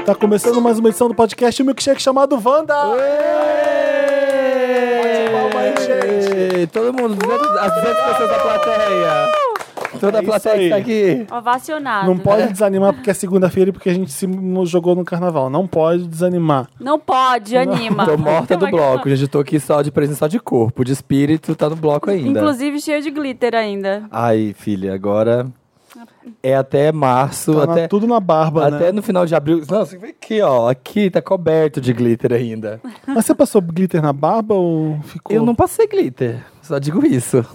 Tá começando mais uma edição do podcast O Milkshake chamado Wanda! Gente. Todo mundo, as 200 pessoas da plateia. Toda a plateia que tá aqui. Ovacionado. Não pode desanimar porque é segunda-feira e porque a gente se jogou no carnaval. Não pode desanimar. Não pode, anima. Tô morta do bloco, gente. Tô aqui só de presença, só de corpo. De espírito, tá no bloco ainda. Inclusive cheio de glitter ainda. Ai, filha, agora é até março. Tá até tudo na barba, até né? no final de abril. Não, você vê aqui, ó. Aqui tá coberto de glitter ainda. Mas você passou glitter na barba ou ficou? Eu não passei glitter. Só digo isso.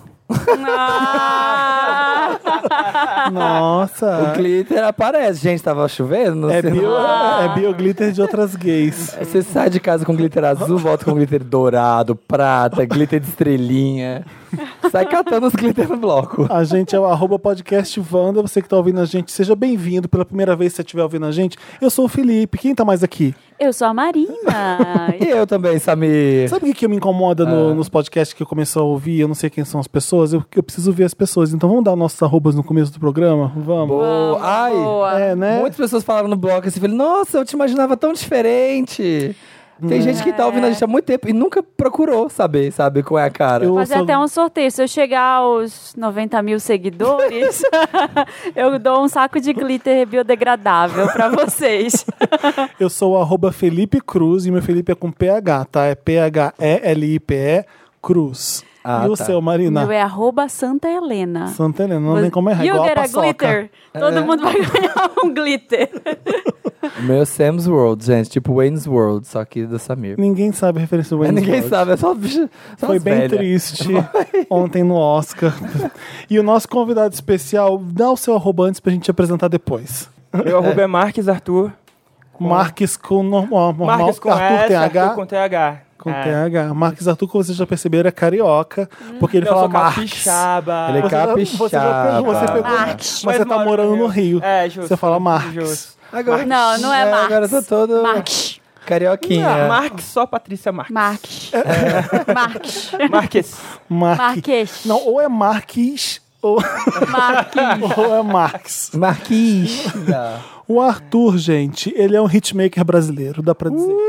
Nossa! O glitter aparece. Gente, tava chovendo? Não sei. É bioglitter de outras gays. Você sai de casa com glitter azul, volta com glitter dourado, prata, glitter de estrelinha. Sai catando os glitter no bloco. A gente é o @podcastvanda. Você que tá ouvindo a gente, seja bem-vindo. Pela primeira vez que você estiver ouvindo a gente, eu sou o Felipe. Quem tá mais aqui? Eu sou a Marina. E eu também, Samir. Sabe o que me incomoda nos podcasts que eu começo a ouvir? Eu não sei quem são as pessoas. Eu preciso ver as pessoas. Então vamos dar nossos arrobas no começo do programa? Vamos. Boa. Ai, Boa. É, né? muitas pessoas falaram no blog assim, falei, nossa, eu te imaginava tão diferente. Tem gente que tá ouvindo a gente há muito tempo e nunca procurou saber, sabe, qual é a cara. Eu Fazer sou- até um sorteio. Se eu chegar aos 90 mil seguidores, eu dou um saco de glitter biodegradável pra vocês. Eu sou o @Felipe Cruz e meu Felipe é com PH, tá? É PHELIPE Cruz. Ah, E o tá. seu, Marina? Meu é @Santa Helena. Santa Helena, não tem como errar. You Igual a get a paçoca. glitter. Todo mundo vai ganhar um glitter. O meu é Sam's World, gente, tipo Wayne's World, só que do Samir. Ninguém sabe a referência do Mas Wayne's ninguém World. sabe, é só bicho. Só Foi as bem velhas. triste ontem no Oscar. E o nosso convidado especial, dá o seu arroba antes pra gente apresentar depois. Meu arroba é Marques Arthur. Marques com normal. Marques com Arthur S, TH. Arthur com TH. Com TH. Marques Arthur, como vocês já perceberam, é carioca. Porque ele Eu fala sou Marques. capixaba. Ele é capixaba. Você pegou, Marques. mas você tá moro morando no Rio. É, justo. Você fala Marques. Justo. Agora, Não é Marques. Agora eu tô todo Marques. carioquinha. Marques, só Patrícia Marques. Marques. Marques. Marques. Marques. Não, ou é Marques ou, Marques. ou é Marques. Marquis. O Arthur, gente, ele é um hitmaker brasileiro, dá pra dizer.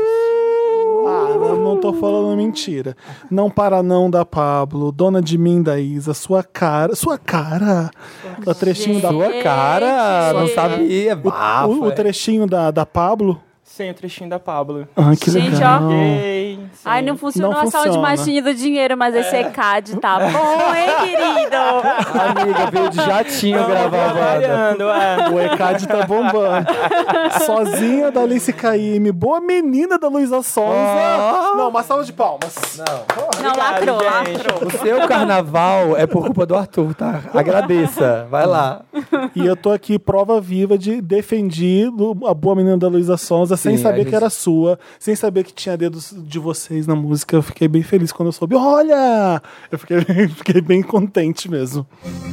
Eu não tô falando mentira. Não Para Não da Pablo, Dona de Mim da Isa, Sua Cara. O trechinho da Sua cara, não Gente. sabia. o trechinho da Pablo. Sem o trechinho da Pablo. Ah, que Gente, legal. Yay. Sim. Ai, não funcionou Não a saúde funciona. machinha do dinheiro, mas esse ECAD tá bom, hein, querido? Amiga, veio de jatinho gravar a banda. Trabalhando, é. O ECAD tá bombando. Sozinha da Alice Caymmi. Boa menina da Luísa Sonza. Oh. Não, uma salva de palmas. Não, lacrou, gente. lacrou. O seu carnaval é por culpa do Arthur, tá? Agradeça. Vai lá. E eu tô aqui, prova viva de defendi a boa menina da Luísa Sonza, sem Sim, saber a gente- que era sua, sem saber que tinha dedos de vocês na música. Eu fiquei bem feliz quando eu soube. Olha! Eu fiquei bem contente mesmo.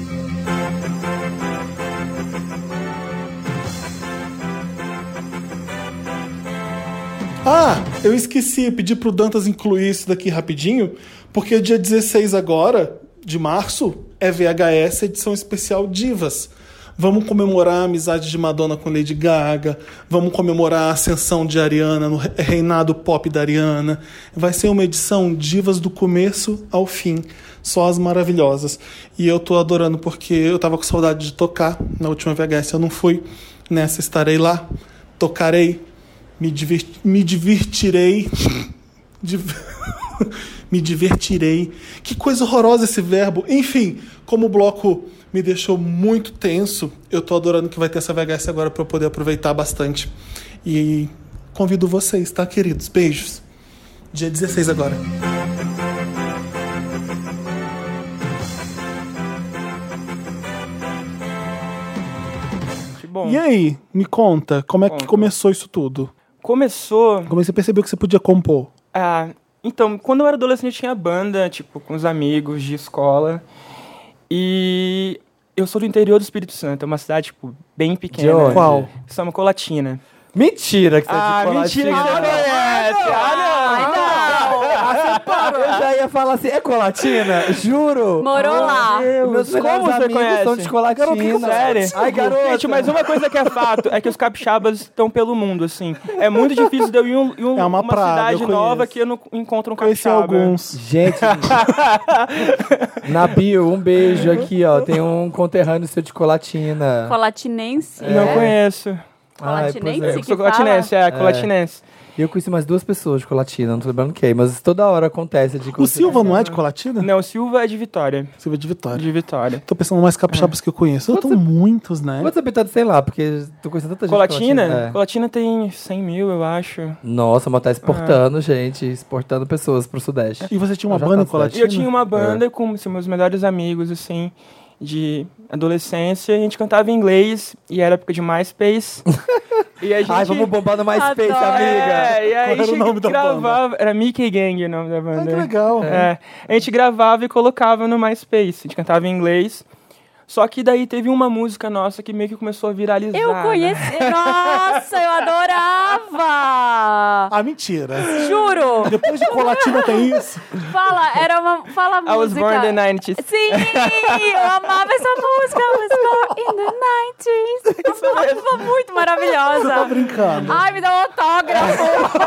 Ah, eu esqueci, pedi pro Dantas incluir isso daqui rapidinho, porque dia 16 agora, de março, é VHS edição especial Divas. Vamos comemorar a amizade de Madonna com Lady Gaga, vamos comemorar a ascensão de Ariana, no reinado pop da Ariana. Vai ser uma edição Divas do começo ao fim, só as maravilhosas. E eu tô adorando porque eu tava com saudade de tocar na última VHS, eu não fui. Nessa estarei lá, tocarei, me divertirei. Me divertirei. Que coisa horrorosa esse verbo. Enfim, como o bloco me deixou muito tenso, eu tô adorando que vai ter essa VHS agora pra eu poder aproveitar bastante. E convido vocês, tá, queridos? Beijos. Dia 16 agora. Que bom. E aí, me conta, como é que Conta. começou isso tudo? Começou... Como você percebeu que você podia compor? Então, quando eu era adolescente, eu tinha banda, tipo, com os amigos de escola. E eu sou do interior do Espírito Santo, é uma cidade, tipo, bem pequena. De onde? Qual? São Colatina. Mentira que você é de colatina. Mentira que você conhece. Eu já ia falar assim, é colatina? Juro. Morou lá. Meus melhores Como você amigos conhece? são de colatina. Sério? Ai, garota. Gente, mas uma coisa que é fato é que os capixabas estão pelo mundo, assim. É muito difícil de eu ir em É uma praga, cidade eu nova conheço. que eu não encontro um Conheci capixaba. alguns. Gente, Nabil, um beijo aqui, ó. Tem um conterrâneo seu de colatina. Colatinense. Não conheço. Ai, Colatinense pois é. Eu que sou fala? colatinense, colatinense. Eu conheci mais 2 pessoas de colatina, não tô lembrando quem, mas toda hora acontece de O Silva não é de Colatina? Não, Silva é de Vitória. Silva de Vitória. De Vitória. Tô pensando mais capixabas que eu conheço. Eu tô muitos, né? Quantos habitantes tem lá? Porque tô conhecendo tanta gente. Colatina? de Colatina. Colatina tem 100 mil, eu acho. Nossa, mas tá exportando, gente. Exportando pessoas pro Sudeste. E você tinha uma Já banda em tá Colatina? E eu tinha uma banda com assim, meus melhores amigos, assim, de adolescência. A gente cantava em inglês e era época de MySpace. E a gente... Ai, vamos bombar no MySpace, Adoro. amiga. É, e aí Qual a era o gente nome da gravava... Era Mickey Gang o nome da banda. Ah, que legal. É, a gente gravava e colocava no MySpace. A gente cantava em inglês. Só que daí teve uma música nossa que meio que começou a viralizar. Eu conheci. Nossa, eu adorava! Ah, mentira. Juro! Depois de Colatina tem isso? Fala, era uma. Fala a música. I was born in the 90s. Sim! Eu amava essa música. I was born in the 90s. Amava, muito maravilhosa. Tá brincando. Ai, me dá um autógrafo.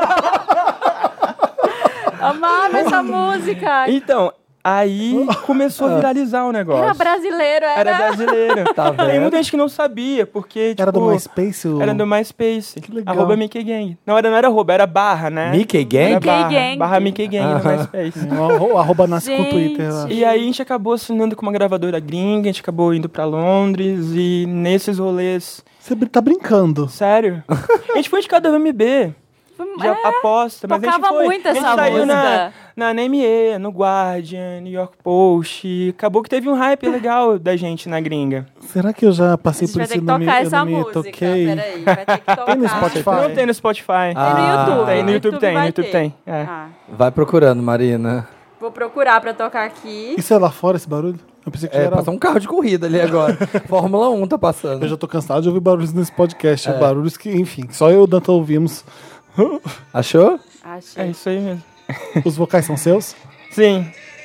Amava essa música. Então, aí começou a viralizar o negócio. Era brasileiro, Era brasileiro. Tá Tem vendo? muita gente que não sabia, porque, tipo... Era do MySpace? Era do MySpace. Que legal. Arroba Mickey Gang. Não era arroba, era barra, né? Mickey Gang? Era barra, Mickey Gang. barra Mickey Gang no MySpace. O arroba nasce com o Gente. Twitter. eu acho. E aí a gente acabou assinando com uma gravadora gringa, a gente acabou indo pra Londres e nesses rolês... Você tá brincando. Sério? A gente foi indicado da VMB. De aposta, mas a gente Tocava foi. muito a gente essa saiu música. na NME, no Guardian, New York Post. E acabou que teve um hype legal da gente na gringa. Será que eu já A passei gente por vai isso ter e que não me, tocar eu essa não me música. toquei? Peraí, vai ter que tocar. Tem no Spotify? Não tem no Spotify. Tem no YouTube. Tem no YouTube, tem. No vai YouTube ter. tem. É. Ah, Vai procurando, Marina. vou procurar pra tocar aqui. Isso é lá fora, esse barulho? Eu pensei que era... Passou um carro de corrida ali agora. Fórmula 1 tá passando. Eu já tô cansado de ouvir barulhos nesse podcast. Barulhos que, enfim, só eu e o Danton ouvimos. Achou? Achei. É isso aí mesmo. Os vocais são seus? Sim.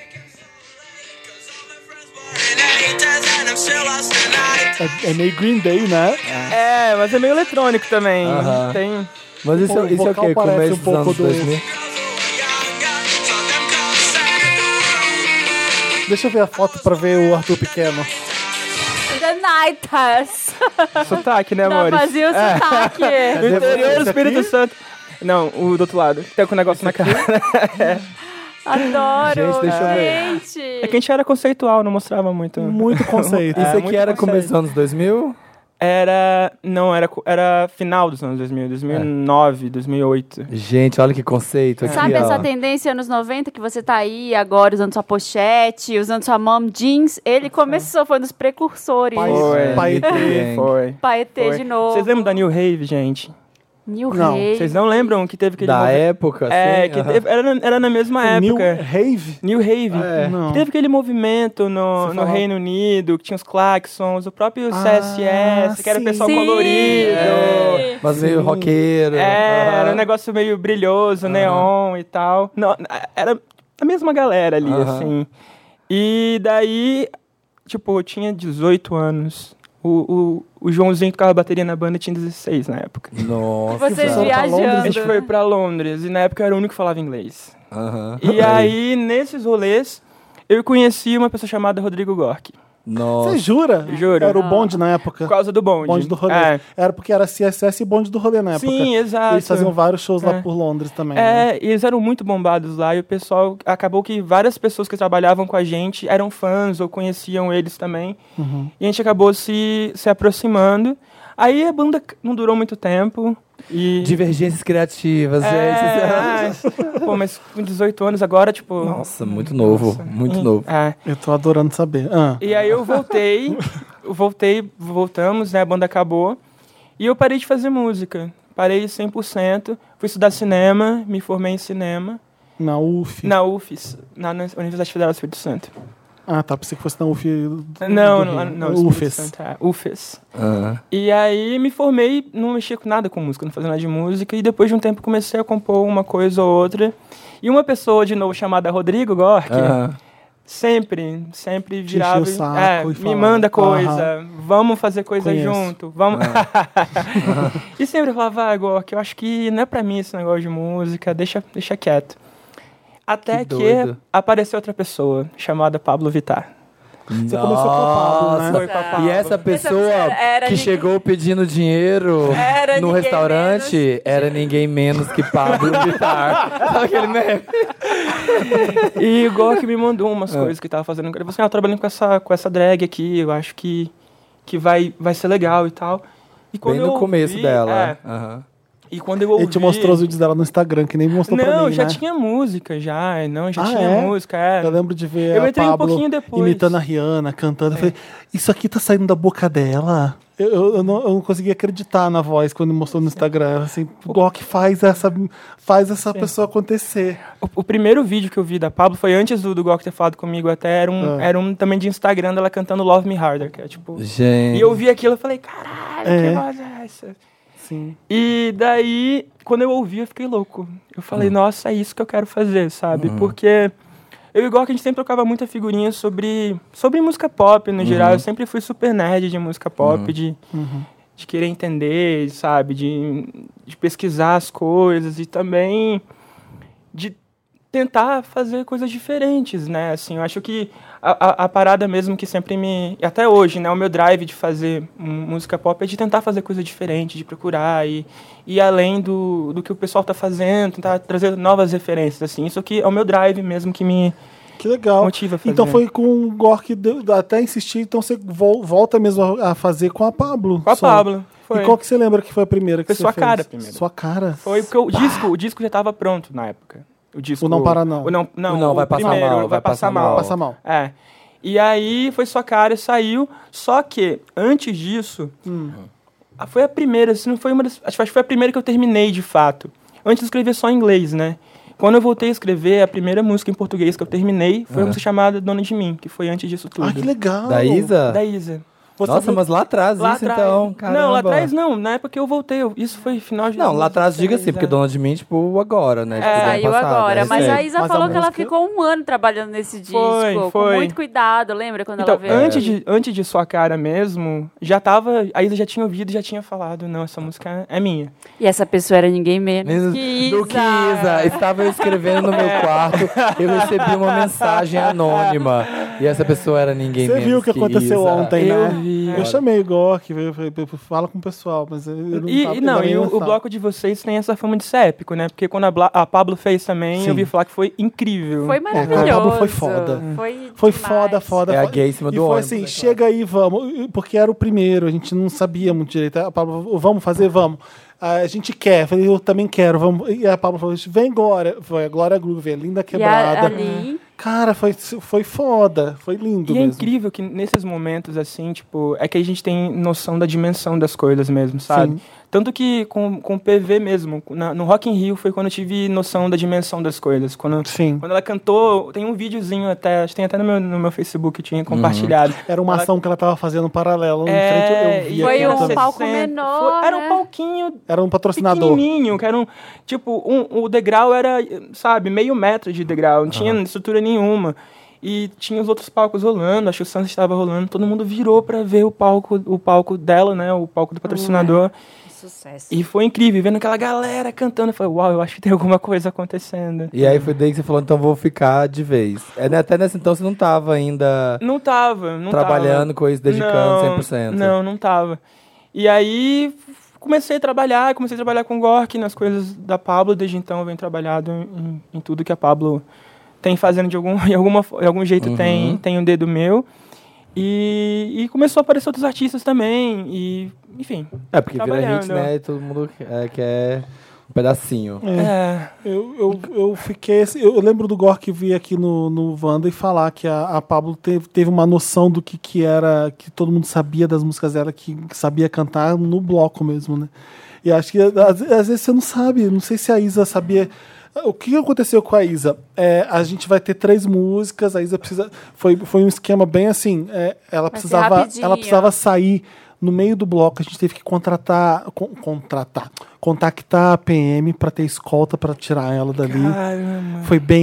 É meio Green Day, né? É, mas é meio eletrônico também. Aham. Tem... Mas isso, O isso é o vocal quê? parece Começo um dos pouco anos do- 2000? Deixa eu ver a foto pra ver o Arthur pequeno. The Nights. Sotaque, né, Não amores? fazia o sotaque. No interior Esse do Espírito aqui? Santo. Não, o do outro lado. Tem com o negócio na cara. Adoro. Gente, deixa eu ver. Gente. É que a gente era conceitual, não mostrava muito. Muito conceito. Isso aqui muito era conceito. começo dos anos 2000? Era final dos anos 2000, 2009, 2008. Gente, olha que conceito aqui, Sabe ó. essa tendência anos 90 que você tá aí agora usando sua pochete, usando sua mom jeans? Ele começou, foi um dos precursores. Foi. Paetê. Foi. Paetê Foi. de novo. Vocês lembram da New Rave, gente? New Não. Rave. Vocês não lembram que teve aquele Da movimento? época, É, assim? que aham. teve, era na mesma New época. Rave? New Rave. Não. Teve aquele movimento no Você falou- Reino Unido, que tinha os claxons, o próprio CSS, que era o sim. pessoal Sim. colorido. É, mas meio roqueiro. Era aham. um negócio meio brilhoso, neon e tal. Não, era a mesma galera ali, Aham. assim. E daí, tipo, eu tinha 18 anos. O Joãozinho que tocava bateria na banda tinha 16 na época. Nossa. Vocês foram pra Londres? A gente viajando. foi pra Londres e na época eu era o único que falava inglês. Aham. E aí, nesses rolês, eu conheci uma pessoa chamada Rodrigo Gork. Nossa. Você jura? Juro. Era o bonde na época. Por causa do bonde. Bonde do rolê. É. Era porque era CSS e bonde do rolê na época. Sim, exato. Eles faziam vários shows lá É. por Londres também. né? É, e eles eram muito bombados lá e o pessoal, acabou que várias pessoas que trabalhavam com a gente eram fãs ou conheciam eles também. Uhum. E a gente acabou se aproximando. Aí a banda não durou muito tempo. E... Divergências criativas, gente. Pô, mas com 18 anos agora, tipo... Nossa, muito novo. Muito novo. É. Eu tô adorando saber. Ah. E aí eu voltamos, né? A banda acabou. E eu parei de fazer música. Parei 100%. Fui estudar cinema, me formei em cinema. Na UF. Na UFES, na Universidade Federal do Espírito Santo. Ah, tá. Pensei que fosse na UF. Não. UFES. UFES. E aí me formei, não mexia com nada com música, não fazia nada de música. E depois de um tempo comecei a compor uma coisa ou outra. E uma pessoa, de novo, chamada Rodrigo Gork, sempre virava o saco e me manda coisa, vamos fazer coisa junto, vamos. E sempre falava, Gork, eu acho que não é pra mim esse negócio de música, deixa quieto. Até que apareceu outra pessoa, chamada Pablo Vittar. Você começou com o Pablo, né? Foi com a Pablo. E essa pessoa que chegou pedindo dinheiro no restaurante era ninguém menos que Pablo Vittar. Sabe aquele meme? E o Gork me mandou umas coisas que tava fazendo. Ele falou assim, eu trabalhando com essa drag aqui, eu acho que vai ser legal e tal. E quando Bem no começo dela. E quando eu ouvi... Ele te mostrou os vídeos dela no Instagram, que nem mostrou pra mim, Não, já né? tinha música, já tinha música, Eu lembro de ver eu a entrei Pablo um pouquinho depois. imitando a Rihanna, cantando. Eu falei, isso aqui tá saindo da boca dela? Eu não conseguia acreditar na voz quando mostrou no Instagram. Assim, o Gork faz essa pessoa acontecer. O primeiro vídeo que eu vi da Pablo foi antes do Gork ter falado comigo, até era um também de Instagram dela cantando Love Me Harder, que é tipo... Gente. E eu vi aquilo e falei, caralho, que voz é essa? Sim. E daí, quando eu ouvi, eu fiquei louco. Eu falei, nossa, é isso que eu quero fazer, sabe? Porque eu e o Gork, a gente sempre trocava muita figurinha sobre música pop, no geral. Eu sempre fui super nerd de música pop, de querer entender, sabe? De pesquisar as coisas e também de tentar fazer coisas diferentes, né? Assim, eu acho que a parada mesmo que sempre até hoje, né? O meu drive de fazer música pop é de tentar fazer coisa diferente, de procurar e ir além do que o pessoal tá fazendo, tentar trazer novas referências, assim. Isso aqui é o meu drive mesmo que me Que legal. motiva a fazer. Então foi com o Gork, até insistir, então você volta mesmo a fazer com a Pablo. Com a Pablo. Foi. E qual que você lembra que foi a primeira que Foi você Sua fez? Cara primeiro. Sua Cara? Foi porque o disco já estava pronto na época. O disco... O Não Para Não. O não, O Não Vai Passar primeiro, Mal, Vai Passar Mal. Passa Mal. É. E aí foi Sua Cara e saiu. Só que, antes disso, foi a primeira, se não foi uma das... Acho que foi a primeira que eu terminei, de fato. Antes eu escrevia só em inglês, né? Quando eu voltei a escrever, a primeira música em português que eu terminei foi uma música chamada Dona de Mim, que foi antes disso tudo. Ah, que legal. Da Isa? Da Isa. Nossa, mas lá atrás isso então, caramba. Não, lá atrás não. Na época que eu voltei, isso foi final de... Não, lá atrás diga assim, porque Dona de Mim, tipo, agora, né? Tipo, do ano Saiu passado, agora, mas recente. a Isa Mas a falou que ela música- ficou um ano trabalhando nesse disco, com Foi. muito cuidado, lembra quando Então, ela veio? antes de Sua Cara mesmo, a Isa já tinha ouvido e já tinha falado, não, essa música é minha. E essa pessoa era ninguém menos que Isa. Do que Isa. Estava eu escrevendo no meu quarto, eu recebi uma mensagem anônima. E essa pessoa era ninguém Você menos viu o que aconteceu Isa. ontem, Eu né? vi. Eu chamei o Gork, fala com o pessoal, mas eu não tava E o bloco de vocês tem essa fama de ser épico, né? Porque quando a Pablo fez também, Sim. eu vi falar que foi incrível. Foi maravilhoso. a Pablo foi foda. demais. Foi foda. É a foda. gay em cima E do foi ônibus, assim, né, chega aí, vamos. Porque era o primeiro, a gente não sabia muito direito. A Pablo, vamos fazer? Vamos. A gente quer. Eu falei, eu também quero. Vamos. E a Pablo falou, vem Glória. Foi a Glória Groove, a Linda Quebrada. ali... Cara, foi foda. Foi lindo E mesmo. é incrível que nesses momentos, assim, tipo, é que a gente tem noção da dimensão das coisas mesmo, sabe? Sim. Tanto que com o PV mesmo, no Rock in Rio foi quando eu tive noção da dimensão das coisas. Sim. Quando ela cantou, tem um videozinho até, acho que tem até no meu Facebook, eu tinha compartilhado. Era uma ação que ela tava fazendo paralelo. Em É, frente, eu vi Foi aquilo um também. palco menor, Era né? um palquinho Era um patrocinador. pequenininho, que era um... Tipo, o degrau era, sabe, meio metro de degrau, não tinha estrutura nenhuma. E tinha os outros palcos rolando, acho que o Sunset estava rolando, todo mundo virou pra ver o palco dela, né, o palco do patrocinador. Sucesso. E foi incrível, vendo aquela galera cantando, eu falei, uau, eu acho que tem alguma coisa acontecendo. E aí foi daí que você falou, então vou ficar de vez. Até nessa então você não tava ainda Não tava. trabalhando com isso, dedicando 100%. Não tava. E aí comecei a trabalhar com o Gork nas coisas da Pablo, desde então eu venho trabalhado em tudo que a Pablo tem fazendo de algum jeito tem um dedo meu. E começou a aparecer outros artistas também, e enfim. É, porque vira hit, trabalhando. né? E todo mundo quer um pedacinho. Eu fiquei. Eu lembro do Gork vir aqui no Wanda e falar que a Pablo teve uma noção do que era, que todo mundo sabia das músicas dela, que sabia cantar no bloco mesmo, né? E acho que às vezes você não sabe, não sei se a Isa sabia. O que aconteceu com a Isa? A gente vai ter 3 músicas, a Isa precisa... Foi um esquema bem assim, ela Vai ser precisava rapidinho. sair no meio do bloco, a gente teve que contactar a PM pra ter escolta pra tirar ela dali. Caramba.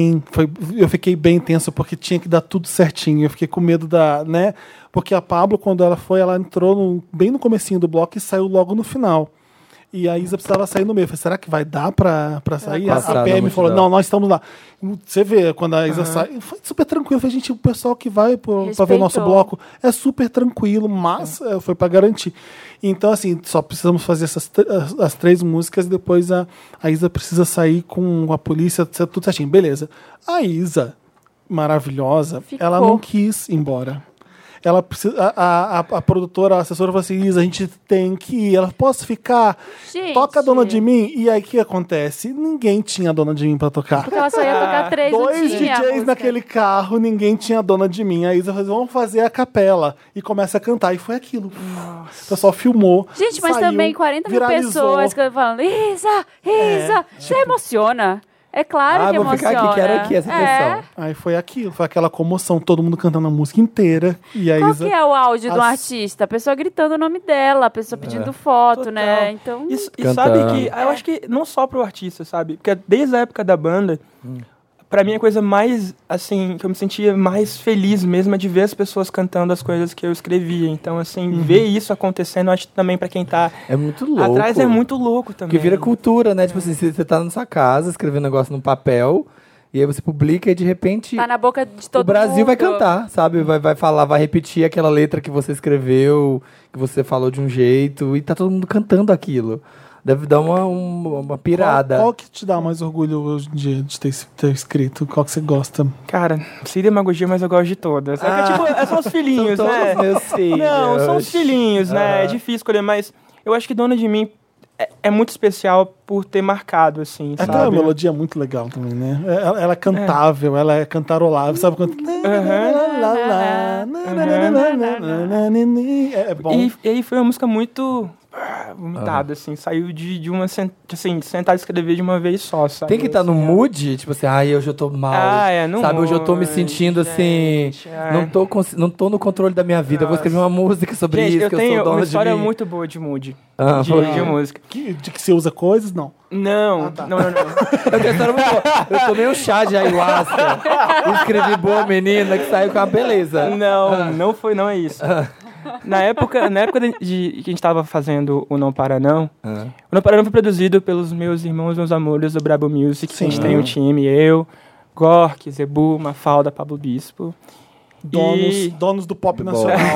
Eu fiquei bem tenso porque tinha que dar tudo certinho. Eu fiquei com medo né? Porque a Pablo, quando ela entrou bem no comecinho do bloco e saiu logo no final. E a Isa precisava sair no meio. Eu falei, será que vai dar pra sair? Passar A na PM falou, multidão. não, nós estamos lá. Você vê, quando a Isa sai, foi super tranquilo. Eu falei, gente, o pessoal que vai pra ver o nosso Respeitou. bloco é super tranquilo, mas foi pra garantir. Então, assim, só precisamos fazer as 3 músicas e depois a Isa precisa sair com a polícia, tudo certinho. Beleza. A Isa, maravilhosa, Ficou. ela não quis ir embora. Ela precisa, a produtora, a assessora falou assim, Isa, a gente tem que ir. Ela, posso ficar? Gente. Toca a Dona de Mim. E aí, o que acontece? Ninguém tinha a Dona de Mim pra tocar. Porque ela só ia tocar 3, não 2 tinha a DJs música. naquele carro, ninguém tinha a Dona de Mim. A Isa falou, vamos fazer a capela. E começa a cantar. E foi aquilo. O pessoal filmou. Gente, mas saiu, também 40 mil viralizou. pessoas falando, Isa, você emociona. É claro que vou emociona. ficar aqui, quero aqui essa atenção. Aí foi aquilo, foi aquela comoção, todo mundo cantando a música inteira. E a Qual Isa... que é o áudio de um As- artista? A pessoa gritando o nome dela, a pessoa pedindo foto, né? Então, E Cantando. sabe que eu acho que não só pro artista, sabe? Porque desde a época da banda, pra mim a coisa mais, assim, que eu me sentia mais feliz mesmo é de ver as pessoas cantando as coisas que eu escrevia. Então, assim, ver isso acontecendo, acho que também pra quem tá É muito louco. atrás é muito louco também. Porque vira cultura, né? Tipo assim, você tá na sua casa, escrevendo um negócio num papel, e aí você publica e de repente tá na boca de todo o Brasil mundo. vai cantar, sabe? Vai falar, vai repetir aquela letra que você escreveu, que você falou de um jeito, e tá todo mundo cantando aquilo. Deve dar uma pirada. Qual que te dá mais orgulho hoje em dia de ter escrito? Qual que você gosta? Cara, sem demagogia, mas eu gosto de todas. É que, tipo, são os filhinhos, São né? todos meus filhos. Não, são os filhinhos, né? É difícil escolher, mas eu acho que Dona de Mim é muito especial por ter marcado, assim, Tem uma sabe? melodia muito legal também, né? Ela é cantável, ela é cantarolável, sabe quando... É bom. E aí foi uma música muito vomitada, assim, saiu de uma, assim, de sentar e escrever de uma vez só, sabe? Tem que estar no Assim, mood, tipo assim, hoje eu tô mal. no sabe, hoje eu tô me mood, sentindo gente, assim, não tô no controle da minha vida. Eu vou escrever uma música sobre Gente, isso, eu que eu tenho sou dona uma de história mim. muito boa de mood, Foi. de música. De que você usa coisas? Não. Não, não. Eu tenho história muito boa. Eu tomei um chá de ayahuasca e escrevi Boa Menina, que saiu com uma beleza. Não é isso. Na época que a gente tava fazendo o Não Para Não, o Não Para Não foi produzido pelos meus irmãos, meus amores do Brabo Music. A gente tem um time, eu, Gork, Zebu, Mafalda, Pablo Bispo. Donos do pop nacional.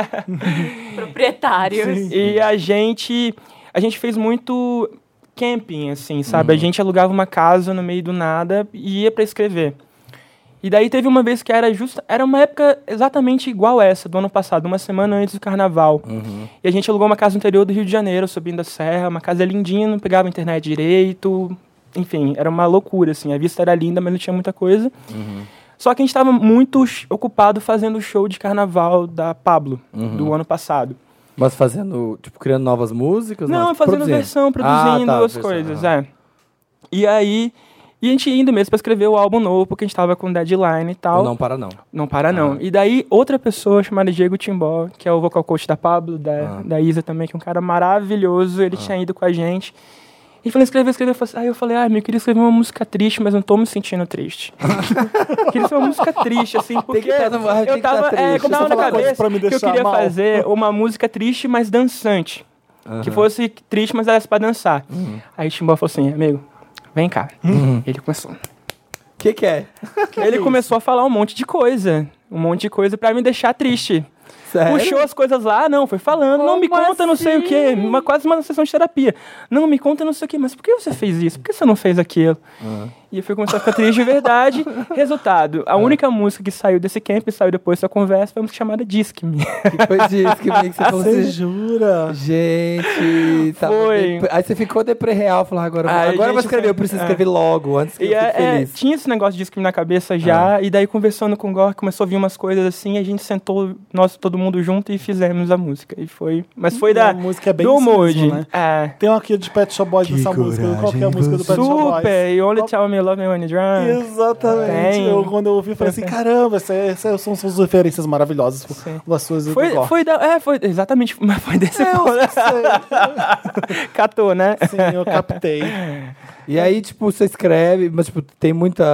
Proprietários. E a gente fez muito camping, assim, sabe? A gente alugava uma casa no meio do nada e ia pra escrever. E daí teve uma vez que era uma época exatamente igual essa, do ano passado, uma semana antes do carnaval. E a gente alugou uma casa no interior do Rio de Janeiro, subindo a serra, uma casa lindinha, não pegava internet direito, enfim, era uma loucura, assim, a vista era linda, mas não tinha muita coisa. Só que a gente estava muito ocupado fazendo o show de carnaval da Pablo, do ano passado. Mas fazendo, tipo, criando novas músicas? Não, fazendo produzindo. versão, produzindo as versão, coisas, E aí, a gente indo mesmo pra escrever o álbum novo, porque a gente tava com deadline e tal. Não para não. Não para não. E daí, outra pessoa chamada Diego Timbó, que é o vocal coach da Pablo, da Isa também, que é um cara maravilhoso, ele tinha ido com a gente. E falou, escrever. Aí eu falei, eu queria escrever uma música triste, mas não tô me sentindo triste. Queria escrever uma música triste, assim, porque que estar no bar, tem eu que estar tava, triste. eu tava Você na falou uma coisa cabeça pra me que eu deixar queria mal. fazer uma música triste, mas dançante. Que fosse triste, mas era pra dançar. Aí o Timbó falou assim, amigo, vem cá. Ele começou. O que é? Ele começou a falar um monte de coisa pra me deixar triste. Sério? Puxou as coisas lá, foi falando, não me Como conta não sei o quê, quase uma sessão de terapia. Não, me conta não sei o quê, mas por que você fez isso? Por que você não fez aquilo? E eu fui começar a ficar triste de verdade. Resultado, a única música que saiu desse camp, saiu depois dessa conversa, foi uma música chamada Disque-me. Que foi disso que você falou Você assim, jura? gente... Foi. Aí você ficou deprê real, falou, agora Aí a eu vou gente escrever, eu preciso escrever logo, antes que eu fique feliz. Tinha esse negócio de Disque-me na cabeça já, e daí conversando com o Gor, começou a vir umas coisas assim, a gente sentou, todo mundo junto e fizemos a música. E foi, mas foi A música é bem do isso mood. mesmo, né? Tem uma aqui de Pet Shop Boys nessa música. Qual que é a música do Pet Shop Boys? Super, You Only Tell Me Love Me When You're Drunk. Exatamente. Tem. Quando eu ouvi, eu falei assim, caramba, essas são suas referências maravilhosas. As suas Foi exatamente, mas foi desse ponto. Catou, né? Sim, eu captei. E aí, tipo, você escreve, mas, tipo, tem muita...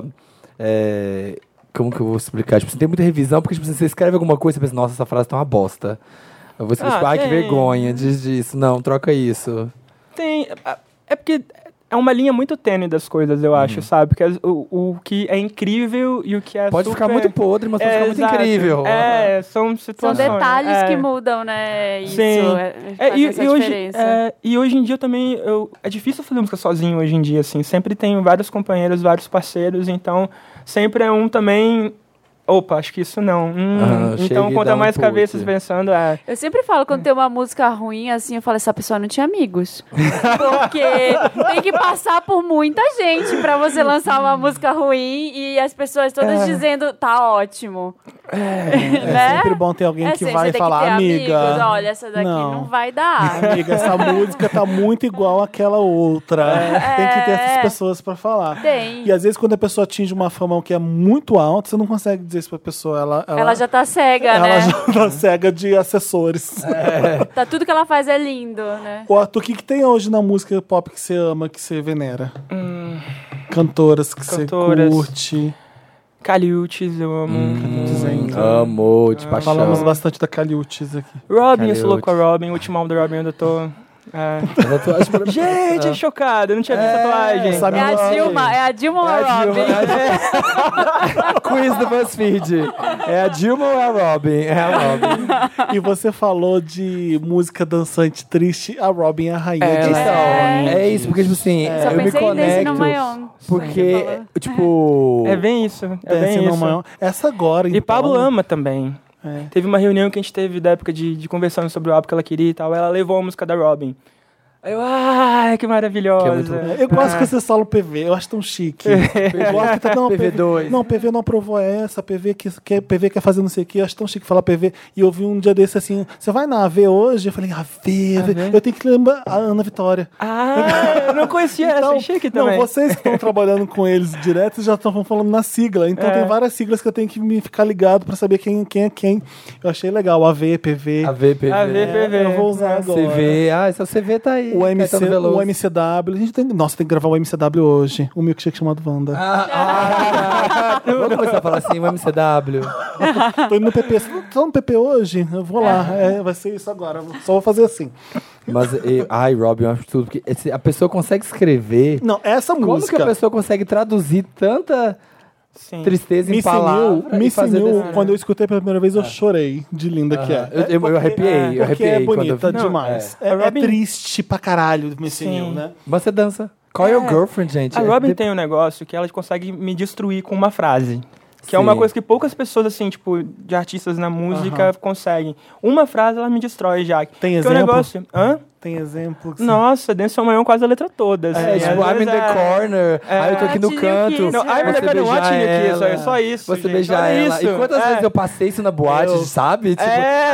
como que eu vou explicar? Tipo, você tem muita revisão, porque, tipo, você escreve alguma coisa e você pensa, nossa, essa frase tá uma bosta. Eu vou escrever, ai, que vergonha, diz disso. Não, troca isso. Tem... É porque... É uma linha muito tênue das coisas, eu acho, sabe? Porque o que é incrível e o que é pode super... ficar muito podre, mas pode ficar muito incrível. São situações. São detalhes que mudam, né? Isso Sim. faz essa diferença. E hoje em dia também... É difícil fazer música sozinho hoje em dia, assim. Sempre tenho vários companheiros, vários parceiros, então sempre é um também... Opa, acho que isso não. Então, quanto mais cabeças pensando, Eu sempre falo, quando tem uma música ruim, assim, eu falo, essa pessoa não tinha amigos. Porque tem que passar por muita gente pra você lançar uma música ruim e as pessoas todas dizendo, tá ótimo. É sempre bom ter alguém que vai falar, amiga... Amigos, olha, essa daqui não vai dar. Amiga, essa música tá muito igual àquela outra. Tem que ter essas pessoas pra falar. Tem. E às vezes quando a pessoa atinge uma fama que é muito alta, você não consegue dizer isso pra pessoa. Ela já tá cega, né? Ela já tá cega de assessores. Tá, tudo que ela faz é lindo, né? O Arthur, o que tem hoje na música pop que você ama, que você venera? Cantoras que você curte. Caliutes, eu amo. Amo, de paixão. Falamos bastante da Caliutes aqui. Robin, eu sou louco com a Robin. O último álbum da Robin eu ainda tô... Gente, chocado, eu não tinha visto a tatuagem. É a Dilma ou a Robin? Quiz do BuzzFeed. É a Dilma ou a Robin? É a Robin. E você falou de música dançante triste, a Robin é a rainha disso. É isso, porque, tipo assim, Só eu me pensei nesse no conecto. Maion. Porque, tipo... É bem isso, bem isso. Essa agora, E Pablo ama também. Teve uma reunião que a gente teve da época de conversando sobre o álbum que ela queria e tal. Ela levou a música da Robin. Aí eu, que maravilhosa. Eu gosto que vocês falam PV, eu acho tão chique. Eu gosto que não, PV2. Não, PV não aprovou essa, PV quer fazer não sei o que, eu acho tão chique falar PV. E eu vi um dia desse assim, você vai na AV hoje? Eu falei, AV. Eu tenho que lembrar a Ana Vitória. Eu não conhecia essa, é chique também. Não, vocês que estão trabalhando com eles direto já estão falando na sigla, então tem várias siglas que eu tenho que me ficar ligado pra saber quem é quem. Eu achei legal, AV, PV. AV, PV. Eu vou usar agora. CV, essa CV tá aí. O MCW, a gente tem que gravar o MCW hoje. O milkshake chamado Wanda. Vamos começar a falar assim, o MCW. Tô indo no PP. Você tá no PP hoje? Eu vou lá. Vai ser isso agora. Só vou fazer assim. Mas, Robin, eu acho tudo. Porque a pessoa consegue escrever. Não, essa música. Como que a pessoa consegue traduzir tanta tristeza em palavras? Quando eu escutei pela primeira vez, eu chorei de linda que é. Eu arrepiei. Porque é bonita quando demais. É triste pra caralho, Missinil, né? Mas você dança. Qual é o girlfriend, gente? A Robin tem um negócio que ela consegue me destruir com uma frase. Que é uma coisa que poucas pessoas, assim, tipo, de artistas na música conseguem. Uma frase, ela me destrói já. Tem exemplo? Tem exemplo? Nossa, Dance on My Own quase a letra toda. Assim. Tipo, I'm in the corner. Eu tô aqui no canto. Não, I'm in the corner, watching you kiss. Só isso. Você beijar ela. E quantas vezes eu passei isso na boate, sabe? Tipo,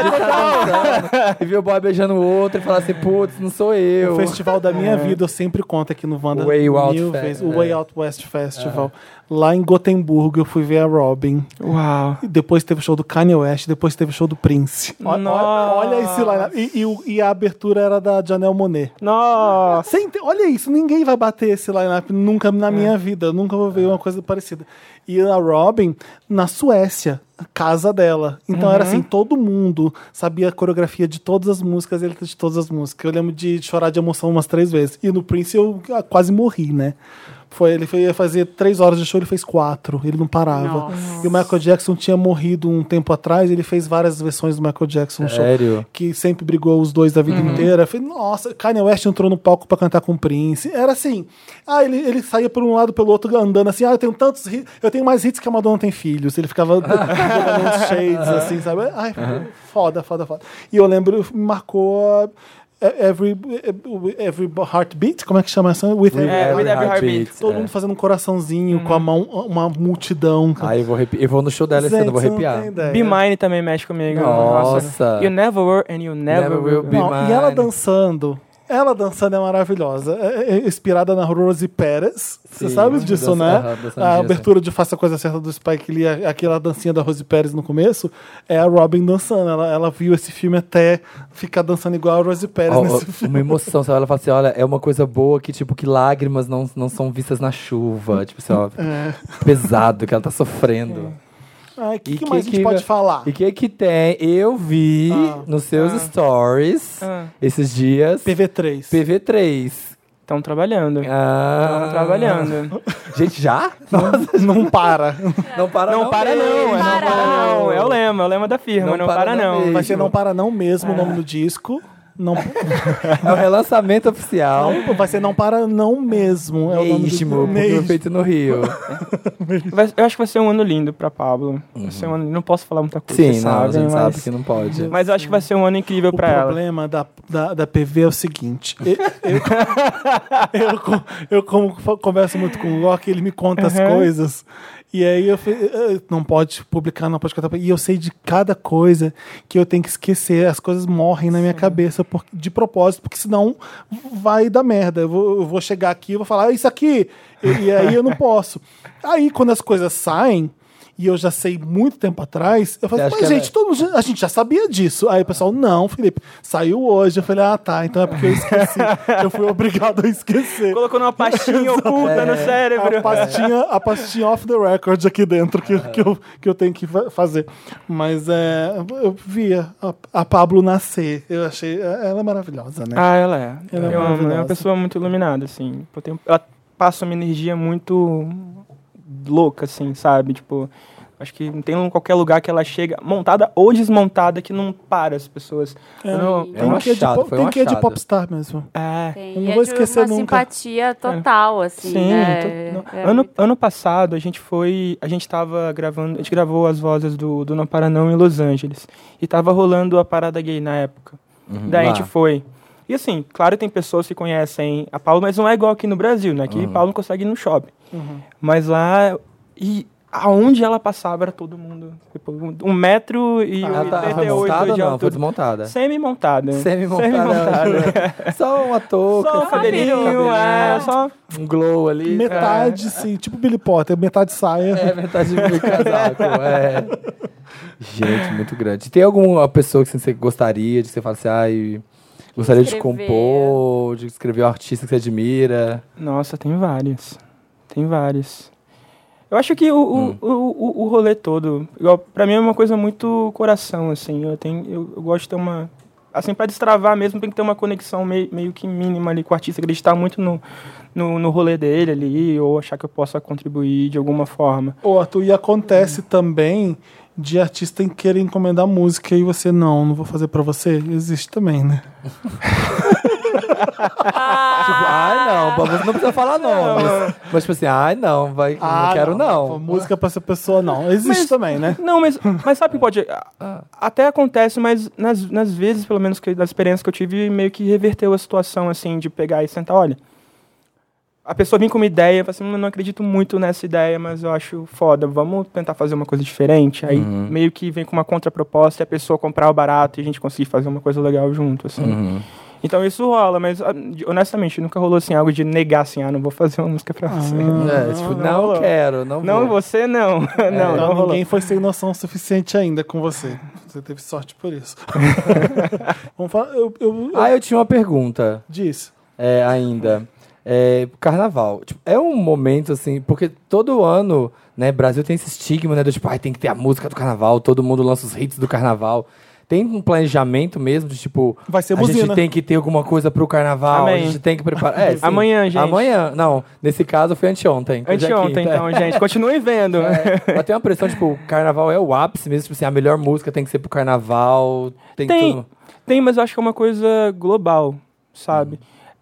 total. E ver o boy beijando o outro e falar assim, putz, não sou eu. O festival da minha vida, eu sempre conto aqui no Wanda. O Way Out West Festival. Lá em Gotemburgo, eu fui ver a Robin. Uau. E depois teve o show do Kanye West, depois teve o show do Prince. Olha esse lá. E a abertura era da Janelle Monáe. Nossa. Olha isso, ninguém vai bater esse line-up nunca na minha vida. Nunca vou ver uma coisa parecida. E a Robin, na Suécia, a casa dela. Então era assim, todo mundo sabia a coreografia de todas as músicas, ele de todas as músicas. Eu lembro de chorar de emoção umas 3 vezes. E no Prince eu quase morri, né? Ele ia fazer 3 horas de show, ele fez 4. Ele não parava. Nossa. E o Michael Jackson tinha morrido um tempo atrás, ele fez várias versões do Michael Jackson. Sério? Show, que sempre brigou os dois da vida inteira. Eu falei, nossa, Kanye West entrou no palco pra cantar com o Prince. Era assim, ele saía por um lado pelo outro andando assim, eu tenho tantos hits, eu tenho mais hits que a Madonna tem filhos. Ele ficava jogando uns shades assim, sabe? Foda. E eu lembro, me marcou... Every Heartbeat, como é que chama essa? With Every Heartbeat. Todo mundo fazendo um coraçãozinho com a mão, uma multidão. Eu vou no show dela esse ano, eu vou arrepiar. Be Mine também mexe comigo. Nossa. You never were and you never will be mine. E ela dançando. Ela dançando é maravilhosa. É inspirada na Rosie Perez. Você Sim, sabe disso, né? dançando A disso. abertura de Faça a Coisa Certa do Spike Lee, aquela dancinha da Rosie Perez no começo, é a Robin dançando. Ela viu esse filme até ficar dançando igual a Rosie Perez nesse filme. Uma emoção, sabe? Ela fala assim, olha, é uma coisa boa que, tipo, que lágrimas não são vistas na chuva. Tipo assim, ó, pesado, que ela tá sofrendo. O que mais a gente pode falar? E o que tem? Eu vi nos seus stories esses dias PV3. PV3. Estão trabalhando. Estão trabalhando. Gente, já? Não para. Não para Não para não, mesmo. não para não. É o lema da firma, não para não. mesmo. Vai ser Não Para Não mesmo o nome do disco. Não, É o relançamento oficial. vai ser Não Para Não mesmo. É o nome Mesmo, do porque foi feito no Rio. Eu acho que vai ser um ano lindo pra Pablo. Vai ser um ano, não posso falar muita coisa, Sim, vocês não, a sabem, gente mas, sabe que não pode. mas eu acho que vai ser um ano incrível O pra ela. problema da PV é o seguinte. Eu como converso muito com o Loki, ele me conta as coisas. E aí eu falei, não pode publicar, não pode contar. E eu sei de cada coisa que eu tenho que esquecer. As coisas morrem na minha cabeça de propósito, porque senão vai dar merda. Eu vou chegar aqui e vou falar, isso aqui. E aí eu não posso. Aí quando as coisas saem, e eu já sei muito tempo atrás, eu falei, Você acha mas que gente, a gente já sabia disso. Aí o pessoal, não, Felipe, saiu hoje. Eu falei, tá, então é porque eu esqueci. Eu fui obrigado a esquecer. Colocou numa pastinha oculta no cérebro. A pastinha off the record aqui dentro que eu tenho que fazer. Mas eu via a Pablo nascer. Eu achei. Ela é maravilhosa, né? Ela é. Ela é Eu amo. É maravilhosa. uma pessoa muito iluminada, assim. Ela passa uma energia muito louca, assim, sabe? Tipo, acho que não tem qualquer lugar que ela chega, montada ou desmontada, que não para as pessoas. Eu não- Tem um que ir de achado, foi um tem que ir de achado. popstar mesmo. Tem, Eu não e vou é de esquecer uma nunca. simpatia total, assim, Sim, né? ano passado a gente tava gravando, a gente gravou as vozes do Não Para Não em Los Angeles, e tava rolando a parada gay na época. Daí a lá. gente foi. E assim, claro, tem pessoas que conhecem a Paulo, mas não é igual aqui no Brasil, né? Aqui Paulo não consegue ir no shopping. Mas lá, e aonde ela passava era todo mundo. Tipo, 1,88 Ela tá m montada ou de não? Foi altura. desmontada? Semi-montada. Semi-montada. Só uma touca. Só o cabelinho, só... Um glow ali. Metade, sim, tipo Billy Potter, metade saia. É, metade do casaco. Gente, muito grande. Tem alguma pessoa que você gostaria de que você fala assim, gostaria de Escrever. compor, de escrever um artista que você admira? Nossa, tem várias. Tem várias. Eu acho que o rolê todo, igual, pra mim é uma coisa muito coração, assim. Eu gosto de ter uma... Assim, pra destravar mesmo, tem que ter uma conexão meio que mínima ali com o artista, acreditar muito no rolê dele ali, ou achar que eu possa contribuir de alguma forma. Ô, Arthur, e acontece também de artista em querer encomendar música e você, não vou fazer pra você. Existe também, né? Não, você não precisa falar nomes. Mas tipo assim, não, não quero não. Música pra essa pessoa, não. Existe também, né? Não, mas sabe que pode... Até acontece, mas nas vezes, pelo menos, das experiências que eu tive, meio que reverteu a situação, assim, de pegar e sentar, olha... A pessoa vem com uma ideia, eu falo assim, eu não acredito muito nessa ideia, mas eu acho foda, vamos tentar fazer uma coisa diferente. Aí meio que vem com uma contraproposta e a pessoa comprar o barato e a gente conseguir fazer uma coisa legal junto, assim. Então isso rola, mas honestamente nunca rolou assim algo de negar assim, não vou fazer uma música pra você. Não rolou. quero, não vou. Não, você não. Não Então, rolou. ninguém foi sem noção o suficiente ainda com você. Você teve sorte por isso. Vamos falar. Eu tinha uma pergunta. Diz. Ainda. Carnaval. Tipo, é um momento, assim, porque todo ano, né, Brasil tem esse estigma, né, do tipo, tem que ter a música do carnaval, todo mundo lança os hits do carnaval. Tem um planejamento mesmo de, tipo, Vai ser a gente buzina. tem que ter alguma coisa pro carnaval, Amém. a gente tem que preparar. Sim. Amanhã, gente. Amanhã, não, nesse caso foi anteontem. Hoje é Anteontem, quinta. então, gente. Continuem vendo. Mas tem uma pressão, tipo, o carnaval é o ápice mesmo, tipo assim, a melhor música tem que ser pro carnaval. Tem, mas eu acho que é uma coisa global, sabe?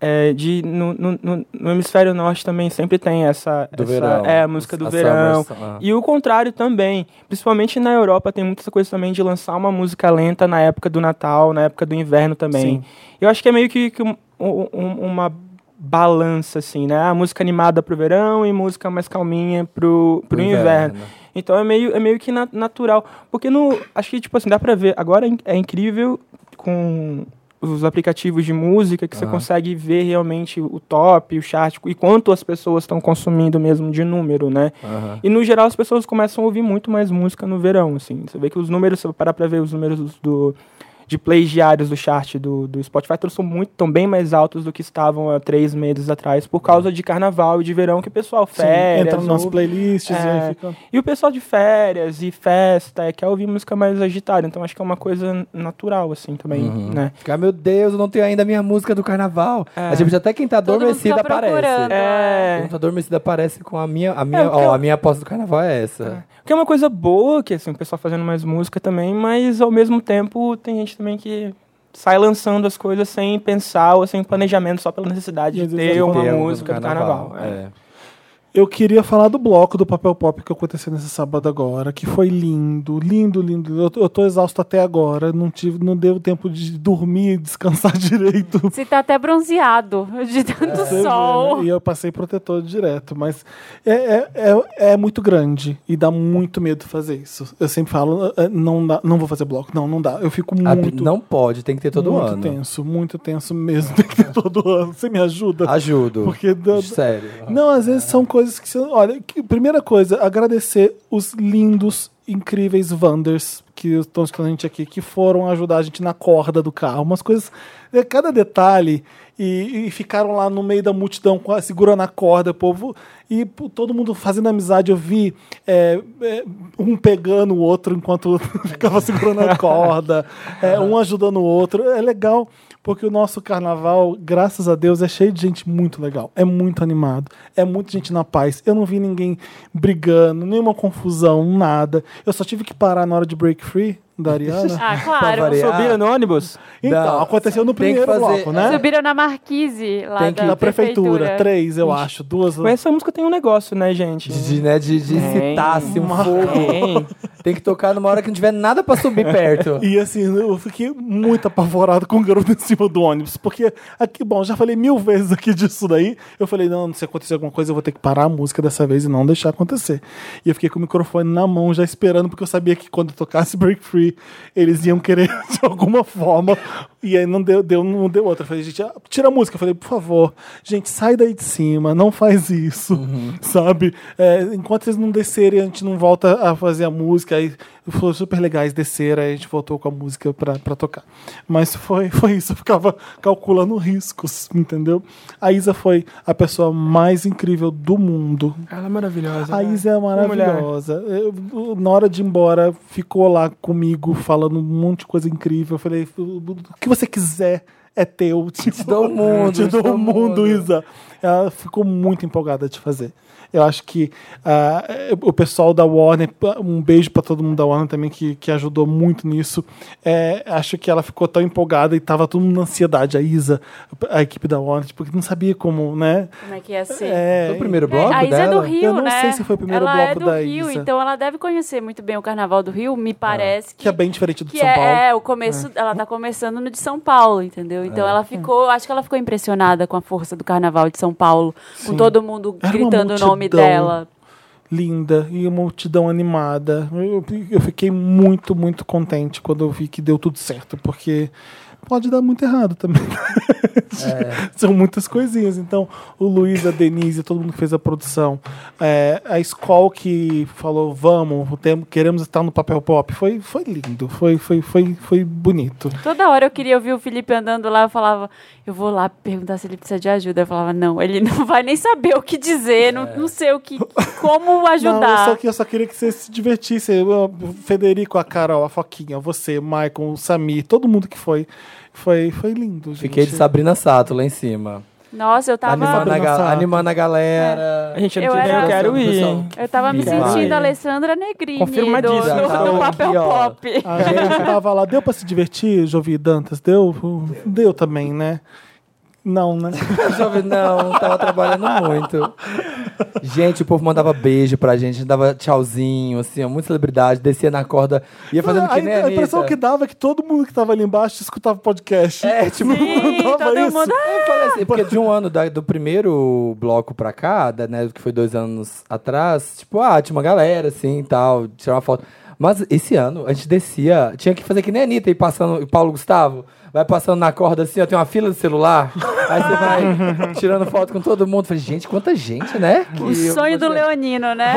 No hemisfério norte também sempre tem verão. a música do verão. E o contrário também. Principalmente na Europa tem muita coisa também de lançar uma música lenta na época do Natal, na época do inverno também. Sim. Eu acho que é meio que uma balança, assim, né? A música animada pro verão e música mais calminha pro inverno. Então é meio que natural. Porque acho que, tipo assim, dá pra ver. Agora é incrível com os aplicativos de música que você consegue ver realmente o top, o chart e quanto as pessoas estão consumindo mesmo de número, né? E no geral as pessoas começam a ouvir muito mais música no verão, assim. Você vê que os números, se você parar pra ver os números de plays diários do chart do Spotify, todos estão bem mais altos do que estavam há 3 meses atrás, por causa de carnaval e de verão, que o pessoal férias... Entra nas playlists e fica... E o pessoal de férias e festa quer ouvir música mais agitada, então acho que é uma coisa natural, assim, também, né? Ficar, meu Deus, eu não tenho ainda a minha música do carnaval. A gente até quem tá Todo mundo adormecido fica aparece. procurando. Quem tá adormecido aparece com a minha aposta do carnaval é essa. Que é uma coisa boa, que assim, o pessoal fazendo mais música também, mas ao mesmo tempo tem gente também que sai lançando as coisas sem pensar ou sem planejamento, só pela necessidade de ter uma música do carnaval. Eu queria falar do bloco do Papel Pop que aconteceu nesse sábado agora, que foi lindo, lindo, lindo. Eu tô exausto até agora, não deu tempo de dormir, descansar direito. Você tá até bronzeado de tanto sol. Né? E eu passei protetor direto, mas é muito grande e dá muito medo fazer isso. Eu sempre falo, não vou fazer bloco, não dá. Eu fico muito... Não pode, tem que ter todo ano. Muito tenso mesmo, tem que ter todo ano. Você me ajuda? Ajudo. Porque sério. Não, às vezes são coisas que você... Olha, primeira coisa, agradecer os lindos, incríveis Wanders que estão escutando a gente aqui, que foram ajudar a gente na corda do carro. Umas coisas... Cada detalhe... E ficaram lá no meio da multidão, segurando a corda, povo. E todo mundo fazendo amizade. Eu vi um pegando o outro enquanto ficava segurando a corda. Um ajudando o outro. É legal, porque o nosso carnaval, graças a Deus, é cheio de gente muito legal. É muito animado. É muita gente na paz. Eu não vi ninguém brigando, nenhuma confusão, nada. Eu só tive que parar na hora de break free da Ariana. Ah, claro. Subiram no ônibus? Então, aconteceu no primeiro bloco, né? Subiram na Marquise, lá da prefeitura. 3, eu acho. 2. Mas essa música tem um negócio, né, gente? De incitar assim, um fogo. Tem que tocar numa hora que não tiver nada pra subir perto. E assim, eu fiquei muito apavorado com o garoto em cima do ônibus. Porque, aqui, bom, já falei 1000 vezes aqui disso daí. Eu falei, não, se acontecer alguma coisa, eu vou ter que parar a música dessa vez e não deixar acontecer. E eu fiquei com o microfone na mão, já esperando, porque eu sabia que quando eu tocasse Break Free, eles iam querer de alguma forma. E aí não deu outra. Eu falei, gente, tira a música. Eu falei, por favor, gente, sai daí de cima, não faz isso, sabe? Enquanto eles não descerem, a gente não volta a fazer a música. Aí foi super legais, desceram, aí a gente voltou com a música pra tocar. Mas foi isso, eu ficava calculando riscos, entendeu? A Isa foi a pessoa mais incrível do mundo. Ela é maravilhosa. A Isa é maravilhosa. Na hora de ir embora, ficou lá comigo, falando um monte de coisa incrível. Eu falei, o que você quiser é teu. Te dou o mundo. Te dou o mundo, Isa. Ela ficou muito empolgada de fazer. Eu acho que o pessoal da Warner, um beijo para todo mundo da Warner também, que ajudou muito nisso. Acho que ela ficou tão empolgada e tava todo mundo na ansiedade. A Isa, a equipe da Warner, porque não sabia como, né? Como é que ia ser. Foi o primeiro bloco a Isa dela? é do Rio, Eu não né? sei se foi o primeiro ela bloco é do da Rio, Isa. então ela deve conhecer muito bem o Carnaval do Rio, me parece. Que é bem diferente do de que São Paulo. o começo, ela tá começando no de São Paulo, entendeu? Então ela ficou, acho que ela ficou impressionada com a força do Carnaval de São Paulo, com todo mundo Era uma gritando o nome multidão dela. Linda e uma multidão animada. Eu fiquei muito, muito contente quando eu vi que deu tudo certo, porque pode dar muito errado também. São muitas coisinhas. Então, o Luiz, a Denise, todo mundo que fez a produção, a escola que falou, vamos, queremos estar no Papel Pop, foi lindo, foi bonito. Toda hora eu queria ouvir o Felipe andando lá, eu falava, eu vou lá perguntar se ele precisa de ajuda. Eu falava, não, ele não vai nem saber o que dizer, não sei como ajudar. Eu só queria que você se divertisse. O Federico, a Carol, a Foquinha, você, o Maicon, o Samir, todo mundo que foi lindo, gente. Fiquei de Sabrina Sato lá em cima. Nossa, eu tava... Animando a galera. A gente, Eu quero ir. Eu tava me sentindo Alessandra Negrini Confirmadíssima. do Papel Aqui, ó. Pop. A gente tava lá, deu pra se divertir, Jovi Dantas? Deu também, né? Não, né? Não, tava trabalhando muito. Gente, o povo mandava beijo pra gente, dava tchauzinho, assim, ó, muita celebridade, descia na corda, ia fazendo que nem a A impressão Anitta. que dava é que todo mundo que tava ali embaixo escutava podcast. Tipo, Sim, não dava todo isso. mundo... eu falei assim, porque de um ano do primeiro bloco pra cá, né, que foi 2 anos atrás, tipo, tinha uma galera, assim, e tal, tirar uma foto. Mas esse ano, a gente descia, tinha que fazer que nem a Anitta, ir passando o Paulo Gustavo, vai passando na corda assim, ó, tem uma fila de celular. Aí você vai tirando foto com todo mundo. Falei, gente, quanta gente, né? O sonho do leonino, né?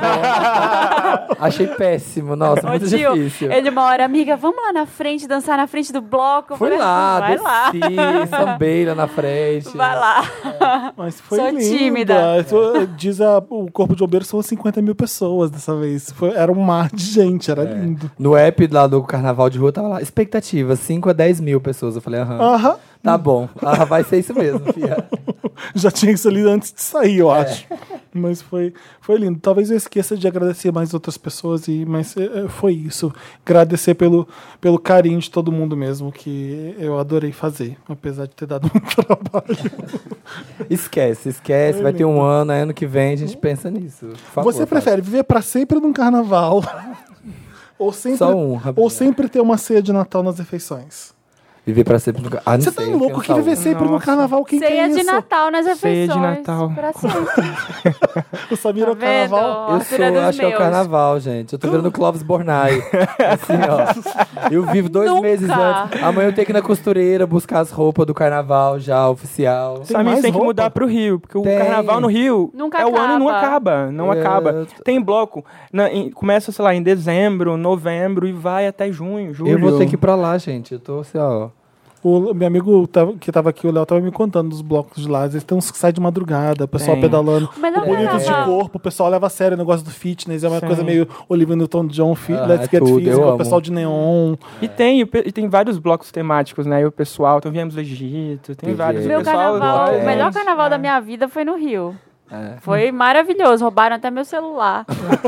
Achei péssimo, nossa, Ô, muito tio, difícil. ele uma hora, amiga, vamos lá na frente, dançar na frente do bloco. Eu Fui falei, lá, vai lá. desci, sambei lá na frente. Vai lá. Mas foi Sou lindo. tímida. Diz o Corpo de Bombeiros são 50 mil pessoas dessa vez. Era um mar de gente, era lindo. No app lá do Carnaval de Rua, tava lá, expectativa, 5 a 10 mil pessoas. Eu falei, Aham. tá bom, vai ser isso mesmo, filha. Já tinha isso ali antes de sair, eu acho. Mas foi lindo. Talvez eu esqueça de agradecer mais outras pessoas, mas foi isso. Agradecer pelo carinho de todo mundo mesmo, que eu adorei fazer, apesar de ter dado muito trabalho. Esquece, vai ter um ano, aí ano que vem a gente pensa nisso. Por favor, Você prefere viver pra sempre num carnaval? Ou sempre, Só um, rapidinho. ou sempre ter uma ceia de Natal nas refeições? Viver pra sempre no carnaval. Você tá louco que viver sempre no carnaval? Quem Ceia quer de isso? Natal nas refeições. Ceia de Natal. Pra sempre. O Samir é o Tá vendo? carnaval? Eu Arthur sou, dos acho que é o meus. carnaval, gente. Eu tô vendo o Clóvis Bornai. Assim, ó. Eu vivo 2 Nunca. meses antes. Amanhã eu tenho que ir na costureira buscar as roupas do carnaval já, oficial. Tem Samir mais tem que roupa? mudar pro Rio, porque Tem. o carnaval no Rio Nunca é o ano e não acaba. Não É. acaba. Tem bloco, começa, sei lá, em dezembro, novembro e vai até junho, julho. Eu vou ter que ir pra lá, gente. Eu tô assim, ó. O meu amigo que tava aqui, o Léo, tava me contando dos blocos de lá. Eles tem uns que saem de madrugada, o pessoal Tem. pedalando. O melhor Bonitos de carnaval. corpo, o pessoal leva a sério o negócio do fitness. É uma Sim. coisa meio Olivia Newton-John, Let's é Get tudo, eu Physical, o amo. pessoal de neon. E tem vários blocos temáticos, né? E o pessoal, então viemos do Egito, tem Tem vários. jeito. Meu O pessoal carnaval, vai- o melhor carnaval da minha vida foi no Rio. É. Foi maravilhoso, roubaram até meu celular.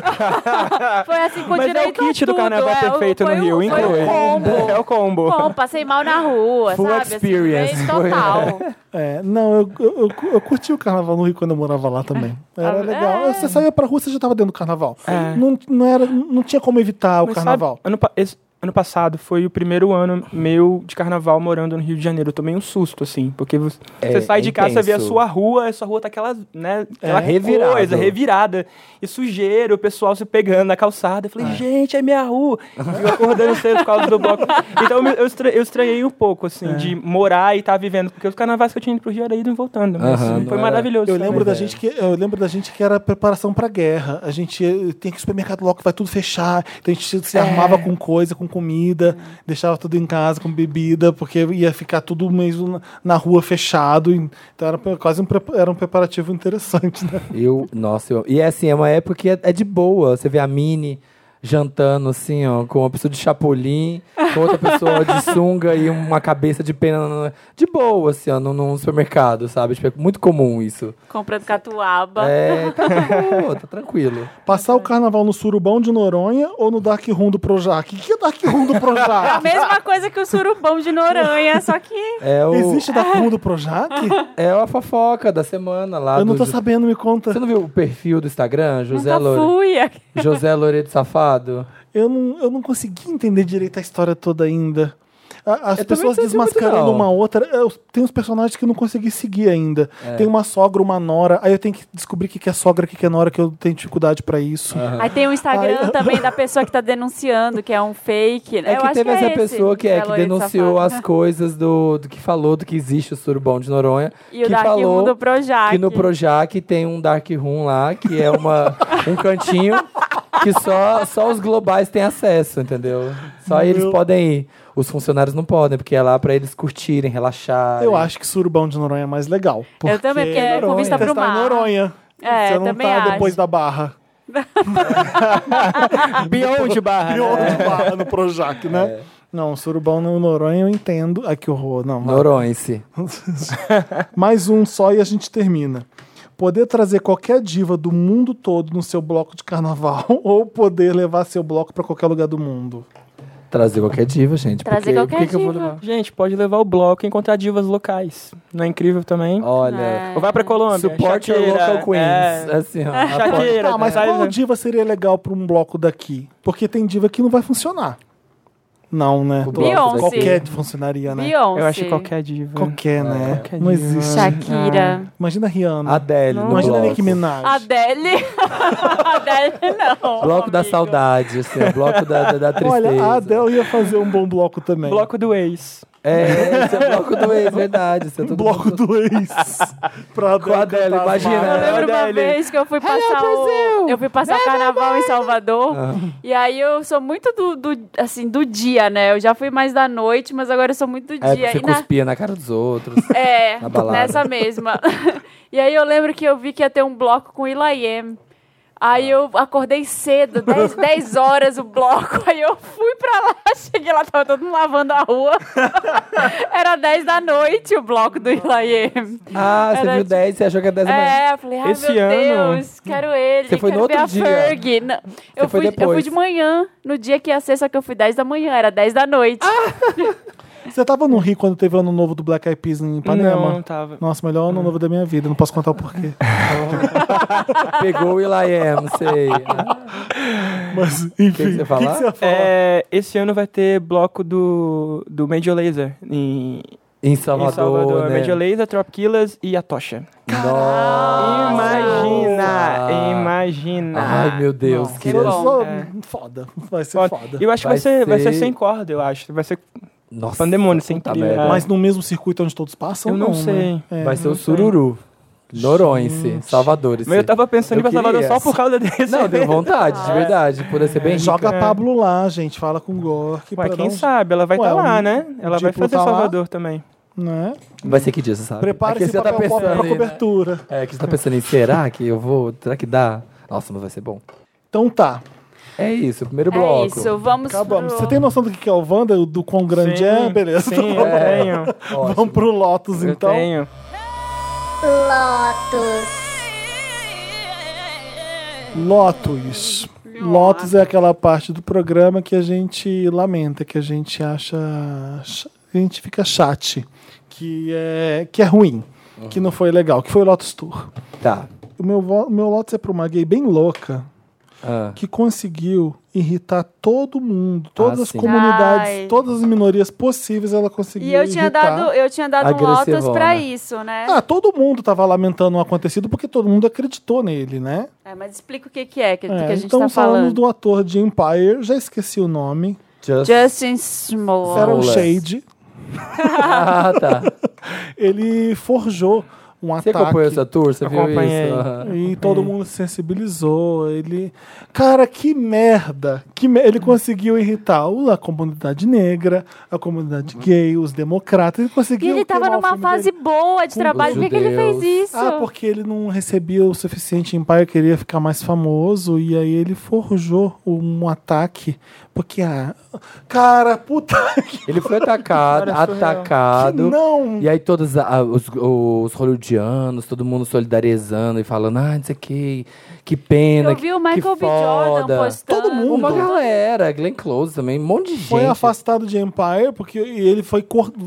Foi assim, com Mas direito é o kit a do tudo. carnaval perfeito no Rio, Foi inclui. o combo. É o combo. Bom, passei mal na rua, Full sabe? experience. Assim, total. Não, eu curti o carnaval no Rio quando eu morava lá também. Era É. legal. Você saía pra rua, você já tava dentro do carnaval. É. Não tinha como evitar o Mas carnaval. sabe, ano passado foi o primeiro ano meu de carnaval morando no Rio de Janeiro. Eu tomei um susto, assim, porque você sai de casa, você vê a intenso. sua rua tá aquela, né, aquela revirado. coisa revirada. E sujeira, o pessoal se pegando na calçada. Eu falei, gente, é minha rua. E eu acordando cedo por causa do bloco. Então eu estranhei um pouco, assim, de morar e estar vivendo. Porque os carnavais que eu tinha ido pro Rio era ido e voltando. Mas, Aham, assim, não foi era- maravilhoso. Eu lembro, também. da gente que era preparação pra guerra. A gente tem que ir no supermercado logo, vai tudo fechar. Então a gente se armava com coisa, com comida, deixava tudo em casa, com bebida, porque ia ficar tudo mesmo na rua fechado. Então era quase era um preparativo interessante, né? E é assim, é uma época que é de boa. Você vê a Mini jantando assim, ó, com uma pessoa de chapolim, com outra pessoa de sunga e uma cabeça de pena de boa, assim, ó, num supermercado, sabe? Tipo, é muito comum isso. Comprando catuaba. Tá de boa, tá tranquilo. Passar o carnaval no Surubão de Noronha ou no Dark Room do Projac? O que é Dark Room do É a Projac? mesma coisa que o surubão de Noronha, só que Existe Dark Room do Projac? É a fofoca da semana lá. Eu não tô do- sabendo, me conta. Você não viu o perfil do Instagram, nunca fui. José Loreto Safado? Eu não consegui entender direito a história toda ainda. As Eu também pessoas não entendi muito, desmascarando não. uma outra. Tem uns personagens que eu não consegui seguir ainda. É. Tem uma sogra, uma nora. Aí eu tenho que descobrir o que é sogra, o que é nora, que eu tenho dificuldade pra isso. Aí tem o Instagram Ai. também da pessoa que tá denunciando, que é um fake. É Eu que acho teve é essa esse, pessoa que Zé Loreto denunciou Safado. as coisas do que falou do que existe o surubão de Noronha. E o que Dark falou Room do Projac. que no Projac tem um dark room lá, que é um cantinho que só os globais têm acesso, entendeu? Só eles podem ir. Os funcionários não podem, porque é lá pra eles curtirem, relaxarem. Eu acho que Surubão de Noronha é mais legal. Eu também, porque é com vista Você pro está em mar. Noronha. É, Você não também tá acho. depois da Barra. Beyond Barra. Pior né? de Barra no Projac, né? Não, Surubão no Noronha eu entendo. Ai, que horror. Não, vai. Noronhense. Mais um só e a gente termina. Poder trazer qualquer diva do mundo todo no seu bloco de carnaval ou poder levar seu bloco pra qualquer lugar do mundo? Trazer qualquer diva, gente. Trazer porque, qualquer que eu vou diva. levar? Gente, pode levar o bloco e encontrar divas locais. Não é incrível também? Olha, É. Ou vai pra Colômbia. support your Shakira, local queens. é. Assim, ó. Shakira, Tá, mas faz- qual diva seria legal pra um bloco daqui? Porque tem diva que não vai funcionar. Não, né? O bloco Beyoncé. Qualquer funcionaria, né? Beyoncé. Eu acho que qualquer diva. Qualquer, né? qualquer Não diva. existe. Shakira. Imagina a Rihanna. Adele no Imagina a bloco. Nicki Minaj. Adele. Adele não. Bloco da amigo. saudade, assim, o bloco da tristeza. Olha, a Adele ia fazer um bom bloco também. Bloco do ex. Esse é o bloco do ex, verdade. Esse é todo Bloco mundo... do ex. Pra Com a Adele, cantar as imagina. marcas. Eu lembro uma Adele. vez que eu fui passar eu fui passar o carnaval em Salvador. E aí eu sou muito assim, do dia, né? Eu já fui mais da noite, mas agora eu sou muito do dia. Você E cuspia na cara dos outros. Na balada. nessa mesma. E aí eu lembro que eu vi que ia ter um bloco com will.i.am. Aí eu acordei cedo, 10 horas o bloco. Aí eu fui pra lá, cheguei lá, tava todo mundo lavando a rua. Era 10 da noite o bloco do will.i.am. Você viu 10, você achou que era 10 da manhã. Eu falei, ai Esse meu ano- Deus, quero ele, Você foi quero no ver outro a dia? Fergie. Não, eu foi fui depois? de manhã, no dia que ia ser, só que eu fui 10 da manhã, era 10 da noite. Você tava no Rio quando teve o ano novo do Black Eyed Peas em Ipanema? Não tava. Nossa, melhor ano novo da minha vida. Não posso contar o porquê. Pegou o will.i.am, sei. Mas, enfim. você ia falar? ia falar? Esse ano vai ter bloco do Major Lazer Em Salvador, né? Major Lazer, Trop Killers e a Tocha. Nossa. Imagina. Ai, meu Deus. Nossa, Que bom. Só- É. Foda. Vai ser Foda. foda. Eu acho que Vai vai ser ser- sem corda, eu acho. Vai ser Nossa, pandemônio, sem puta trilha. merda. Mas no mesmo circuito onde todos passam, Eu não né? sei. É. Vai ser o não sei. Sururu. Noronense, Gente. Salvador. Mas eu tava pensando em ir pra Salvador queria. só por causa desse. Não, deu vontade, de verdade. Poder ser bem Joga rica. a Pablo lá, gente. Fala com o Gork. Ué, pra quem dar um- sabe? Ela vai Ué, estar lá, o né? Ela vai Diplo fazer tá lá? Salvador também. Né? Vai ser que dia, você sabe? Prepare É que esse você tá papel pop pra pensando aí, né? cobertura. É, que você tá pensando em, será que eu vou? Será que dá? Nossa, mas vai ser bom. Então tá. É isso, o primeiro bloco. É isso, vamos Acabamos. pro... Você tem noção do que é o Wanda? Do quão grande é? Beleza. Sim, eu tenho. Ótimo. Vamos pro Lotus, Eu então. tenho. Lotus. Lotus é aquela parte do programa que a gente lamenta, que a gente acha. A gente fica chate, que é ruim, que não foi legal, que foi o Lotus Tour. Tá. O meu Lotus é pra uma gay bem louca Ah. que conseguiu irritar todo mundo, todas as sim. comunidades, Ai. todas as minorias possíveis ela conseguiu E eu tinha irritar. dado um Lotus Agressivona. pra isso, né? Ah, todo mundo tava lamentando o acontecido porque todo mundo acreditou nele, né? Mas explica o que é que a gente então tá falamos falando. do ator de Empire, já esqueci o nome. Justin Smollett. Era um Smollett. Shade. Ah, tá. Ele forjou um Você ataque. acompanhou essa tour? Você viu Acompanhei. isso? Aham. E todo mundo se sensibilizou. Ele. Cara, que merda! Ele conseguiu irritar a comunidade negra, a comunidade gay, os democratas. Ele E conseguiu. ele tava queimar o numa filme fase dele. boa de Com trabalho. os Por que ele fez judeus. isso? Ah, porque ele não recebia o suficiente em Empire, queria ficar mais famoso. E aí ele forjou um ataque. Porque, cara, puta que Ele foi atacado, Cara, surreal. que não! E aí todos os hollywoodianos, todo mundo solidarizando e falando, não sei o que pena, Eu vi o Michael que B. Jordan foda. postando. Todo mundo. Uma galera, Glenn Close também, um monte de gente. Foi afastado de Empire, porque ele foi.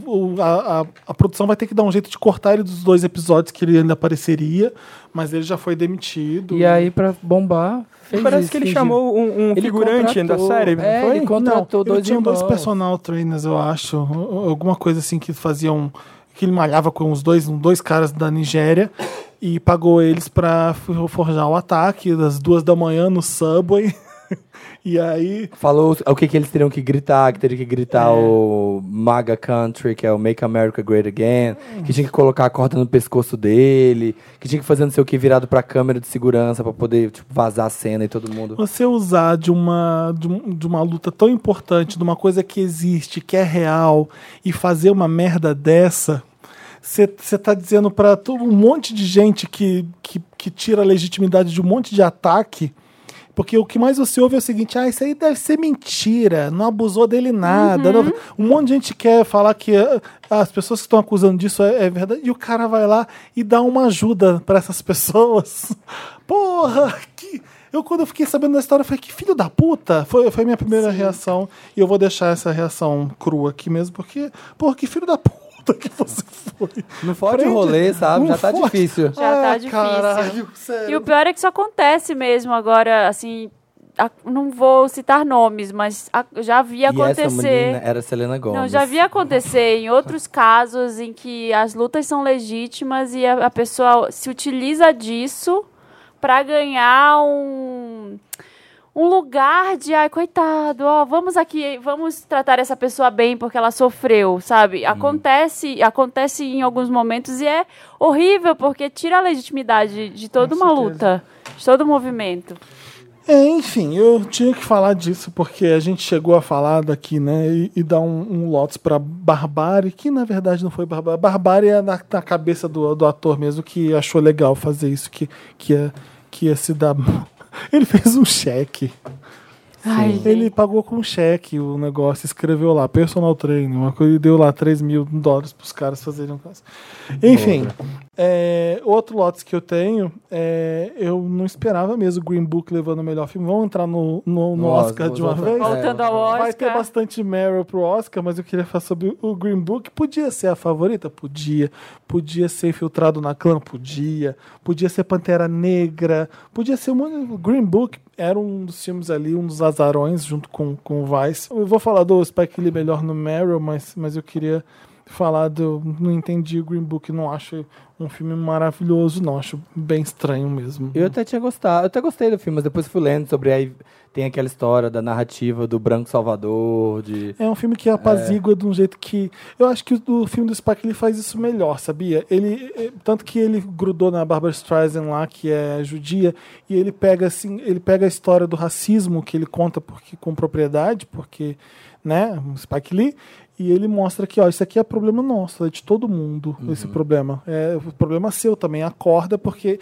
A produção vai ter que dar um jeito de cortar ele dos 2 episódios que ele ainda apareceria, mas ele já foi demitido. E aí, pra bombar, fez Parece isso, que ele fingiu. chamou um Ele figurante da contratou- série, não é, foi? ele contratou Não, ele dois tinha irmãos. 2 personal trainers, eu acho. Alguma coisa assim que faziam. Que ele malhava com os dois caras da Nigéria e pagou eles pra forjar o ataque das 2 da manhã no Subway. E aí. Falou o que eles teriam que gritar, que teria que gritar o MAGA Country, que é o Make America Great Again, que tinha que colocar a corda no pescoço dele, que tinha que fazer não sei o que virado pra câmera de segurança pra poder tipo, vazar a cena e todo mundo. Você usar de uma luta tão importante, de uma coisa que existe, que é real, e fazer uma merda dessa, você tá dizendo pra um monte de gente que tira a legitimidade de um monte de ataque, porque o que mais você ouve é o seguinte, isso aí deve ser mentira, não abusou dele nada. Não- um monte de gente quer falar que as pessoas que estão acusando disso é verdade, e o cara vai lá e dá uma ajuda pra essas pessoas. Porra, quando eu fiquei sabendo da história, eu falei, que filho da puta! Foi a minha primeira reação. E eu vou deixar essa reação crua aqui mesmo, porque, porra, que filho da puta que você foi. Não fode o Prende- rolê, sabe? não Já tá fode. difícil. Já tá difícil. Caralho, sério. E o pior é que isso acontece mesmo agora, assim... não vou citar nomes, mas já vi E essa acontecer... menina era Selena Gomez. Não, já vi acontecer em outros casos em que as lutas são legítimas e a pessoa se utiliza disso para ganhar um lugar de, ai, coitado, ó, vamos aqui, vamos tratar essa pessoa bem porque ela sofreu, sabe? Acontece em alguns momentos e é horrível porque tira a legitimidade de toda uma luta, de todo o movimento. Enfim, eu tinha que falar disso porque a gente chegou a falar daqui, né, e dar um lotus pra Barbárie, que na verdade não foi Barbárie. Barbárie é na cabeça do ator mesmo, que achou legal fazer isso, que ia se dar... Ele fez um cheque. Ai, Ele pagou com cheque o negócio, escreveu lá, personal training, uma coisa, e deu lá $3.000 pros caras fazerem um caso. Enfim, outro lotes que eu tenho, eu não esperava mesmo o Green Book levando o melhor filme. Vamos entrar no Oscar de uma vez? Voltando ao Oscar. Vai ter bastante Meryl pro Oscar, mas eu queria falar sobre o Green Book. Podia ser a favorita? Podia. Podia ser Infiltrado na Clã? Podia. Podia ser Pantera Negra. Podia ser o Green Book. Era um dos filmes ali, um dos azarões, junto com o Vice. Eu vou falar do Spike Lee melhor no Meryl, mas eu queria falar não entendi o Green Book, não acho um filme maravilhoso, não, acho bem estranho mesmo. Eu até tinha gostado, eu até gostei do filme, mas depois fui lendo sobre aí tem aquela história da narrativa do branco salvador, É um filme que apazigua de um jeito que... Eu acho que o filme do Spike Lee faz isso melhor, sabia? Tanto que ele grudou na Barbra Streisand lá, que é judia, e ele pega a história do racismo que ele conta com propriedade, porque, né, o Spike Lee, e ele mostra que, ó, isso aqui é problema nosso, é de todo mundo, esse problema. É o problema seu também, acorda, porque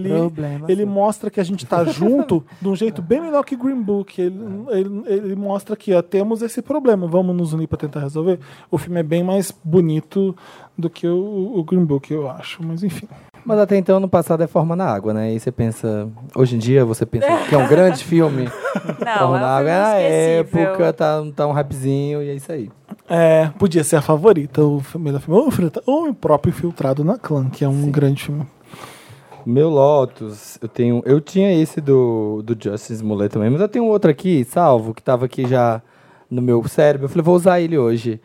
ele mostra que a gente tá junto de um jeito bem melhor que Green Book. Ele mostra que, ó, temos esse problema, vamos nos unir para tentar resolver. O filme é bem mais bonito do que o Green Book, eu acho, mas enfim. Mas até então, no passado, é Forma na Água, né? E você pensa... Hoje em dia, você pensa que é um grande filme. Não, Forma na Água é na inesquecível. época, tá um rapzinho e é isso aí. Podia ser a favorita, o melhor filme, ou o próprio Infiltrado na Clã, que é um grande filme. Meu Lotus, eu tinha esse do Justice Smollett também, mas eu tenho outro aqui, salvo, que tava aqui já no meu cérebro. Eu falei, vou usar ele hoje.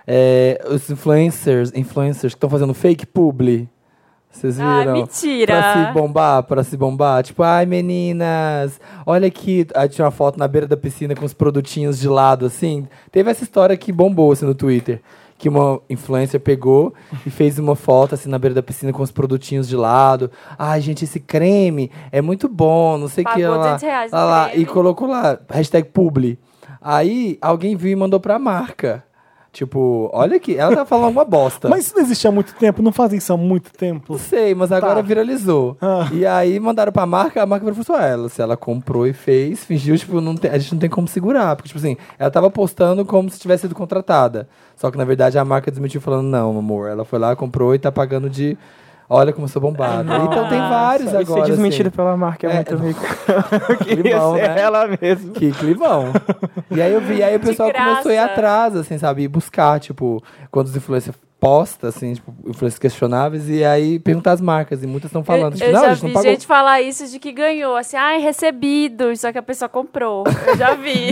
Os influencers que estão fazendo fake publi. Vocês viram? Ai, mentira. Pra se bombar. Tipo, ai, meninas, olha aqui. Aí tinha uma foto na beira da piscina com os produtinhos de lado, assim. Teve essa história que bombou, assim, no Twitter. Que uma influencer pegou e fez uma foto, assim, na beira da piscina com os produtinhos de lado. Ai, gente, esse creme é muito bom, não sei o que. Pagou Lá, R$200 lá, creme. e colocou lá, #publi. Aí, alguém viu e mandou pra marca. Tipo, olha aqui, ela tá falando uma bosta. Mas isso não existe há muito tempo, não fazem isso há muito tempo. Não sei, mas agora viralizou. E aí mandaram pra marca, a marca falou ela. Se ela comprou e fez, fingiu, tipo, a gente não tem como segurar. Porque, tipo assim, ela tava postando como se tivesse sido contratada. Só que, na verdade, a marca desmentiu falando, não, amor, ela foi lá, comprou e tá pagando de... Olha como eu sou bombado. Então tem vários Isso agora. Ser desmentido assim. pela marca é muito rico. Climão, né? Ela mesmo. Que clivão. E aí eu vi, aí o pessoal começou a ir atrás, assim, sabe? E buscar, tipo, quando os influencers postam, assim, tipo, influencers questionáveis, e aí perguntar as marcas, e muitas estão falando. Eu Tipo, não, já a gente não vi pagou. gente falar isso de que ganhou, assim, ai, recebido, só que a pessoa comprou. Eu já vi.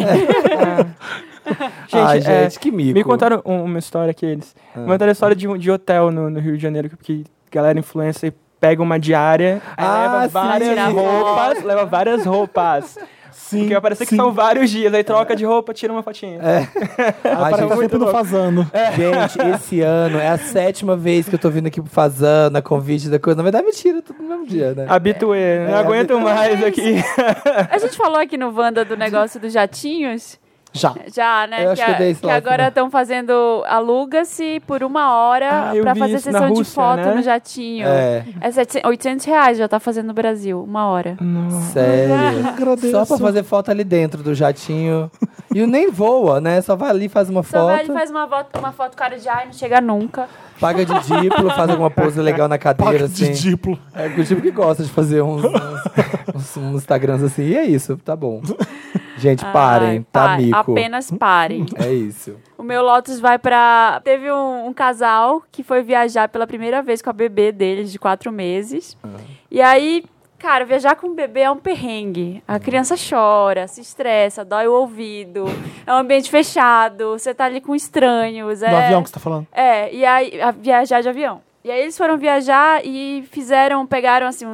Gente, que mico. Me contaram uma história que eles... Me contaram a história de hotel no Rio de Janeiro, que galera influencer pega uma diária, aí leva várias roupas. Sim, porque vai parecer que são vários dias, aí troca de roupa, tira uma fotinha. Para gente, tá sempre no Fazano. Gente, esse ano é a 7ª vez que eu tô vindo aqui pro Fazano, a convite da coisa. Na verdade, mentira, tudo no mesmo dia, né? Habituê, não aguento mais aqui. A gente falou aqui no Wanda do negócio dos jatinhos. Já, né? Eu acho que eu dei esse que lance, agora né? estão fazendo... Aluga-se por 1 hora eu pra vi fazer isso na sessão de Rússia, foto né? no jatinho. É. É R$800 já tá fazendo no Brasil, 1 hora. Sério. Agradeço. Só pra fazer foto ali dentro do jatinho. E o nem voa, né? Só vai ali, faz uma Só foto. vai, ele faz uma foto cara de ai, não chega nunca. Paga de diplo, faz alguma pose legal na cadeira, Paga assim. de diplo. É o tipo que gosta de fazer uns Instagrams assim. E é isso, tá bom. Gente, parem, tá mico. Apenas parem. É isso. O meu Lotus vai pra... Teve um casal que foi viajar pela primeira vez com a bebê deles, de 4 meses. E aí, cara, viajar com o bebê é um perrengue. A criança chora, se estressa, dói o ouvido. É um ambiente fechado, você tá ali com estranhos. No avião que você tá falando? E aí, viajar de avião. E aí eles foram viajar e pegaram, assim, uns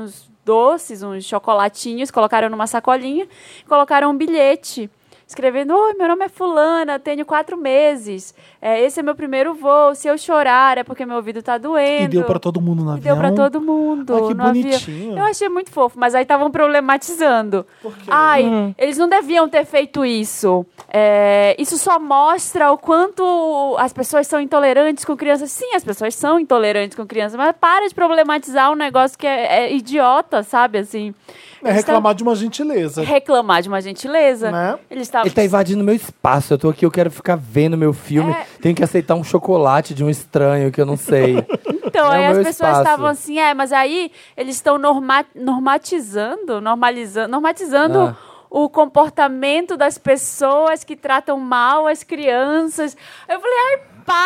doces, uns chocolatinhos, colocaram numa sacolinha, colocaram um bilhete, escrevendo: oi, meu nome é fulana, tenho 4 meses, esse é meu primeiro voo, se eu chorar é porque meu ouvido tá doendo. E deu pra todo mundo no avião. Deu pra todo mundo. Ai, que no bonitinho. avião. Eu achei muito fofo, mas aí estavam problematizando. Por quê? Ai, eles não deviam ter feito isso. Isso só mostra o quanto as pessoas são intolerantes com crianças. Sim, as pessoas são intolerantes com crianças, mas para de problematizar um negócio que é idiota, sabe? Assim, Reclamar de uma gentileza. reclamar de uma gentileza. Né? Eles Ele tá invadindo meu espaço. Eu tô aqui, eu quero ficar vendo meu filme. Tenho que aceitar um chocolate de um estranho que eu não sei. Então, É aí o as meu pessoas espaço. estavam assim, mas aí eles estão normatizando o comportamento das pessoas que tratam mal as crianças. Eu falei, ai,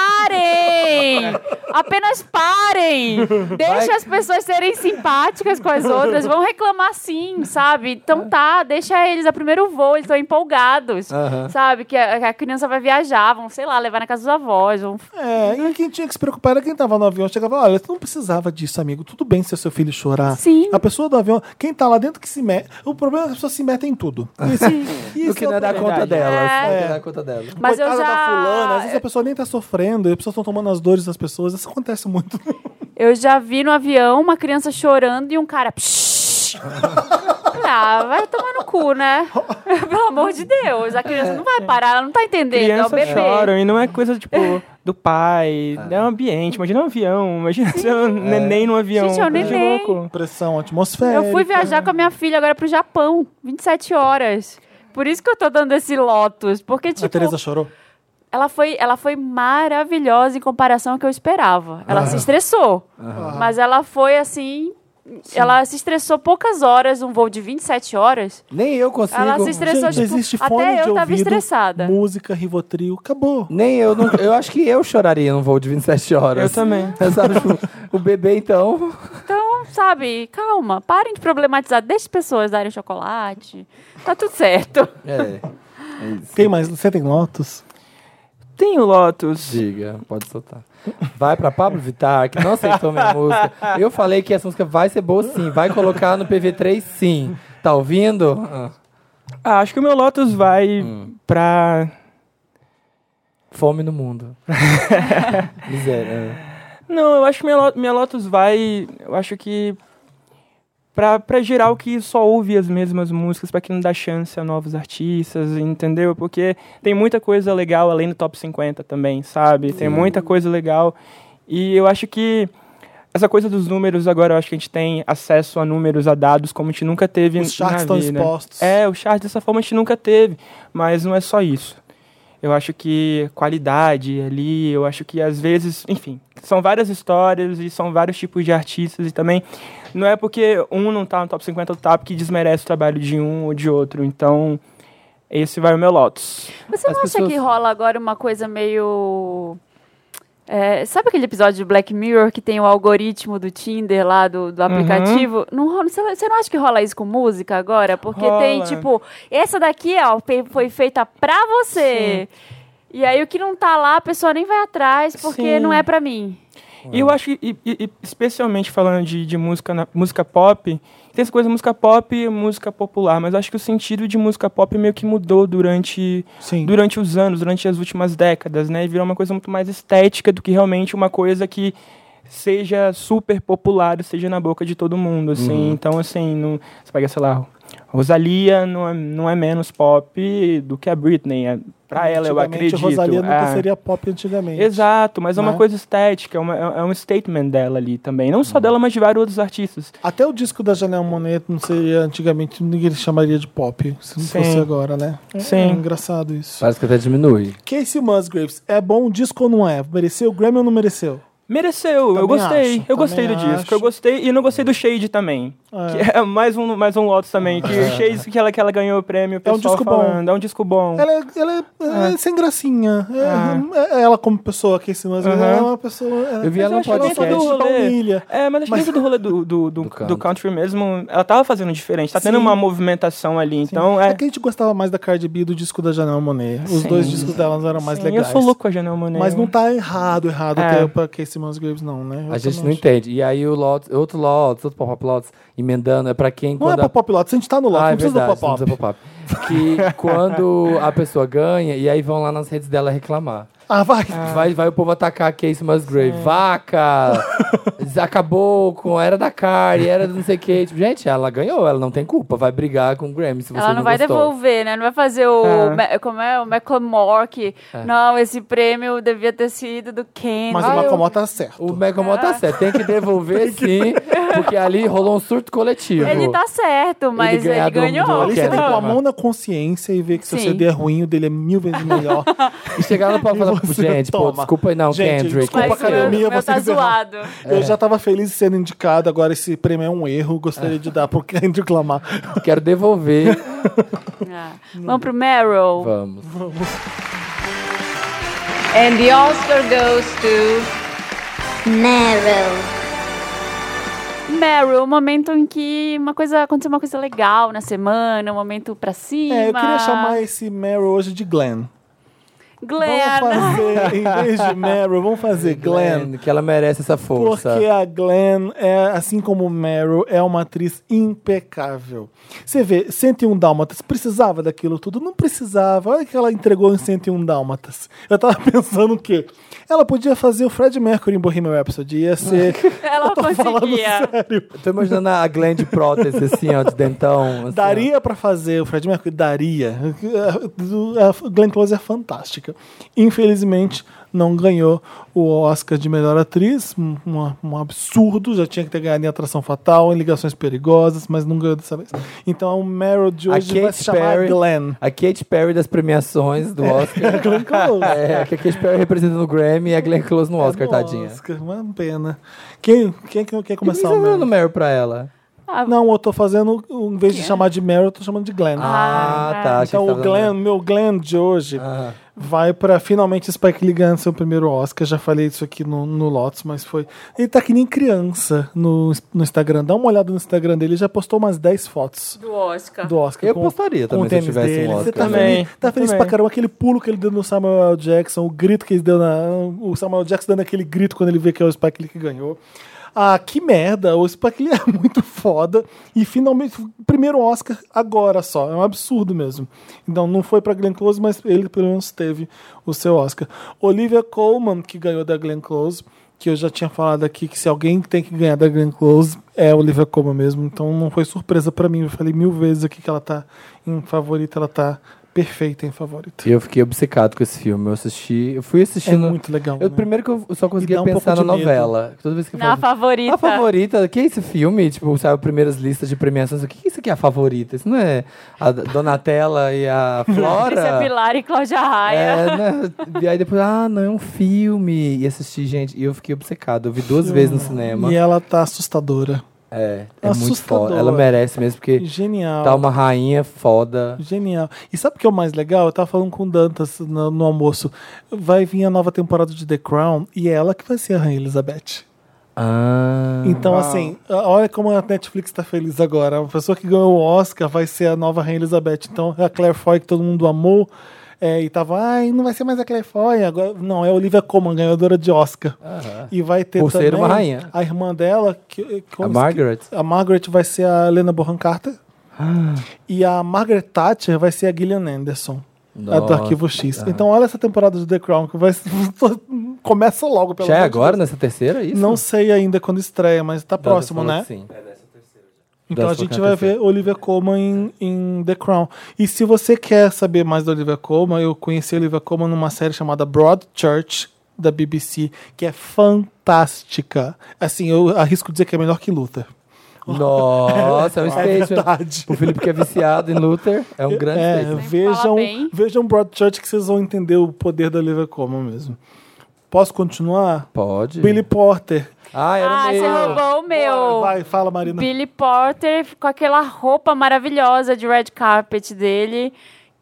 parem! Apenas parem! Deixa as pessoas serem simpáticas com as outras. Vão reclamar sim, sabe? Então deixa eles a primeiro voo, eles estão empolgados, sabe? Que a criança vai viajar, vão, sei lá, levar na casa dos avós. E quem tinha que se preocupar era quem tava no avião. Chegava, olha, tu não precisava disso, amigo. Tudo bem se o seu filho chorar. Sim. A pessoa do avião, quem tá lá dentro que se mete. O problema é que as pessoas se metem em tudo. Do que não é dar conta delas. Do que não é dar conta delas. Mas eu Coitada já... da fulana, às vezes a pessoa nem tá sofrendo, e as pessoas estão tomando as dores das pessoas. Isso acontece muito. Eu já vi no avião uma criança chorando e um cara... Psh! Vai tomar no cu, né? Pelo amor de Deus. A criança não vai parar, ela não tá entendendo. É o Crianças bebê. choram e não é coisa, tipo, do pai, é um ambiente. Imagina um avião, imagina ser um neném no avião. Gente, é um coisa de neném. louco. Pressão atmosférica. Eu fui viajar com a minha filha agora pro Japão. 27 horas. Por isso que eu tô dando esse Lotus. Porque, A tipo... Tereza chorou? Ela foi maravilhosa em comparação ao que eu esperava. Ela se estressou. Mas ela foi, assim... Ela se estressou poucas horas, um voo de 27 horas. Nem eu consigo. Ela se estressou, Gente, tipo, existe fone até de eu tava ouvido, estressada. música, Rivotril, acabou. Nem eu. Não, eu acho que eu choraria num voo de 27 horas. Eu também. Sabe, tipo, o bebê, então... Então, sabe, calma, parem de problematizar, deixe as pessoas darem chocolate. Tá tudo certo. É isso. Quem mais? Você tem Lotus? Tem o Lotus. Diga, pode soltar. Vai pra Pablo Vittar, que não aceitou minha música. Eu falei que essa música vai ser boa sim. Vai colocar no PV3 sim. Tá ouvindo? Acho que o meu Lotus vai pra... Fome no mundo. Miséria. Não, eu acho que minha Lotus vai... Eu acho que... Pra geral que só ouve as mesmas músicas, pra que não dá chance a novos artistas, entendeu? Porque tem muita coisa legal além do Top 50 também, sabe? Sim. Tem muita coisa legal. E eu acho que essa coisa dos números, agora eu acho que a gente tem acesso a números, a dados, como a gente nunca teve na vida. Os charts estão expostos. Os charts dessa forma a gente nunca teve. Mas não é só isso. Eu acho que qualidade ali, eu acho que às vezes, enfim, são várias histórias e são vários tipos de artistas e também não é porque um não tá no top 50 do top que desmerece o trabalho de um ou de outro. Então, esse vai o meu Lotus. Você não acha que rola agora uma coisa meio... sabe aquele episódio de Black Mirror que tem o algoritmo do Tinder lá, do aplicativo? Não rola, você não acha que rola isso com música agora? Porque rola. tem, tipo, essa daqui, ó, foi feita pra você. Sim. E aí o que não tá lá, a pessoa nem vai atrás, porque não é pra mim. E eu acho que, especialmente falando de música pop, tem essa coisa música pop e música popular, mas eu acho que o sentido de música pop meio que mudou durante os anos, durante as últimas décadas, né? E virou uma coisa muito mais estética do que realmente uma coisa que seja super popular, seja na boca de todo mundo, assim. Então, assim, você pega, sei lá, Rosalía não é menos pop do que a Britney. Pra ela, eu acredito. Rosalía nunca seria pop antigamente. Exato, mas é uma coisa estética, é um statement dela ali também. Não só dela, mas de vários outros artistas. Até o disco da Janelle Monáe não seria antigamente, ninguém chamaria de pop, se não fosse agora, né? Sim. É engraçado isso. Parece que até diminui. Casey Musgraves, é bom o disco ou não é? Mereceu o Grammy ou não mereceu? Mereceu, eu gostei. Eu gostei do disco. Eu gostei e não gostei do Shade também. Que é mais um Lotus também. Que o Shade que ela ganhou o prêmio, o pessoal um disco falando. bom. É um disco bom. Ela é sem gracinha. Ela como pessoa, Casey Musgraves, ela é uma pessoa... Eu vi ela no podcast. Mas acho que dentro do rolê do country mesmo, ela tava fazendo diferente. Tá tendo uma movimentação ali, então... É que a gente gostava mais da Cardi B do disco da Janelle Monáe. Os dois discos dela eram mais legais. Eu sou louco com a Janelle Monáe. Mas não tá errado ter pra Casey Casey Musgraves, não, né? A gente não entende. E aí o Lotus, outro Pop-Up Lotus, emendando, é pra quem... Não é Pop-Up Lotus, a gente tá no Lotus, Ah, não é precisa verdade, do não precisa Pop-Up. pop-up. Que quando a pessoa ganha, e aí vão lá nas redes dela reclamar. Ah, vai. Vai o povo atacar a Casey Musgrave. Vaca! Acabou com a era da Cardi, era do não sei o que. Tipo, gente, ela ganhou, ela não tem culpa. Vai brigar com o Grammy se você Ela não vai gostou. devolver, né? Não vai fazer como é? O Macklemore, que... Não, esse prêmio devia ter sido do Ken. Mas o Macklemore tá certo. O Macklemore tá certo, tem que devolver sim, porque ali rolou um surto coletivo. Ele tá certo, mas ganhar ele ganhou. do- Ali você tem que pôr a Sim. mão na consciência e ver que seu Sim. CD é ruim, o dele é 1000 vezes melhor. E chegar no palco e falar, você gente, pô, toma. desculpa aí não, Gente, Kendrick. desculpa, Mas academia, o meu você tá que ferrou. zoado. Eu já tava feliz de ser indicado, agora esse prêmio é um erro. Gostaria de dar pro Kendrick Lamar. Quero devolver. Vamos pro Meryl. Vamos. And the Oscar goes to Meryl. Meryl, um momento em que aconteceu uma coisa legal na semana, um momento pra cima. Eu queria chamar esse Meryl hoje de Glenn. Glenn. Vamos fazer, em vez de Meryl, vamos fazer Glenn. Que ela merece essa força. Porque a Glenn, assim como o Meryl, é uma atriz impecável. Você vê, 101 Dálmatas, precisava daquilo tudo? Não precisava. Olha o que ela entregou em 101 Dálmatas. Eu tava pensando o quê? Ela podia fazer o Freddie Mercury em Bohemian Rhapsody. Ia ser... Ela Eu tô falando conseguia. sério. Eu tô imaginando a Glenn de prótese, assim, ó, de dentão. Assim, Daria pra fazer o Freddie Mercury? Daria. A Glenn Close é fantástica. Infelizmente, não ganhou o Oscar de melhor atriz. Um absurdo. Já tinha que ter ganhado em Atração Fatal, em Ligações Perigosas, mas não ganhou dessa vez. Então, o Meryl de A hoje vai Katy se chamar Perry, Glenn. a Katy Perry das premiações do Oscar. Glenn Close. É, que a Katy Perry representa no Grammy e a Glenn Close no Oscar, tadinha. Oscar, uma pena. Quem quer Por que começar você o tá dando Meryl? Meryl pra ela? Não, eu tô fazendo, em vez de chamar de Meryl, eu tô chamando de Glenn. Tá. achei Então que o tava Glenn, dando- meu Glenn de hoje Ah. vai pra finalmente Spike Lee ganhando seu primeiro Oscar. Já falei isso aqui no Lotus, mas foi... Ele tá que nem criança no Instagram. Dá uma olhada no Instagram dele, ele já postou umas 10 fotos Do Oscar. do Oscar. Eu postaria com também o se eu tênis tivesse um dele. Oscar. Você tá Também, feliz, tá feliz também. pra caramba. Aquele pulo que ele deu no Samuel L. Jackson, o grito que ele deu o Samuel Jackson dando aquele grito quando ele vê que é o Spike Lee que ganhou. Ah, que merda, o Spike Lee é muito foda e finalmente, primeiro Oscar agora só, é um absurdo mesmo. Então não foi pra Glenn Close, mas ele pelo menos teve o seu Oscar. Olivia Colman, que ganhou da Glenn Close, que eu já tinha falado aqui que se alguém tem que ganhar da Glenn Close é a Olivia Colman mesmo, então não foi surpresa pra mim, eu falei 1000 vezes aqui que ela tá em favorita, ela tá perfeita em favorita. E eu fiquei obcecado com esse filme. Eu fui assistindo. É muito legal, Eu, né? primeiro que eu só conseguia dá um pensar pouco na de medo. novela. Toda vez que eu Na falava, favorita. a favorita, que é esse filme? Tipo, saiu primeiras listas de premiações. O que é isso aqui é a favorita? Isso não é a Donatella e a Flora? Esse é Pilar e Cláudia Raia. É, né? E aí depois, não, é um filme. E assisti, gente, e eu fiquei obcecado. Eu vi 2 vezes no cinema. E ela tá assustadora. É muito Assustador. foda. Ela merece mesmo, porque Genial. tá uma rainha foda. Genial. E sabe o que é o mais legal? Eu tava falando com o Dantas no almoço. Vai vir a nova temporada de The Crown e é ela que vai ser a Rainha Elizabeth. Então, assim, olha como a Netflix tá feliz agora. A pessoa que ganhou o Oscar vai ser a nova Rainha Elizabeth. Então, a Claire Foy, que todo mundo amou, e tava, não vai ser mais a Claire Foy. Agora, não, é a Olivia Colman, ganhadora de Oscar. E vai ter Por também ser uma rainha. a irmã dela, A Margaret. A Margaret vai ser a Helena Bonham Carter. E a Margaret Thatcher vai ser a Gillian Anderson. A do Nossa. Arquivo X. Então olha essa temporada de The Crown, que vai começa logo, pelo Já é amor de agora, Deus. nessa terceira, isso? Não sei ainda quando estreia, mas tá Dada próximo, falou né? que sim. Então a Dada falou gente que é vai terceira. ver Olivia Colman em The Crown. E se você quer saber mais da Olivia Colman, eu conheci a Olivia Colman numa série chamada Broadchurch, da BBC, que é fantástica. Assim, eu arrisco dizer que é melhor que Luther. Nossa, é um É statement. verdade. O Felipe que é viciado em Luther é um grande statement. Fala bem. vejam Broadchurch que vocês vão entender o poder da Olivia Colman mesmo. Posso continuar? Pode. Billy Porter. Era Você meio... roubou o meu. Vai, fala, Marina. Billy Porter com aquela roupa maravilhosa de red carpet dele,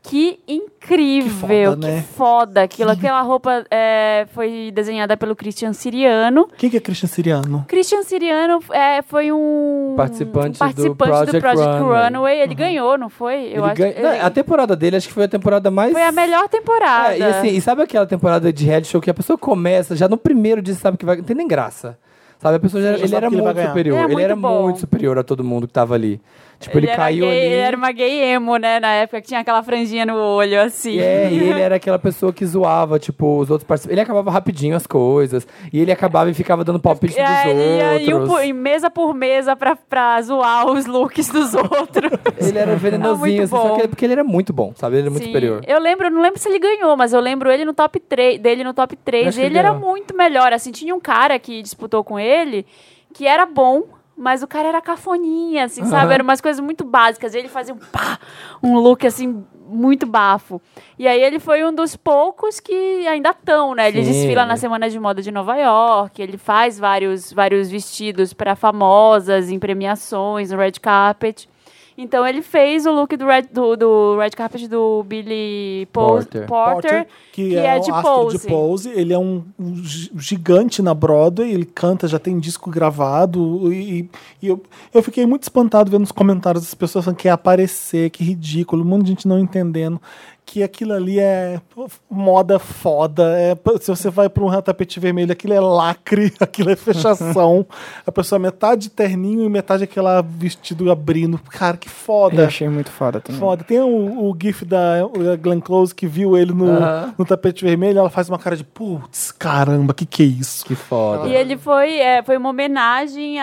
Que incrível, Que foda, né? que foda. Aquela roupa foi desenhada pelo Christian Siriano. Quem que é Christian Siriano? Christian Siriano foi um Participante do do Project Runway. Ele ganhou, não foi? Eu acho. Não, a temporada dele, acho que foi a temporada mais... Foi a melhor temporada. E assim, e sabe aquela temporada de reality show que a pessoa começa, já no primeiro dia sabe que vai... Não tem nem graça. Sabe, a pessoa ele sabe era que ele vai muito ganhar. superior. Ele era bom. muito superior a todo mundo que tava ali. Tipo, ele caiu ali... Ele era uma gay emo, né? Na época que tinha aquela franjinha no olho, assim. E ele era aquela pessoa que zoava, tipo, os outros participantes. Ele acabava rapidinho as coisas. E ele acabava e ficava dando palpite dos outros. Ia mesa por mesa pra zoar os looks dos outros. Ele era venenosinho, assim, só que porque ele era muito bom, sabe? Ele era muito superior. Eu não lembro se ele ganhou, mas eu lembro ele no top 3, dele no top 3. Ele era muito melhor, assim. Tinha um cara que disputou com ele, que era bom, mas o cara era cafoninha, assim, sabe? Eram umas coisas muito básicas. Ele fazia um look, assim, muito bafo. E aí ele foi um dos poucos que ainda estão, né? Ele desfila na Semana de Moda de Nova York, ele faz vários vestidos para famosas, em premiações, no red carpet. Então ele fez o look do red carpet do Billy Porter, que é de o astro Pose. de Pose. Ele é um gigante na Broadway, ele canta, já tem disco gravado. E eu fiquei muito espantado vendo nos comentários as pessoas falando que ia aparecer, que ridículo, um monte de gente não entendendo que aquilo ali é moda foda. Se você vai para um tapete vermelho, aquilo é lacre, aquilo é fechação. A pessoa metade terninho e metade aquela vestido abrindo. Cara, que foda. Eu achei muito foda também. Foda. Tem o gif da Glenn Close que viu ele no tapete vermelho, ela faz uma cara de putz, caramba, que é isso? Que foda. E ele foi uma homenagem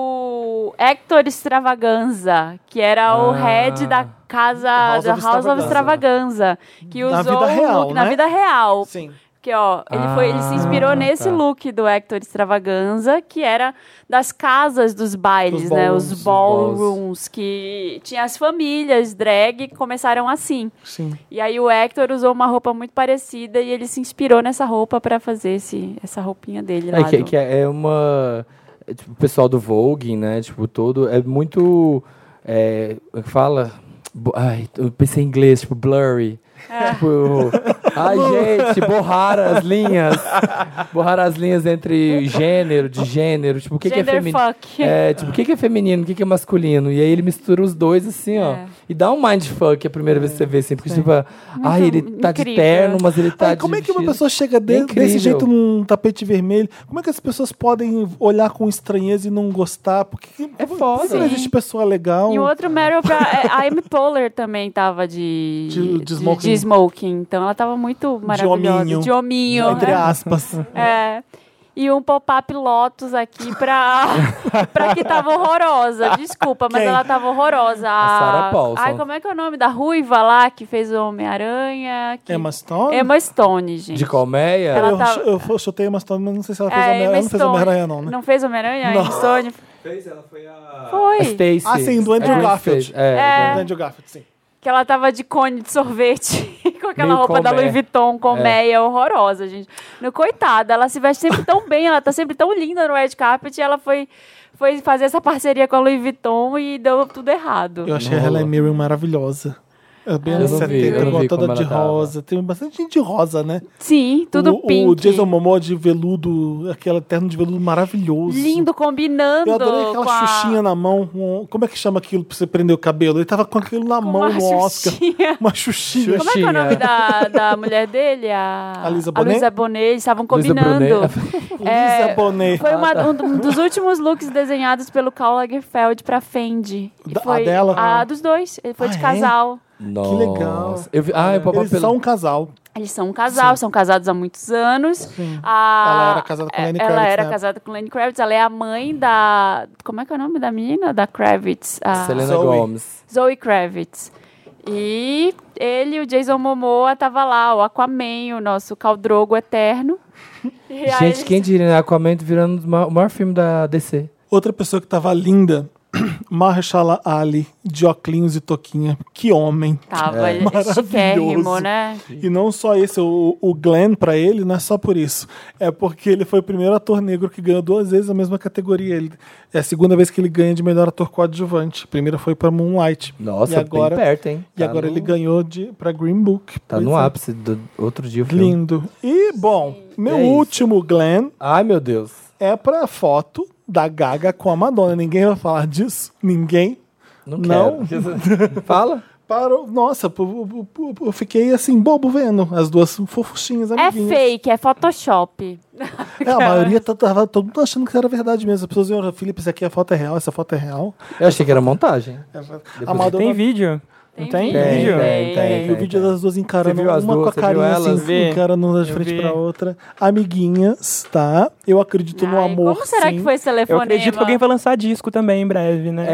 ao Hector Extravaganza, que era o head da casa House da of House of Extravaganza, que Na usou vida o real, look né? na vida real. Sim. Que, ó, ele se inspirou nesse look do Hector Extravaganza, que era das casas dos bailes, né? Os ballrooms, que tinha as famílias drag que começaram assim. Sim. E aí o Hector usou uma roupa muito parecida e ele se inspirou nessa roupa pra fazer essa roupinha dele lá. Que é uma... Tipo, o pessoal do Vogue, né? Tipo, todo... É muito... Como é que fala? Ai, eu pensei em inglês, tipo, blurry. Tipo, ai, gente, borraram as linhas. Borraram as linhas entre gênero, de gênero. Tipo, o que é feminino? Tipo, o que é feminino, o que é masculino? E aí ele mistura os dois, assim, ó. E dá um mindfuck a primeira vez que você vê, assim. Porque, tipo, ai, ele tá de terno, mas ele tá de Como é que uma vestido. pessoa chega desse jeito num tapete vermelho? Como é que as pessoas podem olhar com estranheza e não gostar? Porque É foda. Por que não existe pessoa legal? E o outro Meryl a Amy Poehler também tava de smoking. Então ela tava muito maravilhosa. De hominho. Entre aspas. E um pop-up Lotus aqui pra que tava horrorosa. Desculpa, mas ela tava horrorosa. A Sarah Paulson. Ai, como é que é o nome da ruiva lá que fez o Homem-Aranha? Emma Stone? Emma Stone, gente. De colmeia? Eu chutei Emma Stone, mas não sei se ela fez Homem-Aranha. Ela não fez Homem-Aranha, não, né? Não fez Homem-Aranha? Emma Stone? Fez, ela foi a... Foi. A Stacey. Ah, sim, do Andrew Garfield. Do Andrew Garfield, sim. Que ela tava de cone de sorvete com aquela Meio roupa da colmeia. Louis Vuitton, colmeia horrorosa, gente. Coitada, ela se veste sempre tão bem, ela tá sempre tão linda no red carpet, e ela foi fazer essa parceria com a Louis Vuitton e deu tudo errado. Eu achei a Helen Mirren maravilhosa. É bem anos 70, toda de rosa. Tem bastante gente de rosa, né? Sim, tudo pink. O Jason Momoa de veludo, aquele terno de veludo maravilhoso. Lindo, combinando. Eu adorei aquela com a... xuxinha na mão. Como é que chama aquilo pra você prender o cabelo? Ele tava com aquilo na mão no Oscar. Uma xuxinha. Como é que é o nome da mulher dele? A Lisa Bonet? Luísa Bonet. Eles estavam combinando. Lisa Bonet. Foi um dos últimos looks desenhados pelo Karl Lagerfeld pra Fendi. A dela? A dos dois. Ele foi de casal. Nossa. Que legal. Eles são um casal. Eles são um casal, são casados há muitos anos. Ela era casada com Lenny Kravitz. Ela era casada com Lenny Kravitz. Ela é a mãe da... Como é que é o nome da menina? Da Kravitz. Selena Gomez. Zoe Kravitz. E ele, o Jason Momoa, tava lá. O Aquaman, o nosso Khal Drogo eterno. Gente, quem diria, né? Aquaman virando o maior filme da DC. Outra pessoa que tava linda, Mahershala Ali, de óculos e toquinha. Que homem. Tava Maravilhoso. chiquérrimo, né? E não só esse, o Glenn, pra ele, não é só por isso. É porque ele foi o primeiro ator negro que ganhou 2 vezes a mesma categoria. É a segunda vez que ele ganha de melhor ator coadjuvante. A primeira foi pra Moonlight. Nossa, e agora, bem perto, hein? E agora ele ganhou pra Green Book. Tá Pois no é. ápice do outro dia. o filme. Lindo. E, bom, meu É isso. último Glenn Ai, meu Deus. é pra foto da Gaga com a Madonna. Ninguém vai falar disso? Ninguém? Não Não. quero. Fala. Nossa, eu fiquei assim, bobo vendo as duas fofuchinhas É amiguinhas. fake, é Photoshop. A maioria tava todo mundo achando que era verdade mesmo. As pessoas iam, Felipe, isso aqui é foto é real, essa foto é real. Eu achei que era montagem. A Madonna Tem vídeo? Não tem? Tem, vídeo? tem o vídeo das duas encarando, Você viu as uma duas? com a Você viu carinha elas? assim, Vi. encarando uma de Eu frente vi. pra outra. Amiguinhas, tá? Eu acredito no Ai, amor, como será sim. que foi esse Eu telefonema? acredito que alguém vai lançar disco também em breve, né?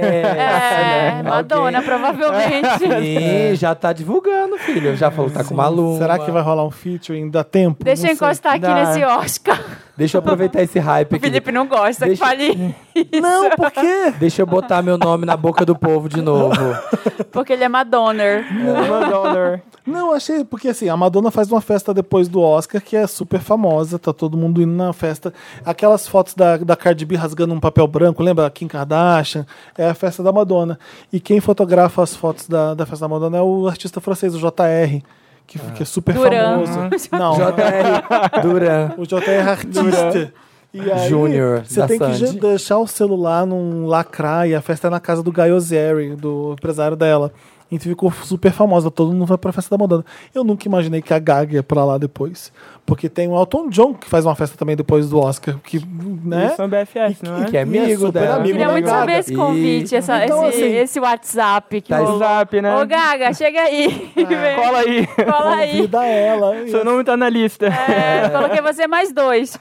É, Madonna, provavelmente. Sim, já tá divulgando, filho. Já falou que tá com uma Maluma. Será que vai rolar um featuring? Dá tempo? Deixa Não eu sei. encostar aqui Dá. nesse Oscar. Deixa eu aproveitar esse hype O aqui. Felipe não gosta Deixa- que fale Não, por quê? Deixa eu botar meu nome na boca do povo de novo. porque ele é Madonna. Madonna. Não, achei, porque assim, a Madonna faz uma festa depois do Oscar que é super famosa, tá todo mundo indo na festa. Aquelas fotos da Cardi B rasgando um papel branco, lembra? Kim Kardashian, é a festa da Madonna. E quem fotografa as fotos da festa da Madonna é o artista francês, o JR, que é super Duran. famoso. Não, J.R. Duran. o JR é artista. E aí, Júnior, você da tem que Sandy. deixar o celular num lacrar, e a festa é na casa do Guy Ozieri, do empresário dela. Então ficou super famosa, todo mundo vai pra festa da Madonna. Eu nunca imaginei que a Gaga ia pra lá depois. Porque tem o Elton John que faz uma festa também depois do Oscar, que, né? Eles são BFF, não é? Que é amigo super dela. amigo Queria da muito Gaga. saber esse convite, Então, assim, esse WhatsApp que Tá rolou. WhatsApp, né? Ô, Gaga, chega aí. Vem. Cola aí. Cola aí. Convida ela. Seu nome tá na lista. É, coloquei você mais 2.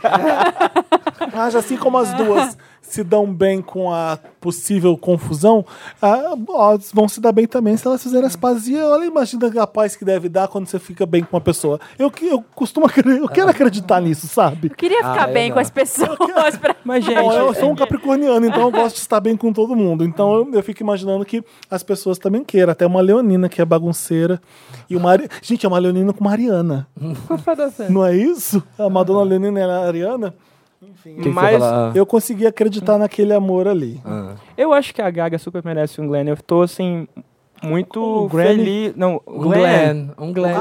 Mas assim como as duas se dão bem com a possível confusão, elas vão se dar bem também se elas fizerem as pazes. E olha, imagina a paz que deve dar quando você fica bem com uma pessoa. Eu quero acreditar nisso, sabe? Eu queria ficar eu bem não. com as pessoas. Mas, gente, Bom, eu sou um capricorniano, então eu gosto de estar bem com todo mundo. Então eu fico imaginando que as pessoas também queiram. Até uma leonina que é bagunceira. E gente, é uma leonina com uma Ariana. Não é isso? A Madonna Leonina é a Ariana? Que você mas fala? Eu consegui acreditar naquele amor ali. eu acho que a Gaga super merece um Glenn. Eu tô, assim, muito O Grammy? feliz. Não, Um Glenn. Um Glenn.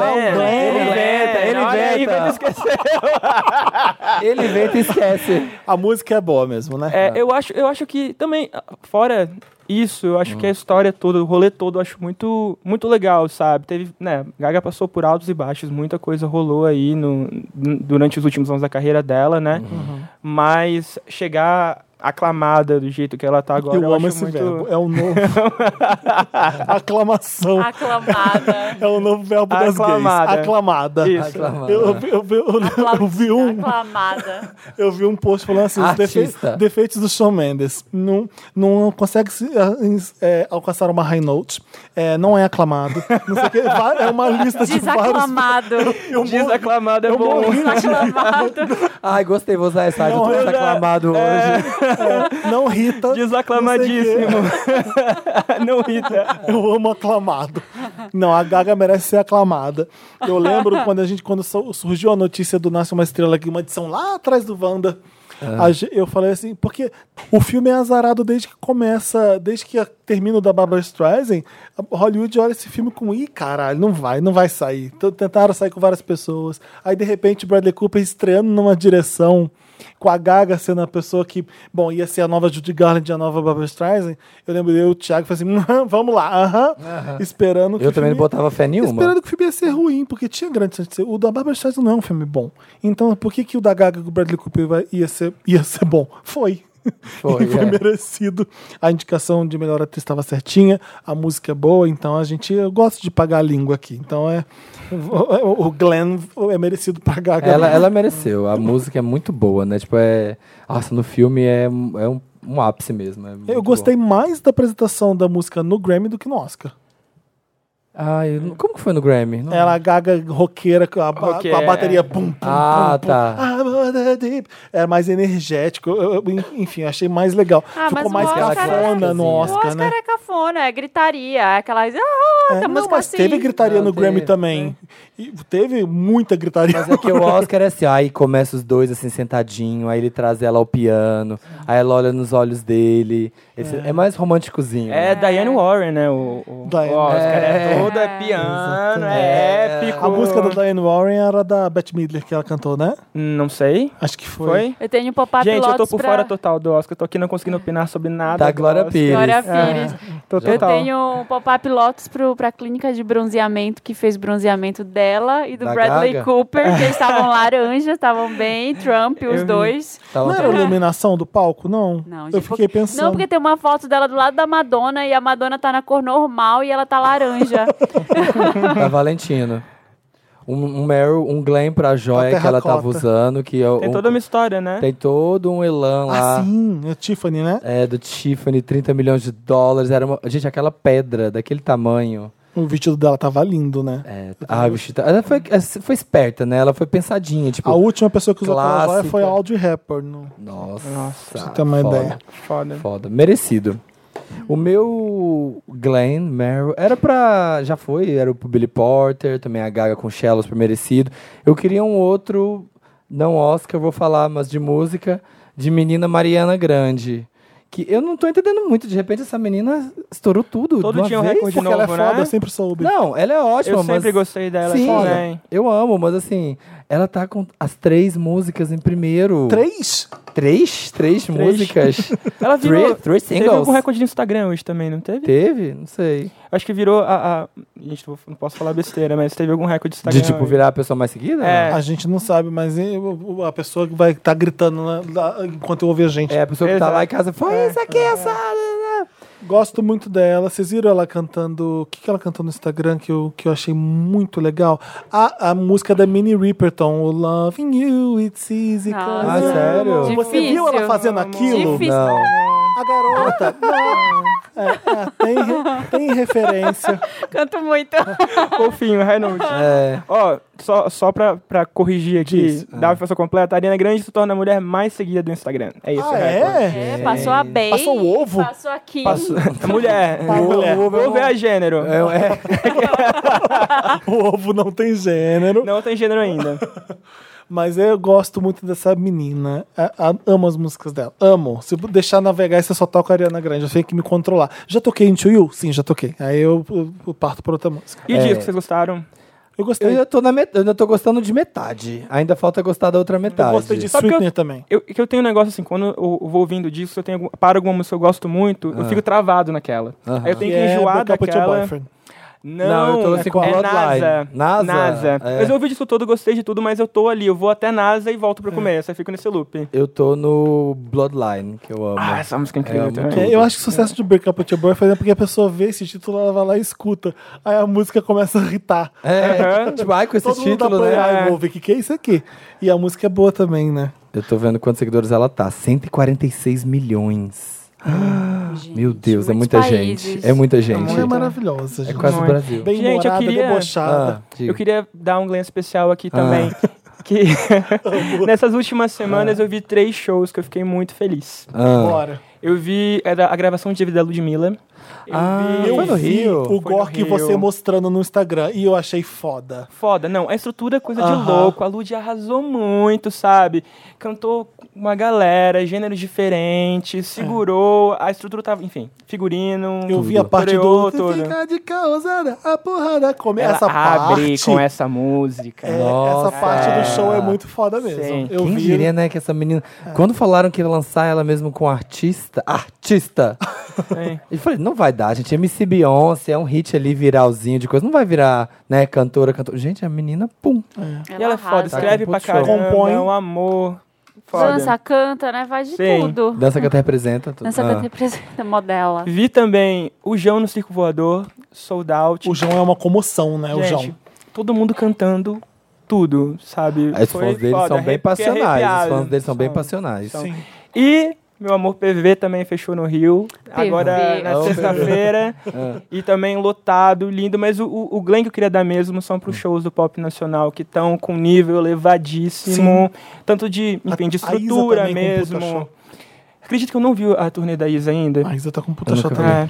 Ele inventa, esquecer. Ele inventa e esquece. A música é boa mesmo, né? Eu acho que também, fora isso, eu acho que a história toda, o rolê todo, eu acho muito, muito legal, sabe? Teve, né, Gaga passou por altos e baixos, muita coisa rolou aí durante os últimos anos da carreira dela, né? Mas chegar aclamada do jeito que ela tá agora, Eu amo acho esse muito... verbo. É o novo. Aclamação. Aclamada. É o novo verbo das gays. Aclamada. Aclamada. Isso. Aclamada. Eu vi um post falando assim, os Artista. defeitos do Shawn Mendes. Não consegue alcançar uma high note. Não é aclamado. Não sei o que. É uma lista de vários... Desaclamado. Desaclamado é eu bom. morri. Desaclamado. Ai, gostei, vou usar essa. Eu tô Não, desaclamado hoje. Não Rita. Desaclamadíssimo. Não Rita. Eu amo aclamado. Não, a Gaga merece ser aclamada. Eu lembro quando surgiu a notícia do Nasce uma Estrela aqui, uma edição lá atrás do Wanda. Eu falei assim, porque o filme é azarado desde que começa, desde que termina o da Barbra Streisand, a Hollywood olha esse filme com, caralho, não vai sair. Tentaram sair com várias pessoas. Aí, de repente, Bradley Cooper estreando numa direção, com a Gaga sendo a pessoa que, ia ser a nova Judy Garland e a nova Barbra Streisand. Eu lembro eu e o Thiago, falei assim, vamos lá, esperando que Eu o também não filme... botava fé nenhuma. Esperando que o filme ia ser ruim, porque tinha grande chance de ser. O da Barbra Streisand não é um filme bom. Então, por que o da Gaga e o Bradley Cooper ia ser bom? Foi. Foi, E foi é. merecido. A indicação de melhor atriz estava certinha, a música é boa, então eu gosto de pagar a língua aqui. Então o Glenn é merecido pra Gaga. Ela mereceu. A música é muito boa, né? Tipo, nossa, no filme é um ápice mesmo. É muito Eu gostei mais da apresentação da música no Grammy do que no Oscar. Como que foi no Grammy? Não- Ela gaga roqueira com a bateria pum, pum, Ah, pum, tá. pum. Era mais energético. Enfim, achei mais legal. Ficou mas mais o Oscar cafona no é- O Oscar, Oscar né? é cafona, é gritaria, aquelas... Não, música mas assim. teve gritaria Não, no Grammy teve, também. E teve muita gritaria. Mas é que o Oscar é assim, aí começa os dois assim sentadinho, aí ele traz ela ao piano, aí ela olha nos olhos dele. É mais românticozinho. É Diane Warren, né? Diane. o Oscar É. é todo piano, é épico. A música da Diane Warren era da Bette Midler que ela cantou, né? Não sei. Acho que foi. Foi? Eu tenho pop-up Gente, eu tô lotes por pra... fora total do Oscar. Eu tô aqui não conseguindo opinar sobre nada. Da do Glória Oscar. Pires. Glória Pires. Tô Eu total. tenho um pop-up lotes pra clínica de bronzeamento, que fez bronzeamento dela e do Da Bradley Gaga? Cooper, que eles estavam laranja, estavam bem, Trump, os vi. dois. Tá Não era a iluminação do palco, não? Não, Eu gente, fiquei pensando. Não, porque tem uma foto dela do lado da Madonna e a Madonna tá na cor normal e ela tá laranja. Da Valentino. Um Meryl, um Glam pra joia A que ela tava terracota. usando. Que Tem toda uma história, né? Tem todo um elan lá. Ah, sim, é Tiffany, né? É, do Tiffany, 30 milhões de dólares. Gente, aquela pedra daquele tamanho. O vestido dela tava lindo, né? O vestido. Ela foi esperta, né? Ela foi pensadinha, tipo. A última pessoa que usou aquela joia clássica. foi a Audrey Hepburn. Nossa. Pra você ter uma ideia. Foda. Foda. Merecido. O meu Glenn Meryl era o Billy Porter, também a Gaga com Shallow, super merecido. Eu queria um outro, não Oscar, vou falar, mas de música, de menina Mariana Grande. Que eu não tô entendendo muito, de repente essa menina estourou tudo. Todo de uma dia um vez. recorde Porque ela é novo, foda, né? eu sempre soube. Não, ela é ótima, Eu mas... sempre gostei dela Sim, também. eu amo, mas assim, ela tá com as 3 músicas em primeiro. 3? 3 músicas. Ela virou... Three Teve singles. algum recorde no Instagram hoje também, não teve? Teve? Não sei. Acho que virou Gente, não posso falar besteira, mas teve algum recorde no Instagram. De tipo virar a pessoa mais seguida? É. Não? A gente não sabe, mas a pessoa que vai estar gritando enquanto ouve a gente. É a pessoa que tá Exato. lá em casa fala, isso aqui é essa. Gosto muito dela. Vocês viram ela cantando... O que ela cantou no Instagram que eu achei muito legal? A música da Minnie Riperton, o Loving You, It's Easy. Nossa. Ah, sério? Você viu ela fazendo aquilo? Difícil. Não. A garota. Tem referência. Canto muito. Fofinho, High Note. É. Ó, só pra corrigir aqui, Diz. dar uma informação completa, a Ariana Grande se torna a mulher mais seguida do Instagram. É isso, Ah, o recorde. é? Passou a Bey. Passou o ovo? Passou a Kim. A mulher. mulher. O ovo é gênero. O ovo não tem gênero. Não tem gênero ainda. Mas eu gosto muito dessa menina. Amo as músicas dela. Amo. Se eu deixar navegar, você só toca a Ariana Grande. Eu tenho que me controlar. Já toquei Into You? Sim, já toquei. Aí eu parto por outra música. E o disco, vocês gostaram? Eu Eu gostei. ainda tô gostando de metade. Ainda falta gostar da outra metade. Eu gostei de Sabe que Sweetener também. Que eu tenho um negócio assim, quando eu vou ouvindo disco, eu tenho para alguma música que eu gosto muito, eu fico travado naquela. Aham. Aí eu tenho que é enjoar Break Up With Your daquela. Boyfriend. Não, eu tô assim com é Bloodline. NASA. NASA? É. Mas eu ouvi disso todo, gostei de tudo, mas eu tô ali, eu vou até NASA e volto pro começo, aí fico nesse loop. Eu tô no Bloodline, que eu amo. Ah, essa música é incrível É, também. Eu acho que o sucesso de Break Up With Your Boyfriend é porque a pessoa vê esse título, ela vai lá e escuta. Aí a música começa a irritar. É, tipo, ai, com esse Todo mundo título, dá play, né? "Ai, vou ver o que é isso aqui." E a música é boa também, né? Eu tô vendo quantos seguidores ela tá. 146 milhões. Gente, Meu Deus, é muitos muita países. gente. É muita gente. Ela é maravilhosa, É gente. quase o Muito. Brasil. Bem Gente, eu humorada, queria- debochada. diga. Eu queria dar um glance especial aqui também. Que nessas últimas semanas eu vi 3 shows que eu fiquei muito feliz. Bora. Eu vi a gravação de vida da Ludmilla. Eu Foi no vi Rio? o Foi no Gork Rio. você mostrando no Instagram e eu achei foda. Foda, não, a estrutura é coisa de Aham. louco, a Lud arrasou muito, sabe? Cantou uma galera, gêneros diferentes, segurou, a estrutura tava, enfim, figurino. Eu vi a parte coreou do tudo. fica de causada, a porrada come. Ela Essa abre parte, com essa música. Nossa. essa parte do show é muito foda mesmo. Sim. Eu Quem vi. diria, né, que essa menina... Quando falaram que ia lançar ela mesmo com artista... Sim. Eu falei, não vai dar, gente. MC Beyoncé é um hit ali, viralzinho de coisa. Não vai virar, né, cantora. Gente, a menina, pum. E ela é foda, arrasa. escreve Tá pra com show. caramba, Compõe. é um amor. Foda. Dança, canta, né? Faz de Sim. tudo. Dança canta representa. Dança, canta, representa, modela. Vi também o João no Circo Voador, Sold Out. O João é uma comoção, né? O Gente, João. todo mundo cantando tudo, sabe? Os Foi fãs dele foda, são bem fiquei passionais. Os arrepiado. fãs dele são bem passionais. Sim. E Meu Amor PV também fechou no Rio. Agora na sexta-feira. E também lotado, lindo. Mas o Glenn que eu queria dar mesmo são pros shows do pop nacional, que estão com nível elevadíssimo. Tanto de, enfim, de estrutura mesmo. Acredito que eu não vi a turnê da Isa ainda. A Isa tá com puta show também.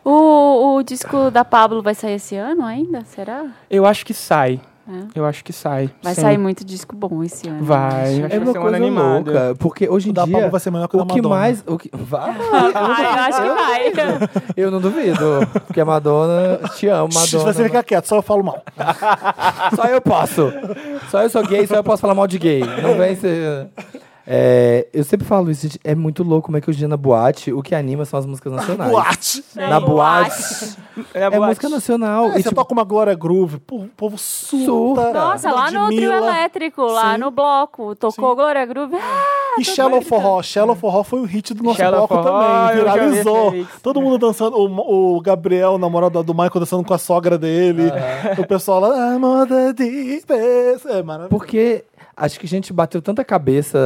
O disco da Pablo vai sair esse ano ainda? Será? Eu acho que sai. Eu acho que sai. Vai sair muito disco bom esse ano. Vai. É uma coisa louca, porque hoje em dia... O da Pablo vai ser melhor que o da Madonna. Vai? Eu acho que vai. Eu não duvido, porque a Madonna... Te amo, Madonna. Se você ficar quieto, só eu falo mal. Só eu posso. Só eu sou gay, só eu posso falar mal de gay. Não vem ser... eu sempre falo isso, gente, é muito louco como é que hoje em dia na boate, o que anima são as músicas nacionais. Boate! Na boate. É música nacional. Você toca uma Glória Groove, o povo surta. Nossa, lá no trio elétrico, lá no bloco, tocou Glória Groove. E Shallow Forró. Shallow Forró foi o hit do nosso Shallow bloco Forró, também, eu já vi viralizou. esse mix. Todo mundo dançando, o Gabriel, o namorado do Michael, dançando com a sogra dele. O pessoal lá, amor da deepest. É maravilhoso. Porque... Acho que a gente bateu tanta cabeça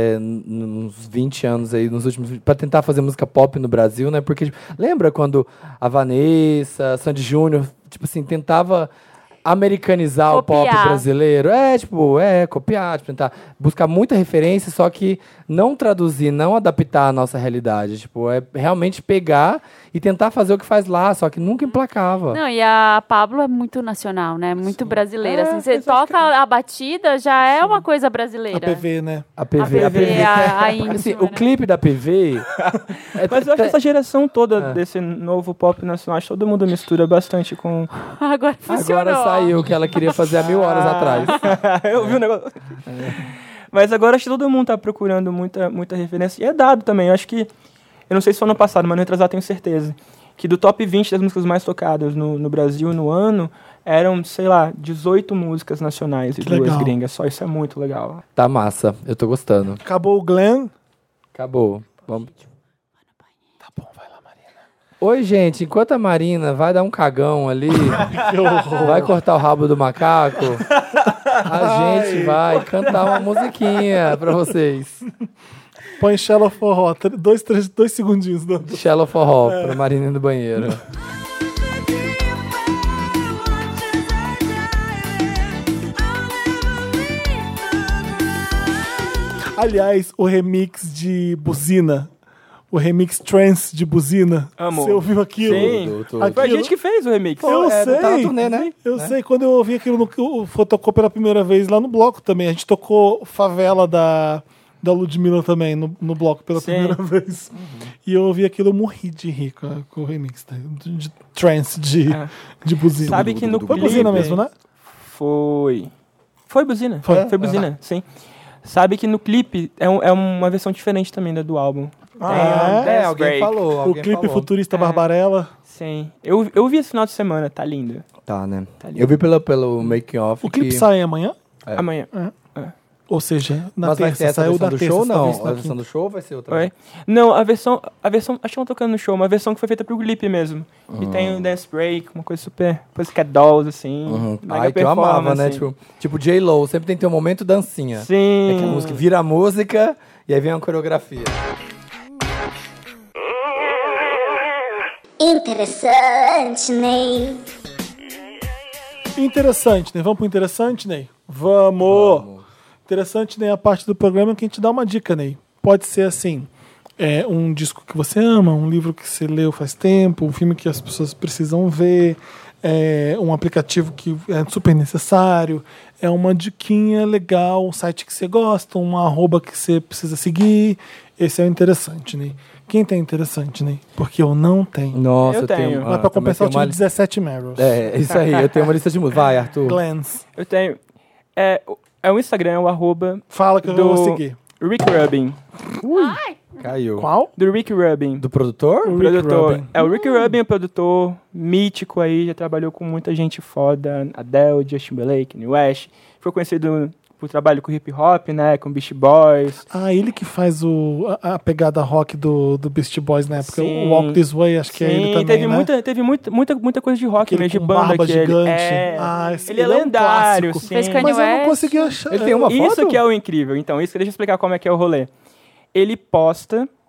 nos 20 anos aí, nos últimos... Pra tentar fazer música pop no Brasil, né? Porque, lembra quando a Vanessa, Sandy Júnior, tipo assim, tentava americanizar Copiar. o pop brasileiro? Copiar, tentar buscar muita referência, só que não traduzir, não adaptar a nossa realidade. Tipo, é realmente pegar e tentar fazer o que faz lá, só que nunca emplacava. Não, e a Pablo é muito nacional, né? Muito brasileira. Assim, você toca a batida, já é uma coisa brasileira. A PV, né? A PV. A íntima, Assim, né? o clipe da PV... Mas eu acho que essa geração toda desse novo pop nacional, acho que todo mundo mistura bastante com... Agora funcionou. Agora saiu o que ela queria fazer há 1000 horas atrás. Eu vi o negócio. Mas agora acho que todo mundo tá procurando muita referência. E é dado também. Eu acho que... Eu não sei se foi ano passado, mas no retrasado tenho certeza. Que do top 20 das músicas mais tocadas no Brasil no ano, eram, sei lá, 18 músicas nacionais e Que 2 legal. gringas. Só isso é muito legal. Tá massa, eu tô gostando. Acabou o Glenn. Acabou. Vamos. Tá bom, vai lá, Marina. Oi, gente, enquanto a Marina vai dar um cagão ali, Que horror. vai cortar o rabo do macaco, a gente vai cantar uma musiquinha pra vocês. Põe Shallow Forró. 2 segundinhos. Shallow Forró pra Marina no banheiro. Aliás, o remix de Buzina. O remix trance de Buzina. Amo. Você ouviu aquilo? Sim. Aquilo- Foi a gente que fez o remix. Eu sei. Tá na turnê, né? Eu sei, quando eu ouvi aquilo, tocou pela primeira vez lá no bloco também. A gente tocou Favela da Ludmilla também no bloco pela Sim. primeira vez. E eu ouvi aquilo, eu morri de rir com o remix de trance de Buzina. Sabe que no Foi clipe... Buzina mesmo, né? Foi Buzina. Foi? Buzina, sim. Sabe que no clipe é uma versão diferente também do álbum. Alguém falou. O Alguém clipe falou. futurista Barbarella. Sim. Eu vi esse final de semana, tá lindo. Tá, né? Tá lindo. Eu vi pelo making off. O clipe que... sai amanhã? Amanhã. Ou seja, na Mas vai terça. ser essa Saiu versão da do terça. show, não? talvez na A versão quinta. do show vai ser outra. Oi? Não, a versão. Acho que não tocando no show, uma versão que foi feita pro clipe mesmo. E tem um dance break, uma coisa super. Pussycat Dolls, assim. mega Ai, que eu amava, né? performance. Tipo J-Lo, sempre tem que ter um momento dancinha. Sim. É que a música vira a música e aí vem a coreografia. Interessante, Ney. Interessante, Ney. Vamos pro interessante, Ney? Vamos! Interessante, Ney, a parte do programa que a gente dá uma dica, Ney. Pode ser assim, um disco que você ama, um livro que você leu faz tempo, um filme que as pessoas precisam ver, um aplicativo que é super necessário, é uma diquinha legal, um site que você gosta, um @ que você precisa seguir. Esse é o interessante, Ney. Quem tem interessante, Ney? Porque eu não tenho. Nossa, Eu tenho. Mas pra também compensar, eu tenho tive 17 Merrills. É, isso aí, eu tenho uma lista de músicas. Vai, Arthur. Glens. Eu tenho. É o Instagram, o @ Fala que eu do vou seguir. Rick Rubin. Caiu. Qual? Do Rick Rubin. Do produtor? O Rick Produtor. Rubin. É o Rick Rubin, é produtor mítico aí, já trabalhou com muita gente foda, Adele, Justin Timberlake, Kanye West. Foi conhecido por trabalho com hip hop, né, com Beast Boys. Ah, ele que faz a pegada rock do Beastie Boys na época. Sim. O Walk This Way, acho que é ele também, teve muita coisa de rock Aquele mesmo, de com banda barba que gigante. ele Ah, esse- ele é ele é um lendário, clássico. sim. Fez Kanye Mas eu não West. consegui achar. Ele tem uma foto? Isso que é o incrível. Então, deixa eu explicar como é que é o rolê. Ele posta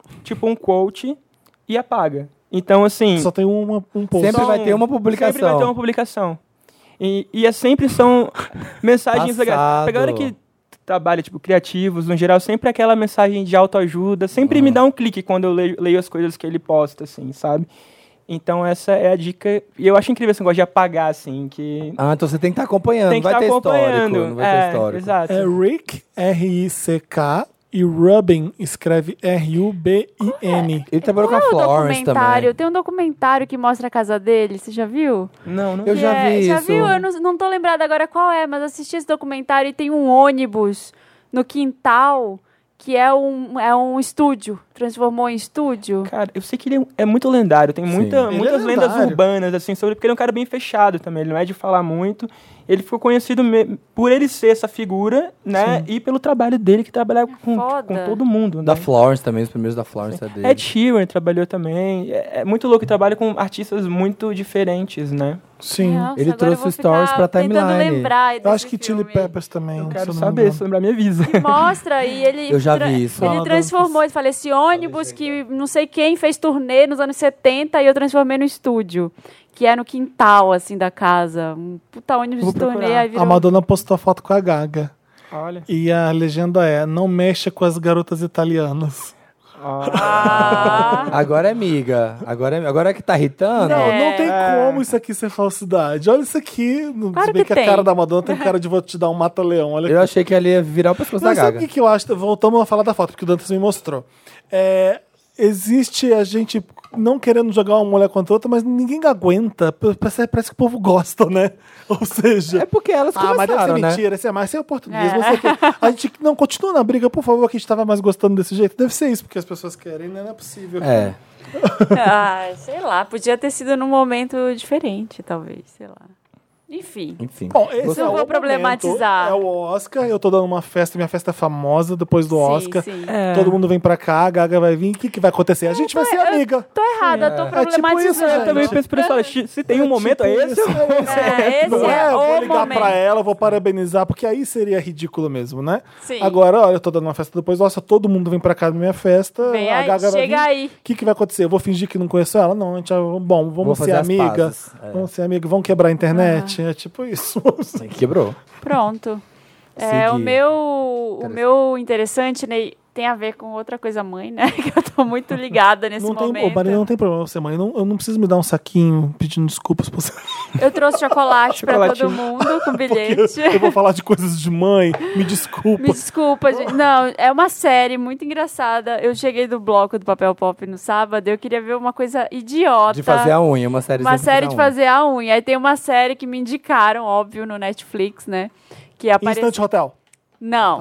tipo, um quote e apaga. Então, assim... Só tem um post. Sempre vai ter uma publicação. Sempre vai ter uma publicação. E sempre são mensagens legais. A galera que trabalha, tipo, criativos, no geral, sempre aquela mensagem de autoajuda. Sempre me dá um clique quando eu leio as coisas que ele posta, assim, sabe? Então, essa é a dica. E eu acho incrível esse negócio de apagar, assim, que... Então você tem que estar acompanhando, tem que não vai estar ter acompanhando. histórico. Não vai ter histórico. Exato. É Rick, R-I-C-K, e Rubin escreve R-U-B-I-N. Ele trabalhou com a Qual é o Florence documentário? também. Tem um documentário que mostra a casa dele, você já viu? Não. Eu já vi Já isso. viu? Eu não tô lembrada agora qual é, mas assisti esse documentário e tem um ônibus no quintal que é um estúdio. Transformou em estúdio. Cara, eu sei que ele é muito lendário. Tem Sim. muitas Ele é lendas lendário. urbanas, assim, sobre... Porque ele é um cara bem fechado também. Ele não é de falar muito. Ele ficou conhecido por ele ser essa figura, né? E pelo trabalho dele, que trabalhava com Foda. todo mundo, né? Da Florence também, os primeiros da Florence é dele. Ed Sheeran trabalhou também. É muito louco. Ele trabalha com artistas muito diferentes, né? Sim. Nossa, Ele agora trouxe eu vou stories ficar pra tentando timeline. lembrar Eu desse acho que Chili filme. Peppers também. Eu se quero não me saber, engano. se lembrar, me avisa. Mostra, e ele... Eu já vi isso. Ele Fala, transformou, ele falou, esse ônibus que não sei quem fez turnê nos anos 70 e eu transformei no estúdio. Que é no quintal, assim, da casa. Um puta ônibus Vou de turnê, procurar. aí virou... A Madonna postou foto com a Gaga. Olha. E a legenda é: não mexa com as garotas italianas. Agora é amiga. Agora é que tá irritando. Não, não tem como isso aqui ser falsidade. Olha isso aqui. Claro Se bem que que a tem. cara da Madonna tem cara de vou te dar um mata-leão. Olha Eu aqui. achei que ele ia virar o pescoço da Mas sabe Gaga. o que eu acho? Voltamos a falar da foto, porque o Dantas me mostrou. Existe a gente não querendo jogar uma mulher contra outra, mas ninguém aguenta. Parece que o povo gosta, né? Ou seja... É porque elas mas deve ser começaram, né? mentira, esse é oportunismo. não sei o quê. A gente não continua na briga, por favor, que a gente tava mais gostando desse jeito. Deve ser isso, porque as pessoas querem, né? Não é possível. É. Ah, sei lá, podia ter sido num momento diferente, talvez, sei lá. Enfim. Bom, esse Não é vou o problematizar. momento, é o Oscar, eu tô dando uma festa, minha festa é famosa depois do Sim, Oscar. sim. Todo mundo vem pra cá, a Gaga vai vir, o que vai acontecer? A gente vai ser amiga. Tô errada, tô tipo problematizando. isso, gente. Eu também penso por isso, olha, se tem um momento, é esse. Tipo esse não é eu vou o ligar momento. pra ela, vou parabenizar, porque aí seria ridículo mesmo, né? Sim. Agora, olha, eu tô dando uma festa depois, nossa, todo mundo vem pra cá na minha festa. Vem a aí, Gaga vai chega vir. aí. O que vai acontecer? Eu vou fingir que não conheço ela? Não, a gente, bom, vamos fazer ser as amiga. pazes. É. Vamos ser amiga, vamos quebrar a internet. É tipo isso. Quebrou. Pronto. Seguir. O meu interessante, Ney, tem a ver com outra coisa mãe, né? Que eu tô muito ligada nesse Não tem, momento. Marina, não tem problema você, mãe. Eu não preciso me dar um saquinho pedindo desculpas pra você. Eu trouxe chocolate pra todo Chocolatinho. mundo com bilhete. Eu vou falar de coisas de mãe. Me desculpa. Me desculpa, gente. Não, é uma série muito engraçada. Eu cheguei do bloco do Papel Pop no sábado e eu queria ver uma coisa idiota. De fazer a unha, uma série Uma sempre série da de unha. fazer a unha. Aí tem uma série que me indicaram, óbvio, no Netflix, né? Que apareceu... Instant Hotel. Não.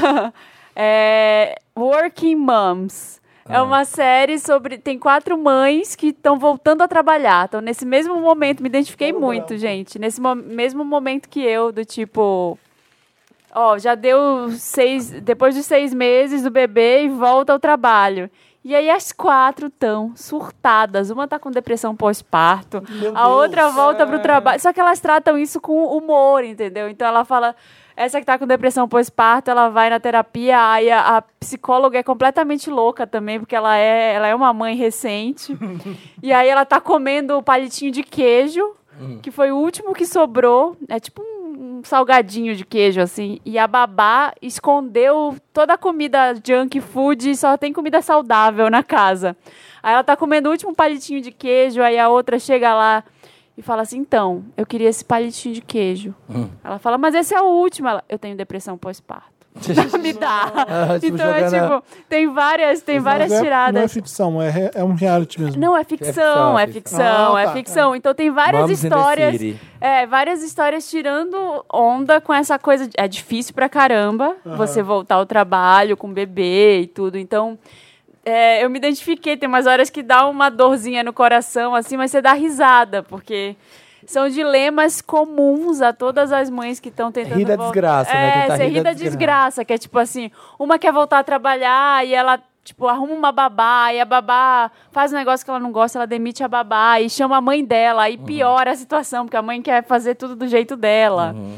É Working Moms. É uma série sobre... Tem 4 mães que estão voltando a trabalhar. Então, nesse mesmo momento, me identifiquei muito, gente. Nesse mesmo momento que eu, do tipo... Ó, já deu 6... Depois de 6 meses do bebê e volta ao trabalho. E aí as 4 estão surtadas. Uma tá com depressão pós-parto. A outra volta pro trabalho. Só que elas tratam isso com humor, entendeu? Então ela fala... Essa que tá com depressão pós-parto, ela vai na terapia, aí a psicóloga é completamente louca também, porque ela é uma mãe recente. E aí ela tá comendo o palitinho de queijo, que foi o último que sobrou. É tipo um salgadinho de queijo, assim. E a babá escondeu toda a comida junk food e só tem comida saudável na casa. Aí ela tá comendo o último palitinho de queijo, aí a outra chega lá e fala assim, então, eu queria esse palitinho de queijo. Ela fala, mas esse é o último. Ela, eu tenho depressão pós-parto. Me dá. Tipo, Então é jogando tipo, tem várias tiradas. Não é ficção, é um reality mesmo. Não, é ficção, é ficção, Ah, é tá. ficção. Então tem várias Moms in the histórias. City. Várias histórias tirando onda com essa coisa. É difícil pra caramba você voltar ao trabalho com bebê e tudo. Então, eu me identifiquei. Tem umas horas que dá uma dorzinha no coração, assim, mas você dá risada, porque são dilemas comuns a todas as mães que estão tentando Rir da desgraça, né? Tentar você ri da desgraça, que é tipo assim, uma quer voltar a trabalhar e ela, tipo, arruma uma babá, e a babá faz um negócio que ela não gosta, ela demite a babá e chama a mãe dela, aí piora a situação, porque a mãe quer fazer tudo do jeito dela.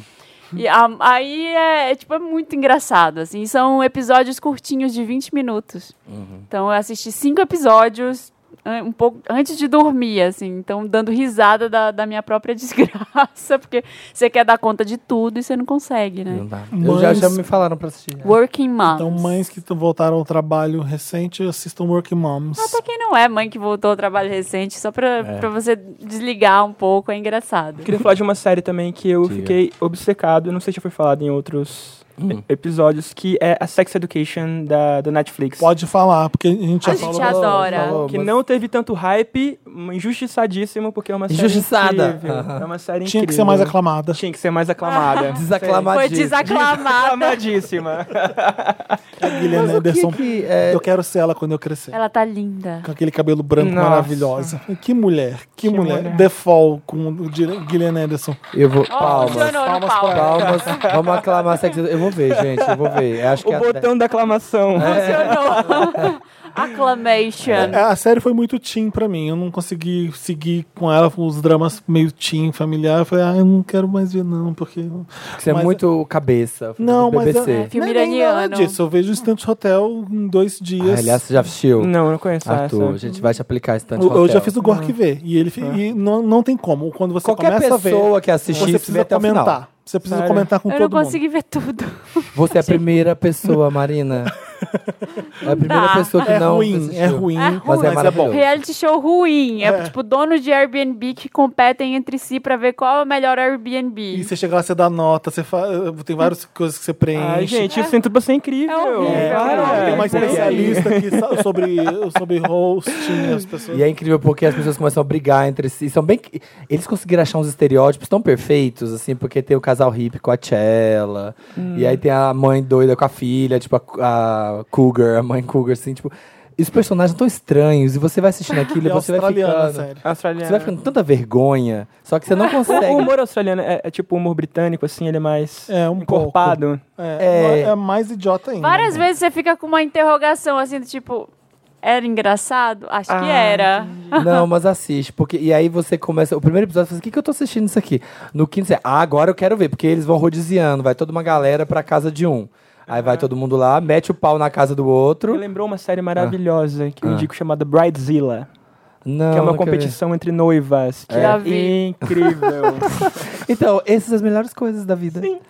Aí é muito engraçado, assim. São episódios curtinhos de 20 minutos. Então eu assisti 5 episódios um pouco antes de dormir, assim. Então dando risada da minha própria desgraça, porque você quer dar conta de tudo e você não consegue, né? Não dá. Mas- Já me falaram pra assistir. Working Moms. Então, mães que voltaram ao trabalho recente, assistam Working Moms. Até quem não é mãe que voltou ao trabalho recente, só pra você desligar um pouco, é engraçado. Queria falar de uma série também que eu Diga. fiquei obcecado, não sei se já foi falado em outros episódios, que é a Sex Education da Netflix. Pode falar, porque a gente já A gente falou. adora. Que não teve tanto hype, injustiçadíssimo, porque é uma série Injustiçada. incrível. Aham. É uma série Tinha incrível. que ser mais aclamada. Tinha que ser mais aclamada. Desaclamadíssimo. Foi desaclamada. Aclamadíssima. A Gillian Mas o que Anderson. que é- Eu quero ser ela quando eu crescer. Ela tá linda. Com aquele cabelo branco Nossa. maravilhosa. Que mulher, que mulher. mulher. The Fall com o Gillian Anderson. Eu vou... Ó, Palmas. funcionou no palmas palco. pra Palmas. Vamos aclamar Sex Education. Eu vou ver, gente. Eu vou ver. Eu acho que O botão da aclamação. Funcionou. Acclamation. A série foi muito teen pra mim. Eu não consegui seguir com ela os dramas meio teen, familiar. Eu falei, eu não quero mais ver, não, porque. Você é Mas- muito cabeça. Não, mas BBC. É, filme nem nada iraniano. disso. Eu vejo Estante Hotel em 2 dias. Aliás, você já assistiu? Não, eu não conheço Arthur, a essa. gente vai te aplicar Estante Eu Hotel. já fiz o Gork ver. E ele e não tem como. Quando você Qualquer começa a ver, pessoa que assistir você isso precisa vê até o final. comentar. Você precisa Sério? comentar com Eu não todo mundo. consegui ver tudo. Você é a primeira pessoa, Marina. É a primeira dá. pessoa que É não ruim, assistiu. é ruim, Mas é maravilhoso. Reality show ruim. É tipo donos de Airbnb que competem entre si pra ver qual é o melhor Airbnb. E você chega lá, você dá nota, tem várias coisas que você preenche. Ai, gente, eu sinto você incrível. É horrível, Tem uma porque- especialista aqui sobre hosting, as pessoas. E é incrível porque as pessoas começam a brigar entre si. São bem... Eles conseguiram achar uns estereótipos tão perfeitos, assim, porque tem o casal hippie com a Cella, e aí tem a mãe doida com a filha, tipo a Cougar, a mãe Cougar, assim, tipo... E os personagens tão estranhos, e você vai assistindo aquilo e É você vai australiana, ficando... sério. Australiana. Você vai ficando com tanta vergonha, só que você não consegue... O humor australiano é tipo humor britânico, assim, ele é mais É, um encorpado. É mais idiota ainda. Várias vezes você fica com uma interrogação assim, do tipo, era engraçado? Acho que Ah, era. Não, mas assiste, porque... E aí você começa... O primeiro episódio, você fala assim, o que eu tô assistindo isso aqui? No quinto, você... agora eu quero ver, porque eles vão rodiziando, vai toda uma galera pra casa de um. Aí vai todo mundo lá, mete o pau na casa do outro. Me lembrou uma série maravilhosa que eu indico chamada Bridezilla, Não, que é uma não quero ver. competição entre noivas, que Já é vi. incrível. Então, essas são as melhores coisas da vida. Sim.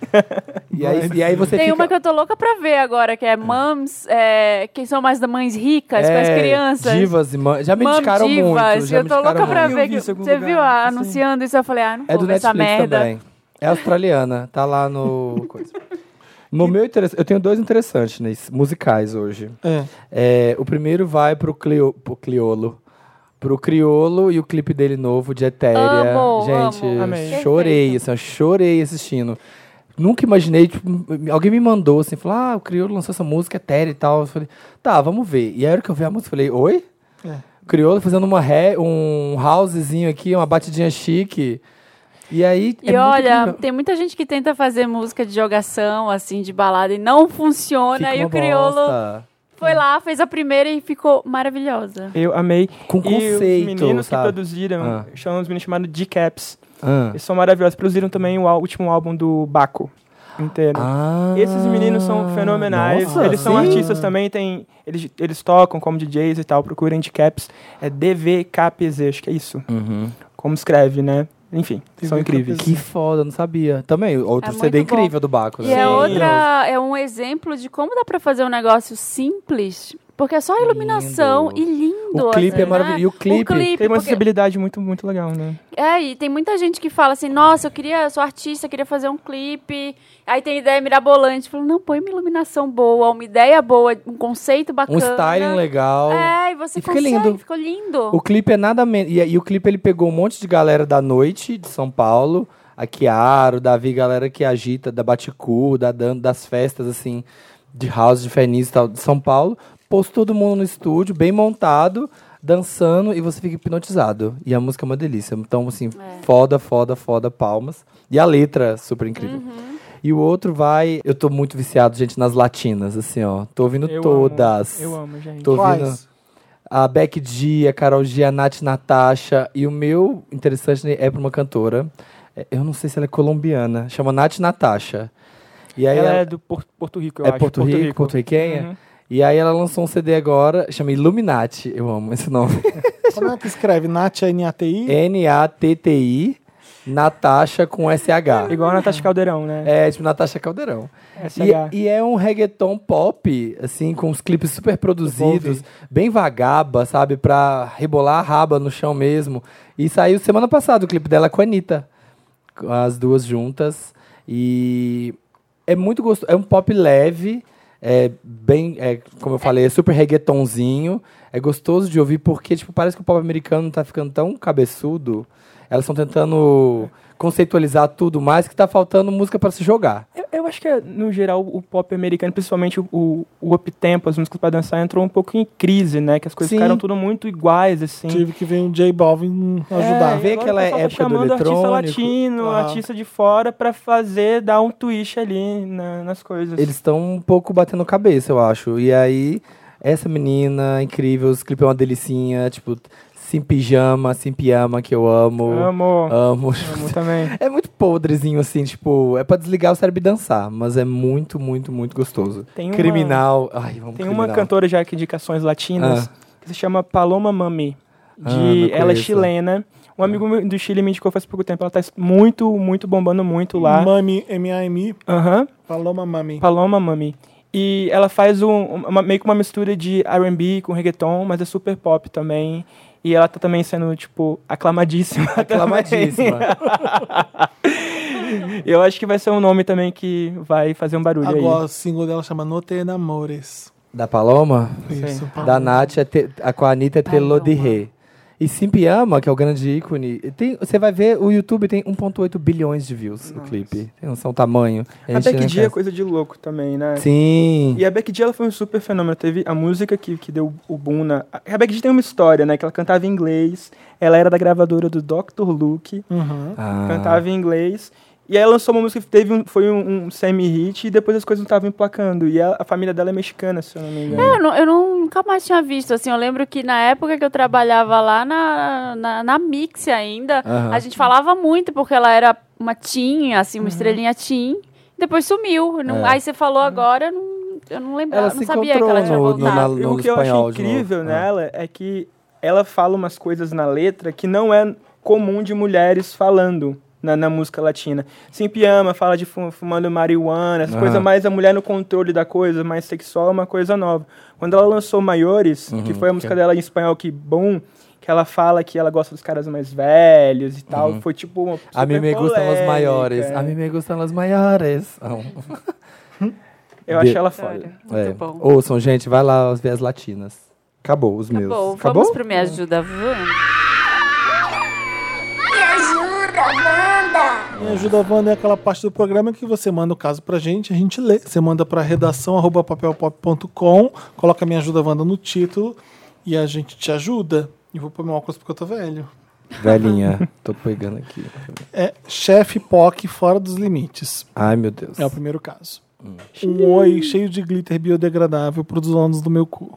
E aí você Tem fica... uma que eu tô louca pra ver agora, que é Moms, que são mais das mães ricas, com as crianças. Divas e mães. Já me Mom indicaram Divas. muito. Já Eu me tô indicaram louca pra muito. ver. vi isso em algum Você lugar, viu anunciando isso? Eu falei, não É vou do ver essa Netflix merda. também. É australiana. Tá lá no... coisa. No meu eu tenho 2 interessantes musicais hoje. O primeiro vai pro Criolo. Pro Criolo e o clipe dele novo de Etérea. Amo, Gente, amo. Amei. chorei, Perfeito. assim, eu chorei assistindo. Nunca imaginei, tipo, alguém me mandou assim, falou, o Criolo lançou essa música Etérea e tal. Eu falei, tá, vamos ver. E aí, a hora que eu vi a música, eu falei, oi? O Criolo fazendo um housezinho aqui, uma batidinha chique. E aí, E muito olha, incrível. tem muita gente que tenta fazer música de jogação, assim, de balada, e não funciona. Fica E uma o Criolo bosta. foi lá, fez a primeira e ficou maravilhosa. Eu amei. Com E os conceito, meninos sabe? que produziram, chamam os meninos chamados D-Caps. Ah. Eles são maravilhosos. Produziram também o último álbum do Baco inteiro. Ah, Esses meninos são fenomenais. nossa, Eles são sim. artistas também, eles tocam como DJs e tal. Procurem D-Caps. É DVKPZ, acho que é isso. Uhum. Como escreve, né? Enfim, são incríveis. Que foda, não sabia. Também, outro É CD muito bom. incrível do Baco. E Né? é um exemplo de como dá pra fazer um negócio simples, porque é só iluminação Lindo. e lindo. O clipe assim, é maravilhoso. né? E o clipe? Tem uma porque- acessibilidade muito, muito legal, né? e tem muita gente que fala assim, nossa, eu sou artista, queria fazer um clipe, aí tem ideia mirabolante, fala, não, põe uma iluminação boa, uma ideia boa, um conceito bacana. Um styling legal. É, e você E fica consegue, lindo. ficou lindo. O clipe é nada menos. E o clipe ele pegou um monte de galera da noite de São Paulo, a Chiaro, Davi, galera que agita, da Baticu, das festas, assim, de house, de ferniz e tal, de São Paulo. Pôs todo mundo no estúdio, bem montado, dançando, e você fica hipnotizado. E a música é uma delícia. Então, assim, foda, palmas. E a letra, super incrível. E o outro vai... Eu tô muito viciado, gente, nas latinas, assim, ó. Tô ouvindo Eu todas. Eu amo, gente. Tô ouvindo... Quais? A Beck G, a Karol G, a Nath Natasha. E o meu interessante é pra uma cantora. Eu não sei se ela é colombiana. Chama Nath Natasha. E aí Ela é do Porto Rico, eu acho. Porto Rico, porto-riquenha. Uhum. E aí ela lançou um CD agora, chama Illuminati. Eu amo esse nome. Como é que escreve? Nath, N-A-T-I? N-A-T-T-I, Natasha com S-H. Igual a Natasha Caldeirão, né? É, tipo Natasha Caldeirão. SH. E é um reggaeton pop, assim, com os clipes super produzidos, bem vagaba, sabe? Pra rebolar a raba no chão mesmo. E saiu semana passada o clipe dela com a Anitta. As duas juntas. E é muito gostoso. É um pop leve, como eu falei, é super reggaetonzinho. É gostoso de ouvir porque, tipo, parece que o pop americano tá ficando tão cabeçudo. Elas estão tentando conceitualizar tudo mais que tá faltando música para se jogar. Eu acho que, no geral, o pop americano, principalmente o up-tempo, as músicas pra dançar, entrou um pouco em crise, né? Que as coisas ficaram tudo muito iguais, assim. Tive que vir o J Balvin ajudar. Vê aquela época do chamando eletrônico. artista latino, artista de fora, pra dar um twist ali nas coisas. Eles estão um pouco batendo cabeça, eu acho. E aí, essa menina incrível, os clipes é uma delicinha, tipo... Sim Pijama, que eu amo. Amo também. É muito podrezinho, assim, tipo... É pra desligar o cérebro e dançar. Mas é muito, muito, muito gostoso. Criminal. Ai, vamos Tem Criminal. uma cantora já aqui de canções latinas que se chama Paloma Mami. Não Ela é conheço. chilena. Um amigo meu do Chile me indicou faz pouco tempo. Ela tá muito, muito bombando muito lá. Mami, M-A-M-I. Aham. Paloma Mami. Paloma Mami. E ela faz meio que uma mistura de R&B com reggaeton, mas é super pop também. E ela tá também sendo, tipo, aclamadíssima. Aclamadíssima. Eu acho que vai ser um nome também que vai fazer um barulho Agora, aí. o single dela chama No Te Enamores. Da Paloma? Isso, Da Paloma. Nath, com a Anitta é Telo de Ré. E Simpiama, que é o grande ícone, você vai ver, o YouTube tem 1,8 bilhões de views, o clipe. Tem noção, tamanho. A Becky G é coisa de louco também, né? Sim. E a Becky G, ela foi um super fenômeno. Teve a música que deu o boom na... A Becky G tem uma história, né? Que ela cantava em inglês. Ela era da gravadora do Dr. Luke. Uhum. Cantava em inglês. E aí ela lançou uma música que foi um semi-hit e depois as coisas não estavam emplacando. E a família dela é mexicana, se eu não me engano. Eu nunca mais tinha visto, assim, eu lembro que na época que eu trabalhava lá na Mix ainda, a gente falava muito, porque ela era uma teen, assim, uma estrelinha teen, depois sumiu. Aí você falou agora, eu não lembrava, Ela não se sabia que ela tinha encontrou voltado. E o que eu acho incrível nela é que ela fala umas coisas na letra que não é comum de mulheres falando. Na música latina. Simpiama fala de fumando marihuana, essa coisa mais a mulher no controle da coisa, mais sexual, é uma coisa nova. Quando ela lançou Maiores, que foi a música dela em espanhol, que bom, que ela fala que ela gosta dos caras mais velhos e tal, foi tipo uma super A mim me gustam os polêmica. maiores. A mim me gustam os maiores. Eu acho ela foda. Muito bom. Ouçam, gente, vai lá ver as latinas. Acabou, os meus. Bom, Acabou? vamos pro Me Ajuda, Wanda. Me ajuda, Wanda! Me Ajuda Wanda é aquela parte do programa que você manda o caso pra gente, a gente lê. Você manda pra redação@papelpop.com, coloca Me Ajuda Wanda no título e a gente te ajuda. E vou pôr meu óculos porque eu tô velho. Velhinha, tô pegando aqui. É chefe POC fora dos limites. Ai, meu Deus. É o primeiro caso. Um oi cheio de glitter biodegradável pros donos do meu cu.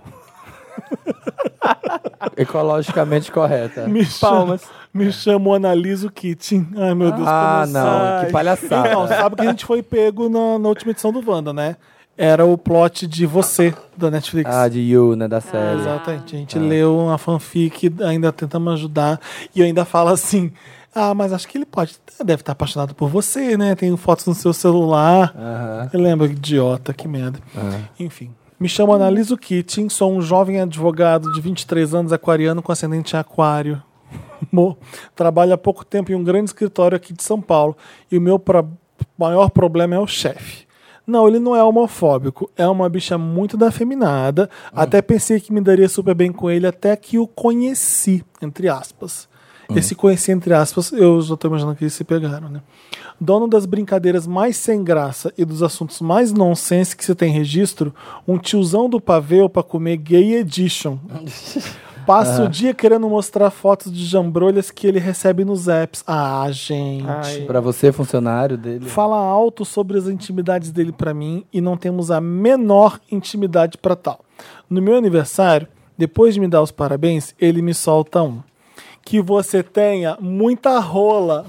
Ecologicamente correta. Palmas. Me chamo Analiso Kitchen. Ai, meu Deus. Ah, como não, assim? que palhaçada. Então, sabe que a gente foi pego na última edição do Wanda, né? Era o plot de Você, da Netflix. Ah, de You, né, da série. Exatamente. A gente leu uma fanfic, ainda tentamos ajudar. E eu ainda falo assim... Ah, mas acho que ele deve estar apaixonado por você, né? Tem fotos no seu celular. Eu lembro, idiota, que merda. Enfim. Me chamo Analiso Kitchen, sou um jovem advogado de 23 anos, aquariano com ascendente em aquário. Trabalho há pouco tempo em um grande escritório aqui de São Paulo. E o meu maior problema é o chefe. Não, ele não é homofóbico. É uma bicha muito da afeminada. Até pensei que me daria super bem com ele, até que o conheci, entre aspas. Esse conheci, entre aspas, eu já tô imaginando que eles se pegaram, né? Dono das brincadeiras mais sem graça e dos assuntos mais nonsense que você tem registro, um tiozão do pavê pra comer gay edition. Passa o dia querendo mostrar fotos de jambrolhas que ele recebe nos apps. Ah, gente. Ai. Pra você, funcionário dele. Fala alto sobre as intimidades dele pra mim e não temos a menor intimidade pra tal. No meu aniversário, depois de me dar os parabéns, ele me solta um. que você tenha muita rola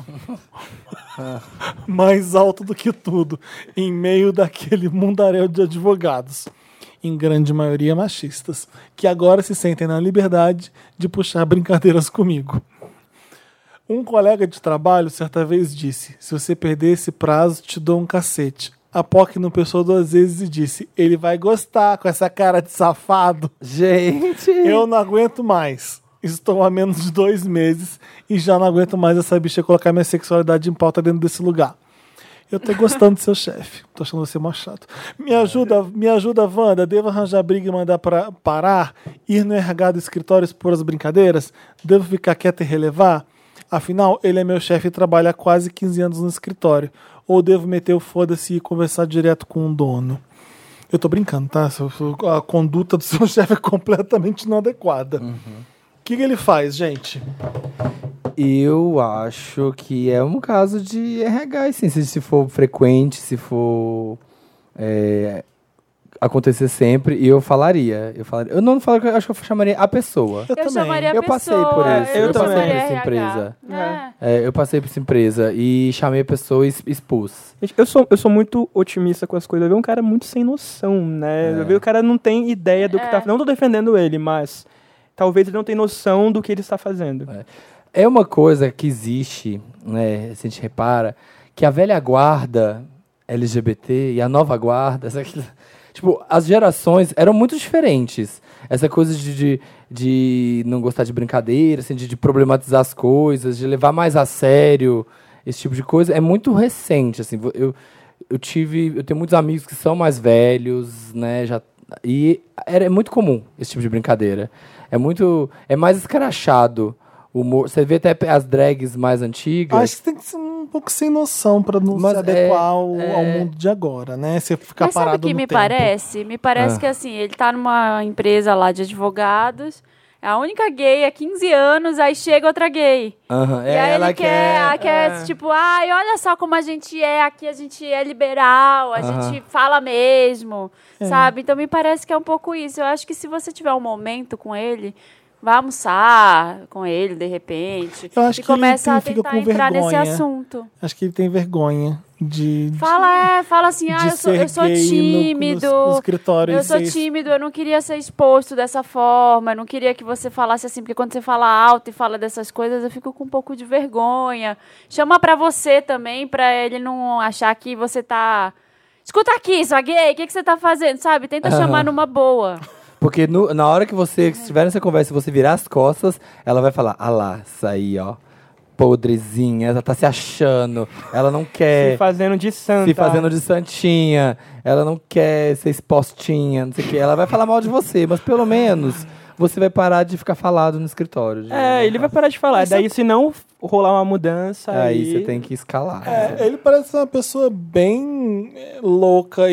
mais alto do que tudo, em meio daquele mundaréu de advogados, em grande maioria machistas, que agora se sentem na liberdade de puxar brincadeiras comigo. Um colega de trabalho certa vez disse: se você perder esse prazo, te dou um cacete. A POC não pensou 2 vezes e disse: ele vai gostar com essa cara de safado. Gente! Eu não aguento mais. Estou há menos de 2 meses e já não aguento mais essa bicha colocar minha sexualidade em pauta dentro desse lugar. Eu tô gostando do seu chefe. Tô achando você mó chato. Me ajuda, Wanda. Devo arranjar briga e mandar pra parar? Ir no RH do escritório expor as brincadeiras? Devo ficar quieta e relevar? Afinal, ele é meu chefe e trabalha há quase 15 anos no escritório. Ou devo meter o foda-se e conversar direto com o dono? Eu tô brincando, tá? A conduta do seu chefe é completamente inadequada. O que ele faz, gente? Eu acho que é um caso de RH, assim, se for frequente, se for acontecer sempre, e eu falaria. Eu não falaria, eu acho que eu chamaria a pessoa. Eu chamaria a Eu pessoa. passei por isso. Eu passei também. por essa RH. empresa. É. Eu passei por essa empresa e chamei a pessoa e expus. Gente, eu sou muito otimista com as coisas. Eu vejo um cara muito sem noção, né? Eu vejo o cara não tem ideia do que tá... Não tô defendendo ele, mas talvez ele não tenha noção do que ele está fazendo. É uma coisa que existe, né, se a gente repara, que a velha guarda LGBT e a nova guarda, tipo, as gerações eram muito diferentes. Essa coisa de não gostar de brincadeira, assim, de problematizar as coisas, de levar mais a sério, esse tipo de coisa, é muito recente, assim. Eu tenho muitos amigos que são mais velhos, né, e é muito comum esse tipo de brincadeira. É mais escrachado. Humor. Você vê até as drags mais antigas. Acho que tem que ser um pouco sem noção pra não se adequar ao mundo de agora, né? Você ficar Mas sabe parado o que no me tempo. parece? Me parece que assim, ele tá numa empresa lá de advogados, é a única gay há 15 anos, aí chega outra gay. Aham. E aí ele quer tipo, ai, olha só como a gente é, aqui a gente é liberal, a gente fala mesmo, sabe? Então me parece que é um pouco isso. Eu acho que se você tiver um momento com ele, vai almoçar com ele, de repente, Eu acho e que começa ele a fica tentar com entrar nesse vergonha. assunto. Acho que ele tem vergonha de Fala assim, de eu ser sou gay tímido, no escritório. eu sou tímido, eu não queria ser exposto dessa forma, eu não queria que você falasse assim, porque quando você fala alto e fala dessas coisas, eu fico com um pouco de vergonha. Chama pra você também, pra ele não achar que você tá... Escuta aqui, sua gay, o que você tá fazendo, sabe? Tenta chamar numa boa. Porque na hora que você estiver nessa conversa e você virar as costas, ela vai falar, ah lá, isso aí, ó, podrezinha, ela tá se achando, ela não quer... Se fazendo de santa. Se fazendo de santinha, ela não quer ser expostinha, não sei o quê. Ela vai falar mal de você, mas pelo menos você vai parar de ficar falado no escritório. Ele vai parar de falar. Daí, se não rolar uma mudança... Aí você tem que escalar. Ele parece uma pessoa bem louca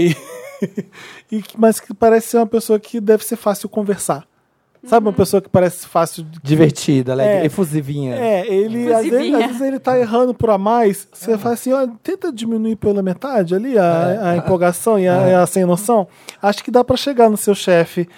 mas que parece ser uma pessoa que deve ser fácil conversar. Sabe, uma pessoa que parece fácil... Divertida, efusivinha. Ele às vezes ele tá errando por a mais. Você fala assim, ó, tenta diminuir pela metade ali a empolgação e a sem noção. Acho que dá pra chegar no seu chefe.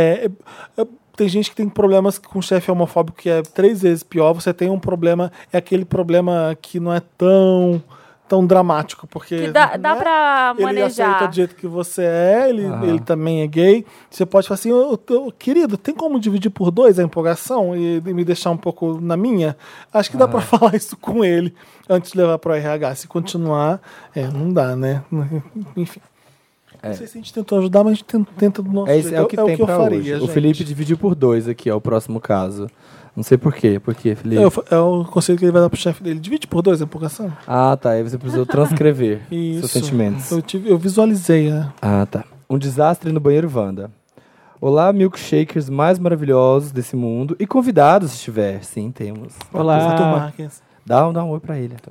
Tem gente que tem problemas com o chefe homofóbico que é 3 vezes pior. Você tem um problema, é aquele problema que não é tão dramático, porque Que dá pra ele manejar. aceita do jeito que você é, ele também é gay. Você pode falar assim, querido, tem como dividir por 2 a empolgação e me deixar um pouco na minha? Acho que dá pra falar isso com ele antes de levar pro RH. Se continuar, não dá, né? Enfim. Não sei se a gente tentou ajudar, mas a gente tenta do nosso jeito. É o que tem eu pra faria, hoje. O gente. Felipe dividiu por 2 aqui, ó, o próximo caso. Não sei por quê. Por quê, Felipe? É o conselho que ele vai dar pro chefe dele. Divide por 2 a empolgação. Ah, tá. Aí você precisou transcrever Isso. seus sentimentos. Eu visualizei. Ah, tá. Um desastre no banheiro Wanda. Olá, milkshakers mais maravilhosos desse mundo. E convidados, se tiver. Sim, temos. Arthur Marques. Dá um oi pra ele.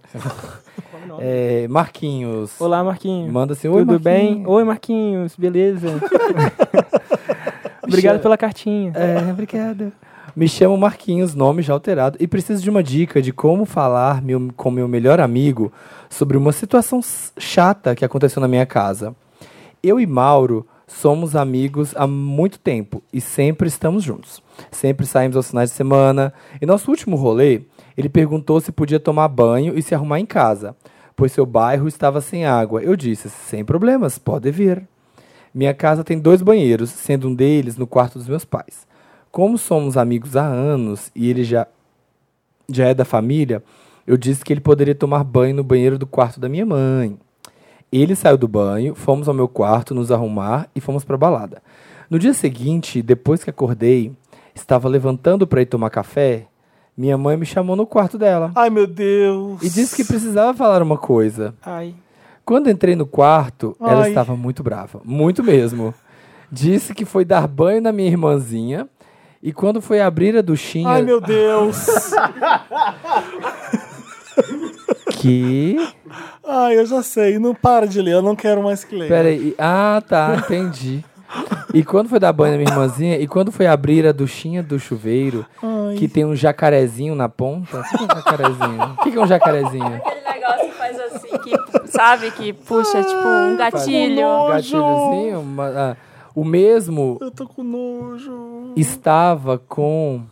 Marquinhos. Olá, Marquinhos. Manda assim, oi, Tudo Marquinhos. bem? Oi, Marquinhos. Beleza? Obrigado pela cartinha. Obrigado. Me chamo Marquinhos, nome já alterado, e preciso de uma dica de como falar com meu melhor amigo sobre uma situação chata que aconteceu na minha casa. Eu e Mauro Somos amigos há muito tempo e sempre estamos juntos. Sempre saímos aos finais de semana. Em nosso último rolê, ele perguntou se podia tomar banho e se arrumar em casa, pois seu bairro estava sem água. Eu disse, sem problemas, pode vir. Minha casa tem 2 banheiros, sendo um deles no quarto dos meus pais. Como somos amigos há anos e ele já é da família, eu disse que ele poderia tomar banho no banheiro do quarto da minha mãe. Ele saiu do banho, fomos ao meu quarto nos arrumar e fomos para a balada. No dia seguinte, depois que acordei, estava levantando para ir tomar café, minha mãe me chamou no quarto dela. Ai, meu Deus. E disse que precisava falar uma coisa. Ai. Quando entrei no quarto, ela Ai. estava muito brava. Muito mesmo. Disse que foi dar banho na minha irmãzinha e quando foi abrir a duchinha... Ai, meu Deus. Que... Ai, eu já sei. Não para de ler. Eu não quero mais que leia. Peraí. Ah, tá. Entendi. E quando foi dar banho na minha irmãzinha e quando foi abrir a duchinha do chuveiro, Ai. que tem um jacarezinho na ponta... O que é um jacarezinho? O que é um jacarezinho? Aquele negócio que faz assim, que, sabe, que puxa, tipo, um gatilho. Um gatilhozinho? O mesmo Eu tô com nojo. estava com...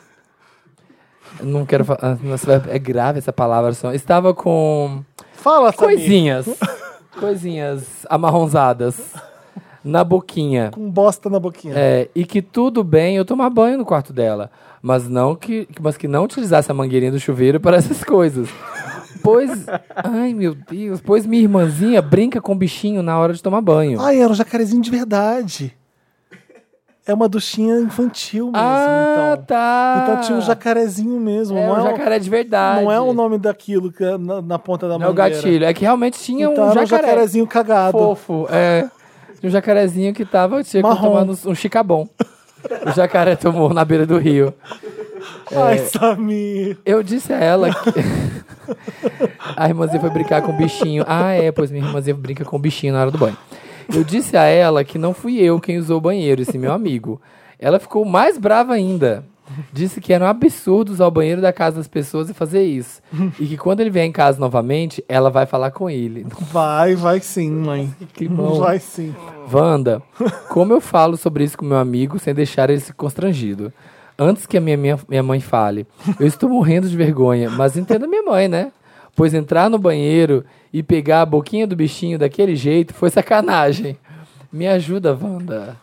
Não quero falar... Nossa, é grave essa palavra só. Estava com Fala, Samir. coisinhas amarronzadas na boquinha. Com bosta na boquinha. E que tudo bem eu tomar banho no quarto dela. Mas que não utilizasse a mangueirinha do chuveiro para essas coisas. Pois... Ai, meu Deus. Pois minha irmãzinha brinca com o bichinho na hora de tomar banho. Ai, era um jacarezinho de verdade. É uma duchinha infantil mesmo, então. Tá. Então tinha um jacarezinho mesmo. É não um jacaré de verdade. Não é o nome daquilo que é na ponta da Não é o mangueira. gatilho. É que realmente tinha Então um era um jacaré. jacarezinho cagado. Fofo. Tinha um jacarezinho que tinha Marrom. tomando um chicabom. O jacaré tomou na beira do rio. Ai, Samir. Eu disse a ela que... A irmãzinha foi brincar com o bichinho. Pois minha irmãzinha brinca com o bichinho na hora do banho. Eu disse a ela que não fui eu quem usou o banheiro, esse meu amigo. Ela ficou mais brava ainda. Disse que era um absurdo usar o banheiro da casa das pessoas e fazer isso. E que quando ele vier em casa novamente, ela vai falar com ele. Vai sim, mãe. Que bom. Vai sim. Wanda, como eu falo sobre isso com meu amigo sem deixar ele se constrangido? Antes que a minha mãe fale, eu estou morrendo de vergonha, mas entenda minha mãe, né? Pois entrar no banheiro e pegar a boquinha do bichinho daquele jeito foi sacanagem. Me ajuda, Wanda.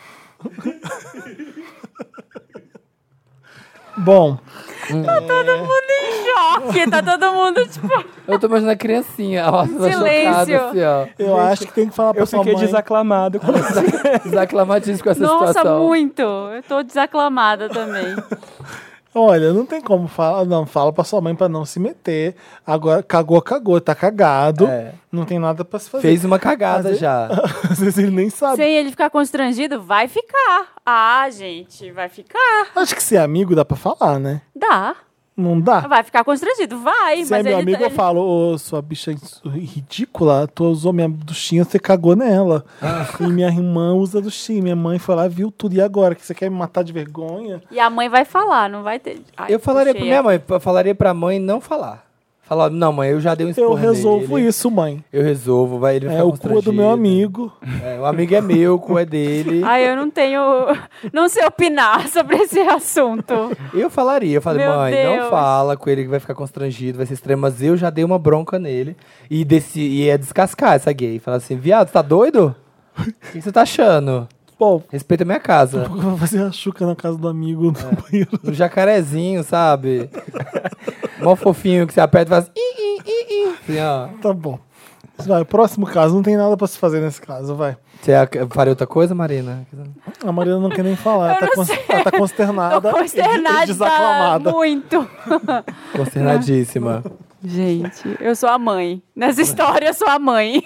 Bom, Tá todo mundo em choque, tá todo mundo, tipo, Eu tô imaginando a criancinha, ó, toda Silêncio. chocada, assim, ó. eu acho que tem que falar pra Eu sua fiquei mãe. desaclamado. Desaclamadíssimo com essa nossa, situação. muito. Eu tô desaclamada também. Olha, não tem como falar. Não, fala pra sua mãe pra não se meter. Agora, cagou, tá cagado. É. Não tem nada pra se fazer. Fez uma cagada Mas já. Às vezes ele nem sabe. Sem ele ficar constrangido, vai ficar. Ah, gente, vai ficar. Acho que ser amigo dá pra falar, né? Dá. Não dá? Vai ficar constrangido, vai. Se é meu amigo, eu falo, ô, sua bicha ridícula, tu usou minha duchinha, você cagou nela. E minha irmã usa duchinha. Minha mãe foi lá, viu tudo. E agora? Que você quer me matar de vergonha? E a mãe vai falar, não vai ter... Ai, Eu falaria pra puxei minha mãe, eu falaria pra mãe não falar. Falar, não, mãe, eu já dei um Eu esporro resolvo nele. isso, mãe. Eu resolvo, vai ele vai É ficar o cu do meu constrangido. amigo. O amigo é meu, o cu é dele. Ai, eu não tenho... Não sei opinar sobre esse assunto. Eu falaria, eu falei, Meu mãe, Deus. não fala com ele que vai ficar constrangido, vai ser estranho, mas eu já dei uma bronca nele e ia descascar essa gay. Falar assim, viado, você tá doido? O que você tá achando? Bom, Respeita a minha casa. eu vou fazer a chuca na casa do amigo no banheiro. No jacarezinho, sabe? Mó fofinho que você aperta e faz... Assim, ó. Tá bom. Vai, próximo caso. Não tem nada pra se fazer nesse caso, vai. Você faria outra coisa, Marina? A Mariana não quer nem falar. Ela tá consternada. Tô consternada E desaclamada. muito. Consternadíssima. Gente, eu sou a mãe. Nessa história, eu sou a mãe.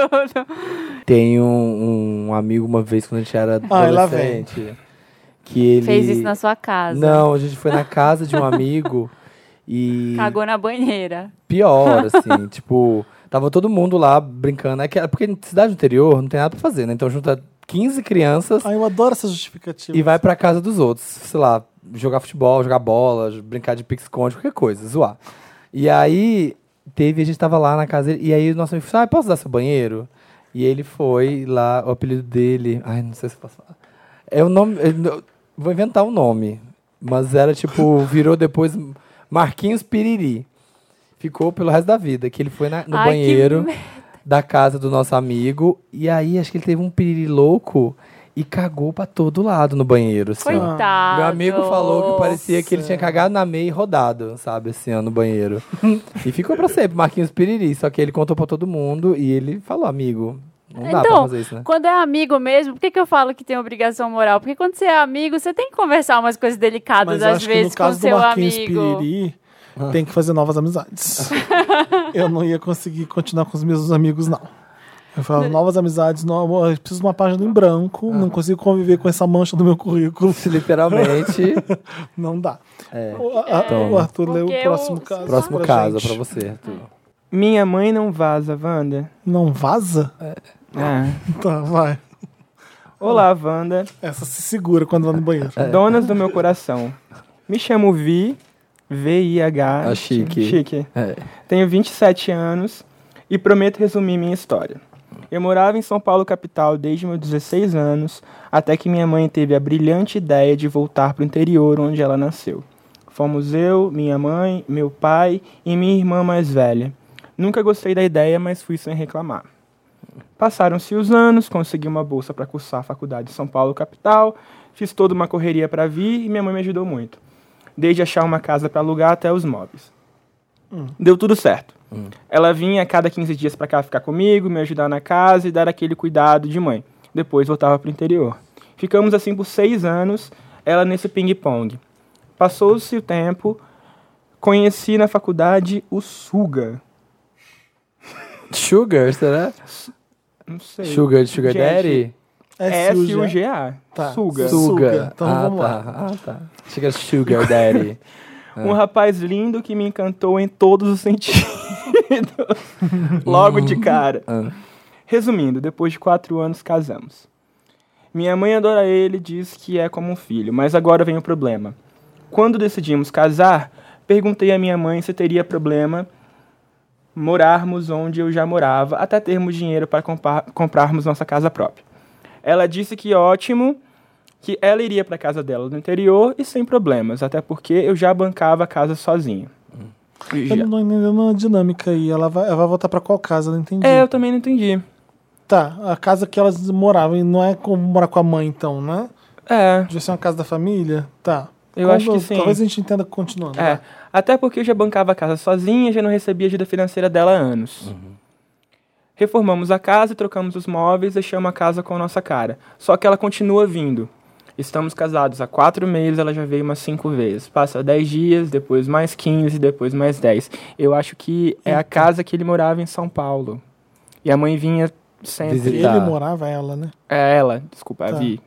Tem um amigo uma vez, quando a gente era Ai, lá adolescente, que ele... Fez isso na sua casa. Não, a gente foi na casa de um amigo e... Cagou na banheira. Pior, assim, tipo... Tava todo mundo lá brincando. Porque em cidade interior não tem nada pra fazer, né? Então junta 15 crianças Ai, eu adoro essa justificativa. e vai pra casa dos outros. Sei lá, jogar futebol, jogar bola, brincar de pique-esconde, qualquer coisa, zoar. E aí, a gente tava lá na casa dele, e aí o nosso amigo falou, posso usar seu banheiro? E ele foi lá, o apelido dele... Ai, não sei se eu posso falar. É o nome... Vou inventar um nome. Mas era tipo... Virou depois Marquinhos Piriri. Ficou pelo resto da vida. Que ele foi no Ai, banheiro que da casa do nosso amigo. E aí, acho que ele teve um piriri louco e cagou pra todo lado no banheiro, assim, ó. Coitado. Meu amigo falou que parecia que ele tinha cagado na meia e rodado, sabe, assim, ó, no banheiro. E ficou pra sempre, Marquinhos Piriri. Só que ele contou pra todo mundo e ele falou, amigo, não dá pra Então, fazer isso, né? quando é amigo mesmo, por que eu falo que tem obrigação moral? Porque quando você é amigo, você tem que conversar umas coisas delicadas, Mas eu às acho que no vezes, com caso do seu Marquinhos amigo. Piriri, tem que fazer novas amizades. Eu não ia conseguir continuar com os mesmos amigos, não. Eu falo, novas amizades, não, eu preciso de uma página em branco, não consigo conviver com essa mancha do meu currículo. Literalmente. Não dá. É. O Arthur lê o Porque próximo eu- caso. Próximo pra caso gente. pra você, Arthur. Minha mãe não vaza, Wanda. Não vaza? Ah. Tá, vai. Olá, Wanda. Essa se segura quando vai no banheiro. Donas do meu coração. Me chamo VIH. Ah, chique. Chique. É. Tenho 27 anos e prometo resumir minha história. Eu morava em São Paulo, capital, desde meus 16 anos, até que minha mãe teve a brilhante ideia de voltar para o interior onde ela nasceu. Fomos eu, minha mãe, meu pai e minha irmã mais velha. Nunca gostei da ideia, mas fui sem reclamar. Passaram-se os anos, consegui uma bolsa para cursar a faculdade em São Paulo, capital, fiz toda uma correria para vir e minha mãe me ajudou muito. Desde achar uma casa para alugar até os móveis. Deu tudo certo. Ela vinha a cada 15 dias para cá ficar comigo, me ajudar na casa e dar aquele cuidado de mãe. Depois voltava para o interior. Ficamos assim por 6 anos, ela nesse ping-pong. Passou-se o tempo, conheci na faculdade o Suga. Sugar, será? Não sei. Sugar Gente, Daddy? S-U-G-A. Tá. Suga. Suga. Então vamos tá. lá. Ah, tá. Chega Sugar Daddy. Um rapaz lindo que me encantou em todos os sentidos. Logo de cara. Resumindo, depois de 4 anos casamos. Minha mãe adora ele e diz que é como um filho, mas agora vem o problema. Quando decidimos casar, perguntei à minha mãe se teria problema morarmos onde eu já morava, até termos dinheiro para comprarmos nossa casa própria. Ela disse que ótimo, que ela iria para a casa dela no interior e sem problemas, até porque eu já bancava a casa sozinho. Eu não tô entendendo a dinâmica aí. Ela vai voltar pra qual casa? Eu não entendi. Eu também não entendi. Tá, a casa que elas moravam, e não é como morar com a mãe, então, né? Devia ser uma casa da família? Tá. Eu acho que sim. Talvez a gente entenda continuando. É, até porque eu já bancava a casa sozinha, já não recebia ajuda financeira dela há anos. Reformamos a casa, trocamos os móveis, deixamos a casa com a nossa cara. Só que ela continua vindo. Estamos casados há 4 meses, ela já veio umas 5 vezes. Passa 10 dias, depois mais 15, depois mais 10. Eu acho que é a casa que ele morava em São Paulo. E a mãe vinha sempre... Visitar. Ele morava, ela, né? É ela, desculpa, Tá. a Vi.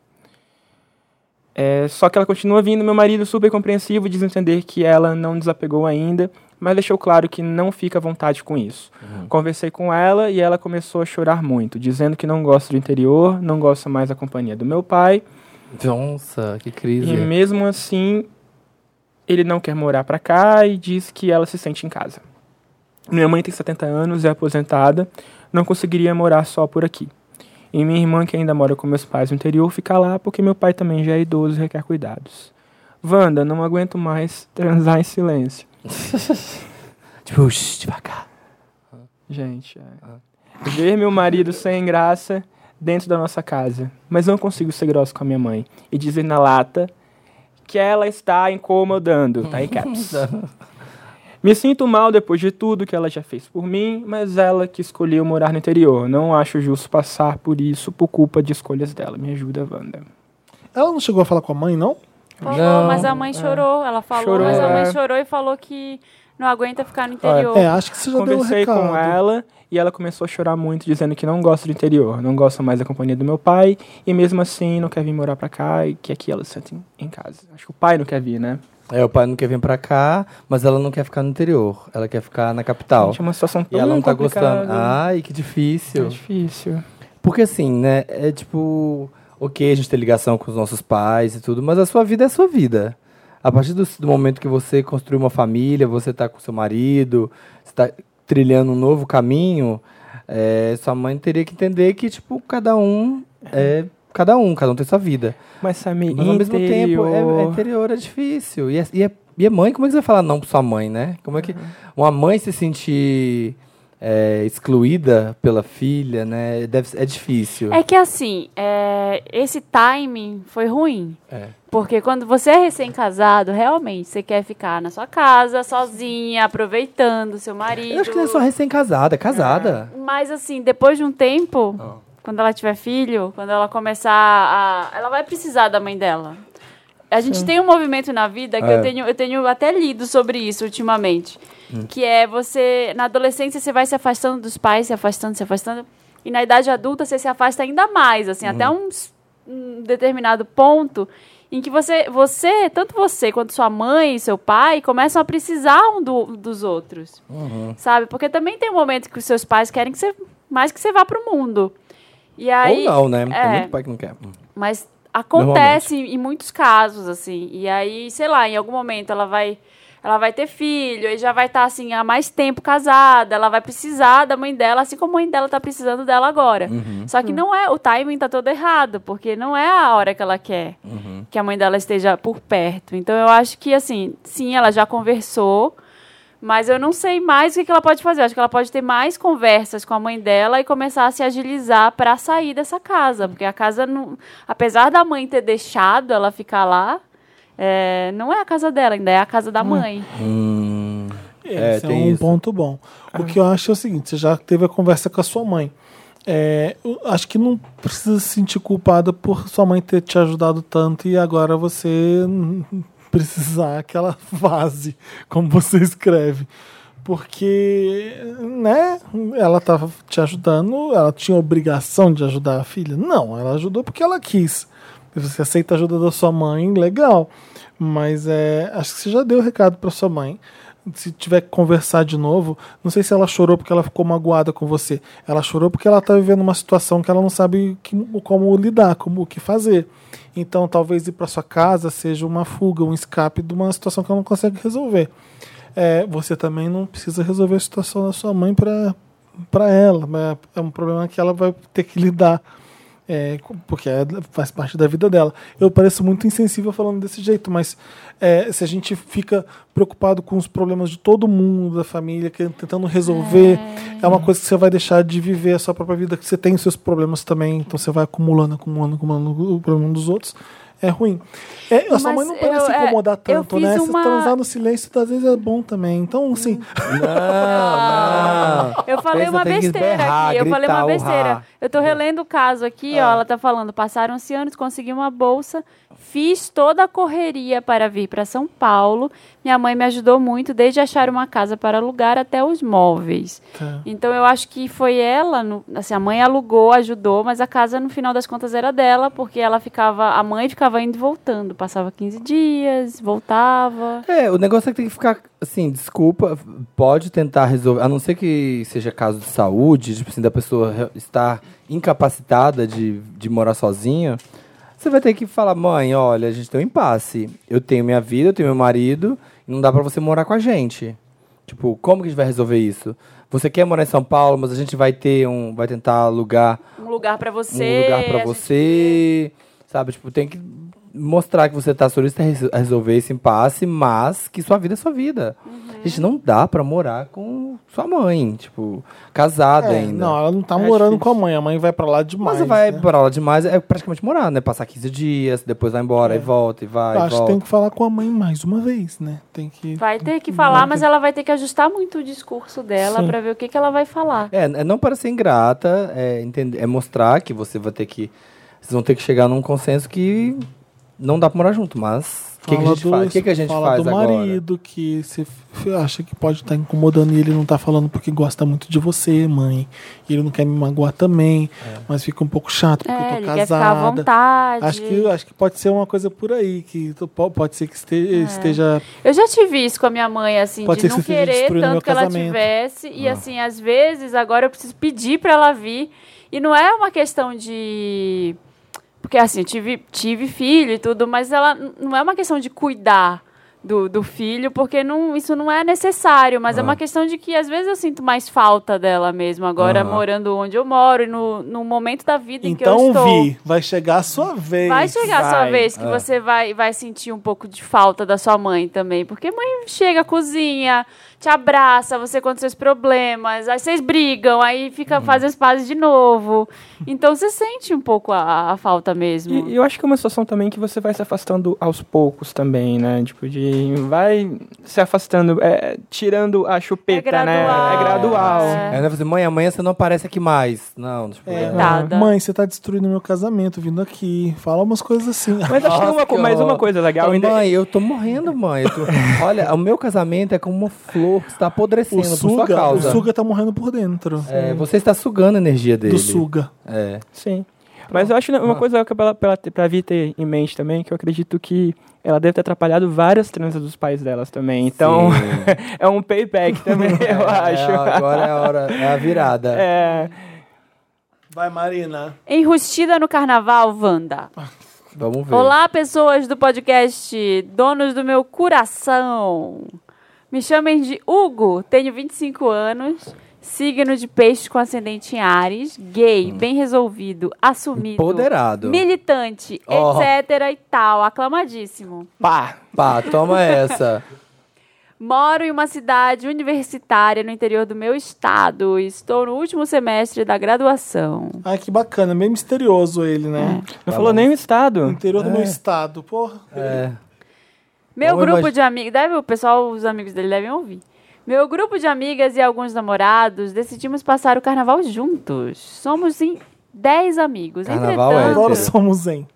Só que ela continua vindo, meu marido super compreensivo, diz entender que ela não desapegou ainda, mas deixou claro que não fica à vontade com isso. Conversei com ela e ela começou a chorar muito, dizendo que não gosta do interior, não gosta mais da companhia do meu pai, Nossa, que crise. e mesmo assim ele não quer morar pra cá e diz que ela se sente em casa. Minha mãe tem 70 anos, é aposentada, não conseguiria morar só por aqui. E minha irmã, que ainda mora com meus pais no interior, fica lá porque meu pai também já é idoso e requer cuidados. Wanda, não aguento mais transar em silêncio. Tipo, devagar. Gente, ver meu marido sem graça dentro da nossa casa. Mas não consigo ser grosso com a minha mãe e dizer na lata que ela está incomodando. Tá em caps. Me sinto mal depois de tudo que ela já fez por mim, mas ela que escolheu morar no interior. Não acho justo passar por isso por culpa de escolhas dela. Me ajuda, Wanda. Ela não chegou a falar com a mãe, não? Falou, Não, mas a mãe chorou. Ela falou, Chorou, mas a mãe é. chorou e falou que não aguenta ficar no interior. Acho que você já deu um Conversei recado. com ela e ela começou a chorar muito, dizendo que não gosta do interior, não gosta mais da companhia do meu pai e mesmo assim não quer vir morar pra cá e que aqui ela se sente em casa. Acho que o pai não quer vir, né? O pai não quer vir pra cá, mas ela não quer ficar no interior. Ela quer ficar na capital. Gente, é uma situação E tão ela não tá complicada. gostando. Ai, que difícil. É difícil. Porque assim, né? É tipo, ok, a gente tem ligação com os nossos pais e tudo, mas a sua vida é a sua vida. A partir do momento que você construiu uma família, você tá com seu marido, você tá trilhando um novo caminho, Sua mãe teria que entender que, tipo, cada um cada um tem sua vida. Mas, Samir, Mas ao mesmo tempo, interior é difícil. E a mãe, como é que você vai falar não pra sua mãe, né? Como é que uma mãe se sentir excluída pela filha, né? É difícil. É que assim, esse timing foi ruim. Porque quando você é recém-casado, realmente, você quer ficar na sua casa, sozinha, aproveitando seu marido. Eu acho que não é só recém-casada, é casada. Mas assim, depois de um tempo, quando ela tiver filho, quando ela começar ela vai precisar da mãe dela. A gente tem um movimento na vida que eu tenho até lido sobre isso ultimamente. Que é você, na adolescência, você vai se afastando dos pais, se afastando. E na idade adulta, você se afasta ainda mais, assim, até um determinado ponto em que tanto você quanto sua mãe e seu pai, começam a precisar dos outros. Sabe? Porque também tem um momento que os seus pais querem que você vá pro mundo. E aí, ou não, né? Tem muito pai que não quer. Mas acontece em muitos casos, assim. E aí, sei lá, em algum momento ela vai ter filho e já vai estar, assim, há mais tempo casada. Ela vai precisar da mãe dela, assim como a mãe dela está precisando dela agora. Só que o timing tá todo errado, porque não é a hora que ela quer que a mãe dela esteja por perto. Então, eu acho que, assim, sim, ela já conversou, mas eu não sei mais o que ela pode fazer. Eu acho que ela pode ter mais conversas com a mãe dela e começar a se agilizar para sair dessa casa. Porque a casa, apesar da mãe ter deixado ela ficar lá, não é a casa dela, ainda é a casa da mãe. Esse é um ponto bom. O que eu acho é o seguinte, você já teve a conversa com a sua mãe. Eu acho que não precisa se sentir culpada por sua mãe ter te ajudado tanto e agora você precisar que ela vaze, como você escreve. Porque, né, ela estava te ajudando, ela tinha obrigação de ajudar a filha? Não, ela ajudou porque ela quis. Se você aceita a ajuda da sua mãe, legal. Mas acho que você já deu o recado para sua mãe. Se tiver que conversar de novo, não sei se ela chorou porque ela ficou magoada com você. Ela chorou porque ela está vivendo uma situação que ela não sabe como lidar, o que fazer. Então, talvez ir para sua casa seja uma fuga, um escape de uma situação que ela não consegue resolver. Você também não precisa resolver a situação da sua mãe para ela. É um problema que ela vai ter que lidar. Porque faz parte da vida dela. Eu pareço muito insensível falando desse jeito, mas se a gente fica preocupado com os problemas de todo mundo, da família, tentando resolver, é uma coisa que você vai deixar de viver a sua própria vida, que você tem os seus problemas também, então você vai acumulando o problema dos outros. É ruim. A sua mãe não parece se incomodar tanto, né? Se transar no silêncio, às vezes é bom também. Então, assim. Não. Eu falei uma besteira aqui. Eu falei uma besteira. Eu tô relendo o caso aqui, ó. Ela tá falando: passaram-se anos, consegui uma bolsa, fiz toda a correria para vir para São Paulo. Minha mãe me ajudou muito, desde achar uma casa para alugar até os móveis. Então, eu acho que foi ela, assim, a mãe alugou, ajudou, mas a casa, no final das contas, era dela, porque a mãe ficava indo e voltando. Passava 15 dias, voltava. O negócio é que tem que ficar, assim, desculpa, pode tentar resolver, a não ser que seja caso de saúde, tipo assim, da pessoa estar incapacitada de morar sozinha, você vai ter que falar: mãe, olha, a gente tem um impasse. Eu tenho minha vida, eu tenho meu marido, e não dá pra você morar com a gente. Tipo, como que a gente vai resolver isso? Você quer morar em São Paulo, mas a gente vai tentar alugar um lugar pra você. Um lugar pra você, sabe? Tipo, tem que mostrar que você tá solista a resolver esse impasse, mas que sua vida é sua vida. Gente, não dá pra morar com sua mãe, tipo, casada ainda. Não, ela não tá morando com a mãe vai pra lá demais. Mas vai pra lá demais, é praticamente morar, né? Passar 15 dias, depois vai embora, e volta, e vai, acho que tem que falar com a mãe mais uma vez, né? Vai ter que falar, mas ela vai ter que ajustar muito o discurso dela pra ver o que ela vai falar. Não para ser ingrata, mostrar que vocês vão ter que chegar num consenso que não dá pra morar junto, mas o que a gente faz? O que a gente faz do agora? Marido que você acha que pode estar incomodando e ele não tá falando porque gosta muito de você, mãe. E ele não quer me magoar também, mas fica um pouco chato porque eu tô ele casada. Quer ficar à vontade. Acho que pode ser uma coisa por aí, que pode ser que esteja... Eu já tive isso com a minha mãe, assim, pode de ser não que você esteja querer destruindo tanto meu que ela casamento. tivesse. E assim, às vezes, agora eu preciso pedir pra ela vir. E não é uma questão de... Porque assim, eu tive filho e tudo, mas ela não é uma questão de cuidar, do filho, porque isso não é necessário, mas é uma questão de que às vezes eu sinto mais falta dela mesmo, agora morando onde eu moro e no momento da vida em que eu estou. Então, vai chegar a sua vez. Vai chegar a sua vez que você vai sentir um pouco de falta da sua mãe também, porque mãe chega, cozinha, te abraça, você conta seus problemas, aí vocês brigam, aí fazem as pazes de novo. Então você sente um pouco a falta mesmo. E eu acho que é uma situação também que você vai se afastando aos poucos também, né? Tipo, vai se afastando, tirando a chupeta, né? É gradual. Aí vai fazer, mãe, amanhã você não aparece aqui mais. Não, tipo, Nada. Mãe, você tá destruindo meu casamento vindo aqui. Fala umas coisas assim. Mas acho que uma coisa legal. Mãe, eu tô morrendo, mãe. Olha, o meu casamento é como uma flor que está apodrecendo por sua causa. O Suga tá morrendo por dentro. Você está sugando a energia dele. Do Suga. Sim. Mas eu acho uma coisa que pra Vi ter em mente também, que eu acredito que ela deve ter atrapalhado várias transas dos pais delas também. Então, é um payback também, eu acho. Agora é a hora, é a virada. Vai, Marina. Enrustida no carnaval, Wanda. Vamos ver. Olá, pessoas do podcast Donos do Meu Coração. Me chamem de Hugo, tenho 25 anos, signo de peixe com ascendente em Áries, gay, bem resolvido, assumido, Empoderado. militante, etc e tal, aclamadíssimo. Pá, toma essa. Moro em uma cidade universitária no interior do meu estado. Estou no último semestre da graduação. Ai, que bacana. Meio misterioso ele, né? não falou nem o No estado. interior do meu estado. Porra. Meu Vamos grupo de amigas... O pessoal, os amigos dele devem ouvir. Meu grupo de amigas e alguns namorados decidimos passar o carnaval juntos. Somos em 10 amigos. Carnaval Entretanto, Agora somos em.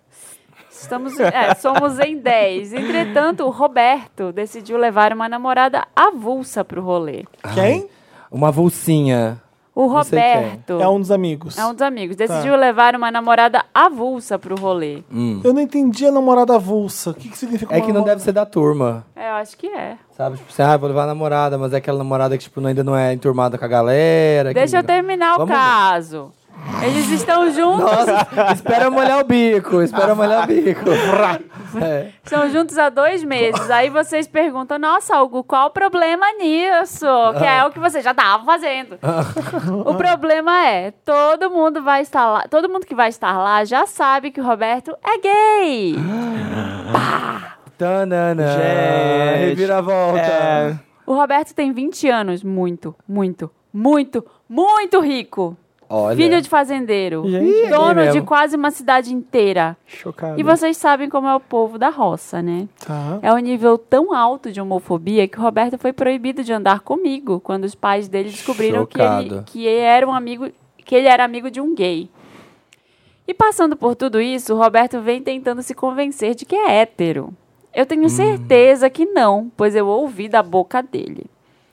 somos em 10. Entretanto, o Roberto decidiu levar uma namorada avulsa pro rolê. Quem? Uma avulsinha. O Não sei quem. Roberto É um dos amigos. é um dos amigos. Decidiu levar uma namorada avulsa pro rolê. Eu não entendi a namorada avulsa. O que significa É que não deve ser da turma. Eu acho que é. Sabe? Tipo assim, vou levar a namorada, mas é aquela namorada que tipo, ainda não é enturmada com a galera. Deixa eu terminar o Vamos ver. caso. Eles estão juntos. Nossa, espera molhar o bico. Estão juntos há 2 meses. Aí vocês perguntam, nossa, Hugo, qual o problema nisso? Que é o que você já estava fazendo. O problema é, todo mundo que vai estar lá já sabe que o Roberto é gay. Tanana. Gente, Reviravolta. O Roberto tem 20 anos, muito, muito, muito, muito rico. Olha. Filho de fazendeiro. Gente, dono mesmo. de quase uma cidade inteira. Chocado. E vocês sabem como é o povo da roça, né? Tá. É um nível tão alto de homofobia que o Roberto foi proibido de andar comigo quando os pais dele descobriram Chocado. que ele era amigo de um gay. E passando por tudo isso, o Roberto vem tentando se convencer de que é hétero. Eu tenho certeza que não, pois eu ouvi da boca dele.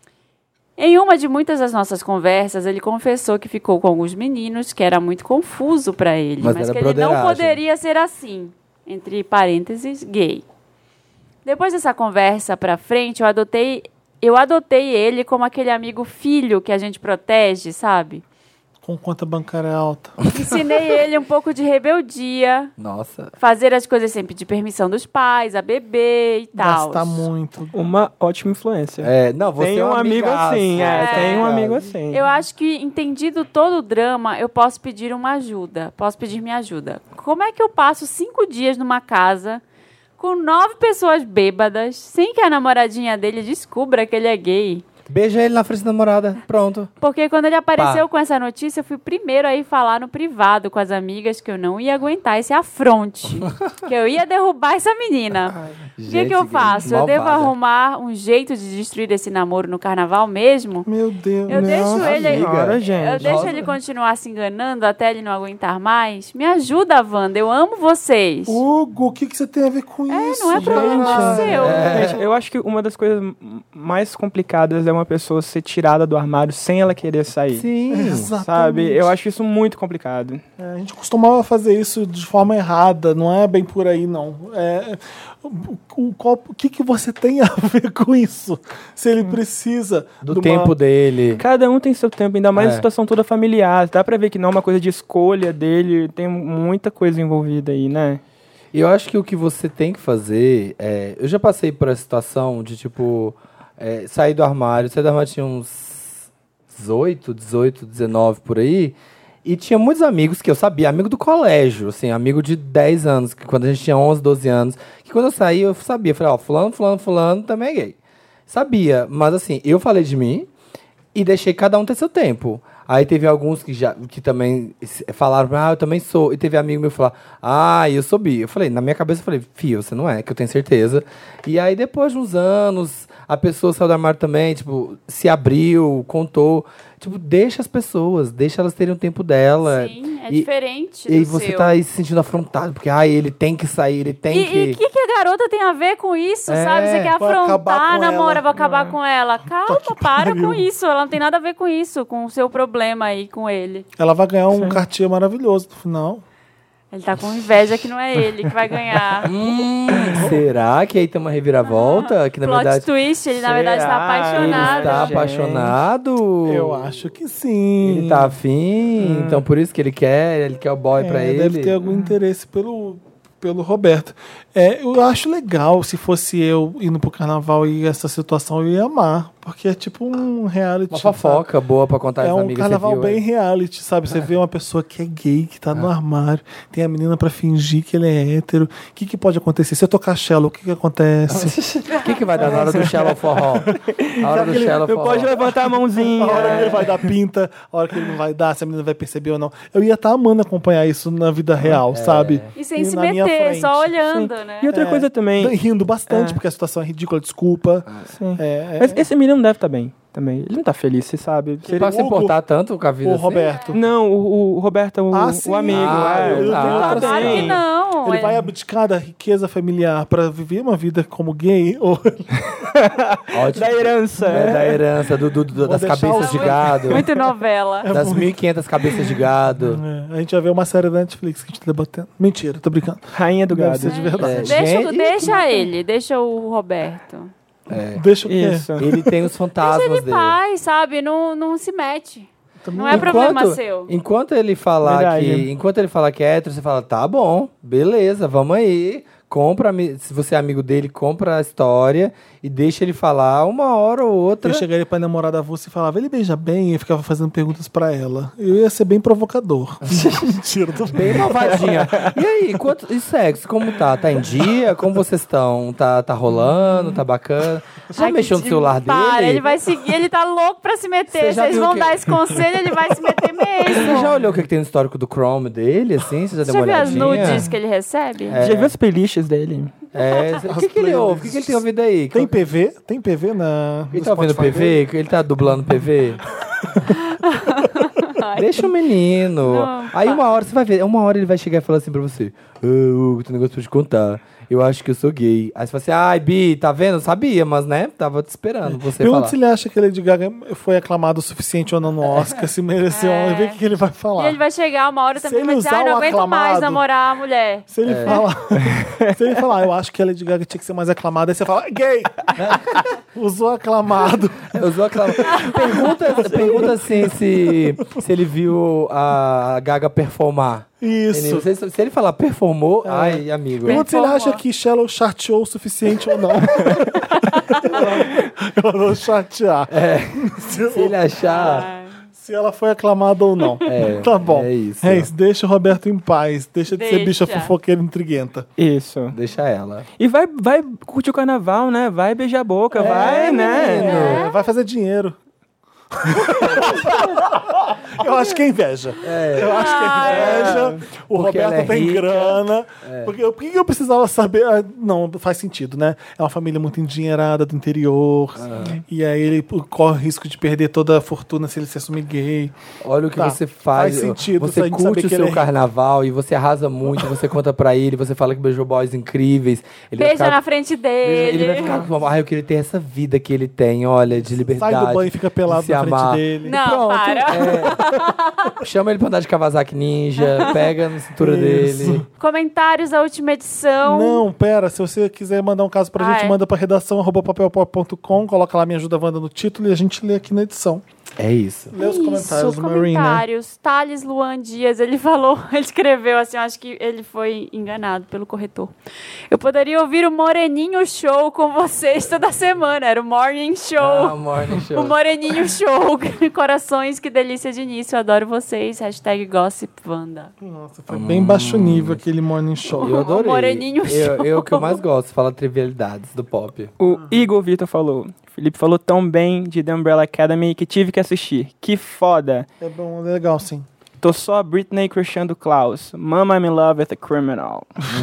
Em uma de muitas das nossas conversas, ele confessou que ficou com alguns meninos, que era muito confuso para ele, Mas mas era que ele não broderagem. poderia ser assim, entre parênteses, gay. Depois dessa conversa pra frente, eu adotei ele como aquele amigo filho que a gente protege, sabe? Com conta bancária alta. Ensinei ele um pouco de rebeldia, Nossa. fazer as coisas sem pedir permissão dos pais, a beber e tal. Gastar muito. Uma ótima influência. Não, você Tem é um amigo amigaço. assim, tem um amigo amigaço. assim. Eu acho que, entendido todo o drama, eu posso pedir uma ajuda. Posso pedir minha ajuda. Como é que eu passo 5 dias numa casa com 9 pessoas bêbadas, sem que a namoradinha dele descubra que ele é gay? Beija ele na frente da namorada. Pronto. Porque quando ele apareceu com essa notícia, eu fui primeiro aí falar no privado com as amigas que eu não ia aguentar esse afronte. Que eu ia derrubar essa menina. O que eu faço? Eu devo arrumar um jeito de destruir esse namoro no carnaval mesmo? Meu Deus. Eu deixo ele... Agora, gente. Eu deixo ele continuar se enganando até ele não aguentar mais? Me ajuda, Wanda. Eu amo vocês. Hugo, o que você tem a ver com isso? Não é problema seu. Gente, eu acho que uma das coisas mais complicadas é uma pessoa ser tirada do armário sem ela querer sair. Sim. Exatamente. Sabe? Eu acho isso muito complicado. A gente costumava fazer isso de forma errada, não é bem por aí, não. O que você tem a ver com isso? Se ele precisa Do de uma- tempo dele. Cada um tem seu tempo, ainda mais É. a situação toda familiar. Dá pra ver que não é uma coisa de escolha dele, tem muita coisa envolvida aí, né? Eu acho que o que você tem que fazer eu já passei por essa situação de, tipo, sair do armário tinha uns 18, 19 por aí. E tinha muitos amigos que eu sabia, amigo do colégio, assim, amigo de 10 anos, que quando a gente tinha 11, 12 anos, que quando eu saí, eu sabia. Falei, ó, fulano também é gay. Sabia, mas assim, eu falei de mim e deixei cada um ter seu tempo. Aí teve alguns que também falaram, eu também sou. E teve amigo meu que falou, eu sou bi. Eu falei, na minha cabeça, eu falei, fio, você não é, que eu tenho certeza. E aí, depois de uns anos, a pessoa saiu do armário também, tipo, se abriu, contou. Tipo, deixa as pessoas, deixa elas terem o tempo dela. Sim, é diferente E do você seu. tá aí se sentindo afrontado, porque, ele tem que sair, ele tem que... E o que a garota tem a ver com isso, sabe? Você quer Vai acabar afrontar com a namora, ela. vai acabar com ela. Calma, para pariu. com isso. Ela não tem nada a ver com isso, com o seu problema aí com ele. Ela vai ganhar um Cartier maravilhoso no final. Ele tá com inveja que não é ele que vai ganhar. Será que aí tem uma reviravolta? Que na Plot verdade twist, ele na verdade tá Será? ele apaixonado. está gente. apaixonado. Eu acho que sim. Ele tá afim, então por isso que ele quer o boy pra ele. Deve ter algum interesse pelo Roberto. Eu acho legal se fosse eu indo pro carnaval e essa situação eu ia amar. Porque é tipo um reality. Uma fofoca boa pra contar É às um amigas. carnaval você viu, bem reality, sabe? Você vê uma pessoa que é gay, que tá no armário, tem a menina pra fingir que ele é hétero. O que pode acontecer? Se eu tocar cello, o que acontece? O que vai dar na hora do Shallow Forró? A hora do Shallow Não Forró. pode levantar a mãozinha. A hora que ele vai dar pinta, a hora que ele não vai dar, se a menina vai perceber ou não. Eu ia estar amando acompanhar isso na vida real, sabe? E sem se na minha meter, frente. só olhando, né? E outra coisa também. Rindo bastante, porque a situação é ridícula, desculpa. Mas esse menino não deve estar bem também. Ele não tá feliz, você sabe. Ele pode se Hugo, importar tanto com a vida O assim? Roberto. Não, o Roberto, Sim. o amigo. ele Claro que sim. não. Ele vai abdicar da riqueza familiar pra viver uma vida como gay? Ou Ótimo. Da herança. Da herança, das deixar cabeças o- de gado. Muito novela. Das 1.500 cabeças de gado. a gente vai ver uma série da Netflix que a gente tá debatendo. Mentira, tô brincando. Rainha do Deve gado. ser de verdade. Deixa ele, deixa o Roberto. Deixa o quê? Isso. Ele tem os fantasmas Deixa ele dele. pai, sabe? Não se mete. Não é problema seu. Enquanto ele falar que é hétero, você fala, tá bom, beleza, vamos aí. Compra, se você é amigo dele, compra a história e deixa ele falar uma hora ou outra. Eu chegaria pra namorada avulsa e falava, ele beija bem, e eu ficava fazendo perguntas pra ela. Eu ia ser bem provocador. Mentira, tô Bem malvadinha. E aí, e sexo, como tá? Tá em dia? Como vocês estão? Tá rolando? Tá bacana? Você já Ai, mexeu no que celular para, dele? ele vai seguir, ele tá louco pra se meter. Você já Vocês viu vão que- dar esse conselho, ele vai se meter mesmo. Você já olhou o que tem no histórico do Chrome dele, assim? Você já Você deu já uma viu as olhadinha? nudes que ele recebe? Já viu as playlists dele? O que ele ouve? O que ele tem ouvido aí? Tem PV? Tem PV na. Ele no tá ouvindo Spotify PV? dele? Ele tá dublando PV? Deixa o menino. Não, Aí uma hora, você vai ver, uma hora ele vai chegar e falar assim pra você: Hugo, tem um negócio pra te contar. Eu acho que eu sou gay. Aí você fala assim, ai, Bi, tá vendo? Eu sabia, mas né, tava te esperando você Pergunta falar. se ele acha que a Lady Gaga foi aclamado o suficiente ou não no Oscar, se mereceu. Vê o que ele vai E falar. ele vai chegar uma hora Se também e vai ele dizer, usar ai, não o aguento mais aclamado- namorar a mulher. Se ele falar, se ele falar, eu acho que a Lady Gaga tinha que ser mais aclamada, aí você fala, gay! Usou aclamado. Eu sou aquela... pergunta assim se ele viu a Gaga performar. Isso. Se ele falar performou, ai, amigo. Pergunta se ele Performou. acha que Shallow chateou o suficiente ou não. Ela não chatear. Se ele achar... Se ela foi aclamada ou não. É, Tá bom. é isso. Deixa o Roberto em paz. Deixa de ser bicha Deixa. fofoqueira intriguenta. Isso. Deixa ela. E vai curtir o carnaval, né? Vai beijar a boca, vai, né? Vai fazer dinheiro. Eu acho que é inveja. Eu acho que é inveja. O Porque ela Roberto é tem rica. grana. Por que eu precisava saber? Não, faz sentido, né? É uma família muito endinheirada do interior. E aí ele corre o risco de perder toda a fortuna se ele se assumir gay. Olha o que Tá, você faz. faz sentido se a Você gente saber curte o que ele seu é rico. carnaval e você arrasa muito, você conta pra ele, você fala que beijou boys incríveis. Ele vai Beija ficar- na frente dele. Ele vai ficar com eu queria ter essa vida que ele tem, olha, de liberdade. Sai do banho e fica pelado de se na frente amar. dele. Não, Pronto, para. Chama ele pra andar de Kawasaki Ninja, pega na cintura Isso. dele. Comentários da última edição. Não, pera. Se você quiser mandar um caso pra gente, manda pra redação @papelpop.com, coloca lá Me Ajuda Wanda no título e a gente lê aqui na edição. É isso. Lê os comentários do Marina. Comentários. Thales Luan Dias, ele falou, ele escreveu assim, eu acho que ele foi enganado pelo corretor. Eu poderia ouvir o Moreninho Show com vocês toda semana. Era o Morning Show. Ah, Morning Show. O Moreninho Show. Corações, que delícia de início. Eu adoro vocês. Hashtag GossipWanda. Nossa, foi bem baixo nível aquele morning show. Eu adorei. O Moreninho Show. Eu que eu mais gosto, fala trivialidades do pop. O Igor Vitor falou. Felipe falou tão bem de The Umbrella Academy que tive que assistir. Que foda. É bom, legal, sim. Tô só a Britney crushando Klaus. Mama, I'm in love with a criminal.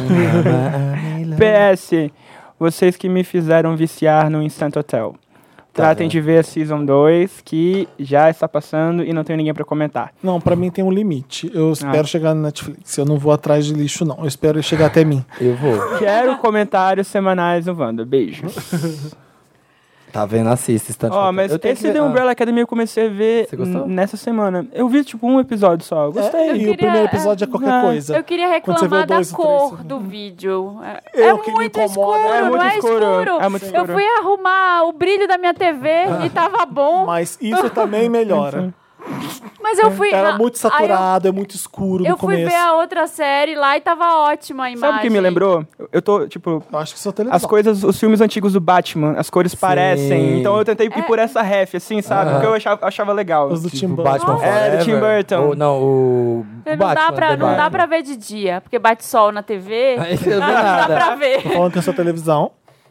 PS, vocês que me fizeram viciar no Instant Hotel. Tratem de ver a Season 2, que já está passando e não tenho ninguém pra comentar. Não, pra mim tem um limite. Eu espero chegar no Netflix. Eu não vou atrás de lixo, não. Eu espero chegar até mim. Eu vou. Quero comentários semanais no Wanda. Beijos. Tá vendo? Assista. Mas esse The Umbrella Academy eu comecei a ver Você gostou? nessa semana. Eu vi, tipo, um episódio só. Eu gostei. E o primeiro episódio é qualquer coisa. Eu queria Quando você vê reclamar o da 2 e o cor 3, do vídeo. Eu que me muito incomoda. escuro, É muito não é escuro. escuro. É muito escuro. Eu fui arrumar o brilho da minha TV e tava bom. Mas isso também melhora. Mas eu fui... Era na- muito saturado, é muito escuro Eu no fui começo. ver a outra série lá e tava ótima a imagem. Sabe o que me lembrou? Eu tô, tipo... Eu acho que isso é televisão. As coisas, os filmes antigos do Batman, as cores parecem. Então eu tentei ir por essa ref, assim, sabe? Porque eu achava legal. Os do Tipo, Tim Burton. Batman É, Forever. do Tim Burton. Ou, não, o Não Batman. dá pra ver de dia, porque bate sol na TV. Aí você não vê Não dá nada. pra ver. Tô falando que essa televisão.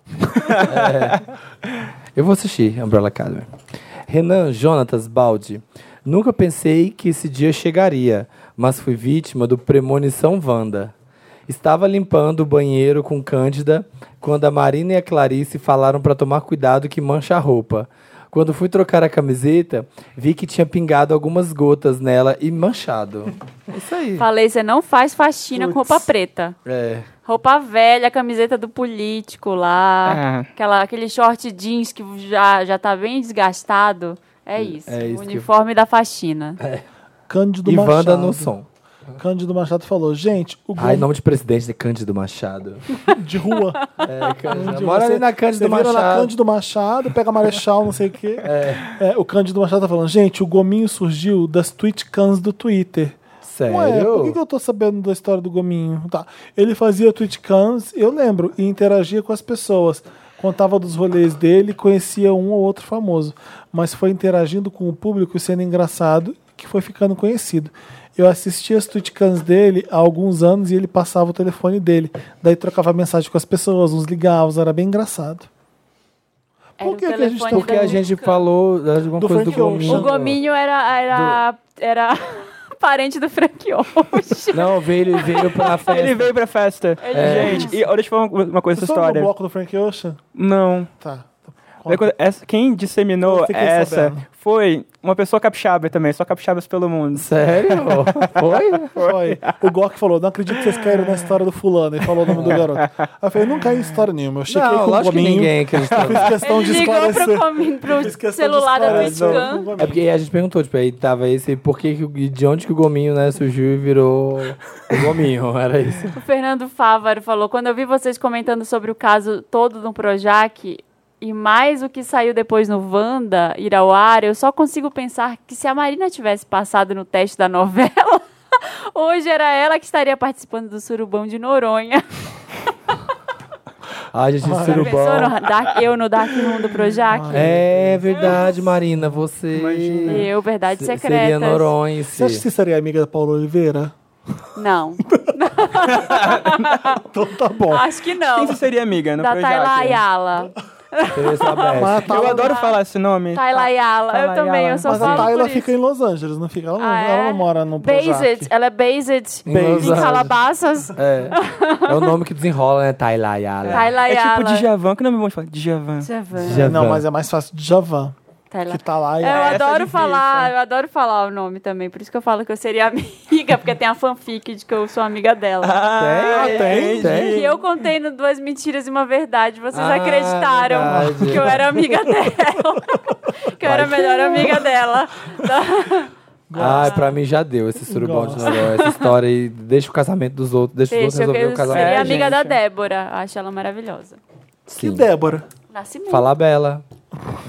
Eu vou assistir Umbrella Academy. Renan Jonatas Baldi. Nunca pensei que esse dia chegaria, mas fui vítima do Premonição Wanda. Estava limpando o banheiro com Cândida quando a Marina e a Clarice falaram para tomar cuidado que mancha a roupa. Quando fui trocar a camiseta, vi que tinha pingado algumas gotas nela e manchado. É isso aí. Falei, você não faz faxina com roupa preta. É. Roupa velha, camiseta do político lá, aquele short jeans que já tá bem desgastado. É isso, É isso o que- uniforme da faxina. Cândido E Machado. Wanda no som. Cândido Machado falou, gente, o Ai, nome de presidente de Cândido Machado. de rua. É, Cândido. Mora ali na Cândido Você vira na Machado. Cândido Machado, pega Marechal, não sei o quê. O Cândido Machado tá falando, gente, o gominho surgiu das tweetcans do Twitter. Sério? Ué, por que eu tô sabendo da história do gominho? Tá. Ele fazia tweetcans, eu lembro, e interagia com as pessoas. Contava dos rolês dele, conhecia um ou outro famoso. Mas foi interagindo com o público e sendo engraçado que foi ficando conhecido. Eu assistia as tweetcans dele há alguns anos e ele passava o telefone dele. Daí trocava mensagem com as pessoas, uns ligavam, era bem engraçado. Era Por o que que a gente telefone tá- Porque da a gente música. falou de alguma Do coisa do Frank Ocean. gominho. O gominho era parente do Frank Ocean. Não, ele veio pra festa. Ele veio pra festa. Gente, e olha, deixa eu falar uma coisa Você dessa sabe história. do bloco do Frank Ocean? Não. Tá. Quem disseminou Eu fiquei essa sabendo. foi uma pessoa capixaba também, só capixabas pelo mundo. Sério? Foi? Foi. O Gok falou, não acredito que vocês caíram na história do fulano. E falou o nome do garoto. Aí eu falei, não caí em história nenhuma. Eu chequei Não, com o lógico que gominho. ninguém acreditou. Fiz questão Ele de ligou esclarecer. pro Fiz questão de celular da esclarecer Twitchcam. com o gominho. É porque a gente perguntou, tipo, aí tava esse, por que, de onde que o gominho, né, surgiu e virou o gominho, era isso. O Fernando Fávaro falou, quando eu vi vocês comentando sobre o caso todo no Projac e mais o que saiu depois no Wanda ir ao ar, eu só consigo pensar que se a Marina tivesse passado no teste da novela, hoje era ela que estaria participando do Surubão de Noronha. Ah, gente, Pensou surubão. eu no Dark Room do Projac? É verdade, Marina, você... Eu, Verdade Seria Secretas. Noronha. Você acha que você seria amiga da Paula Oliveira? Não, Então tá bom. acho que não. Quem você seria amiga no Da Projac? Tayla Ayala. Seria sua best. Mas a Eu Tayla- adoro falar esse nome. Tayla Ayala. Eu Tayla também, Ayala. eu só Mas a falo Tayla por fica isso. em Los Angeles, não fica? Ela não, Ah, ela é? não mora no Projac. Based, ela é based Em Los em Angeles. Calabasas. É o nome que desenrola, né? Tayla Ayala. Tayla É Ayala. tipo Djavan, que nome bom de falar? Djavan. Já Não, vai. mas é mais fácil de Javan. Tayla. Que tá lá e Eu essa é adoro difícil. falar, eu adoro falar o nome também, por isso que eu falo que eu seria amiga, porque tem a fanfic de que eu sou amiga dela. Tem? Que eu contei no Duas Mentiras e Uma Verdade, vocês Ah, acreditaram verdade. que eu era amiga dela. Que eu era a melhor amiga dela. Ai, pra mim já deu esse surubão de Noronha, essa história aí. Deixa o casamento dos outros, deixa os outros Deixa, eu, resolver o eu casamento. seria É, amiga gente. da Débora, acho ela maravilhosa. Que Sim. Débora. Nascimento. Fala Bela.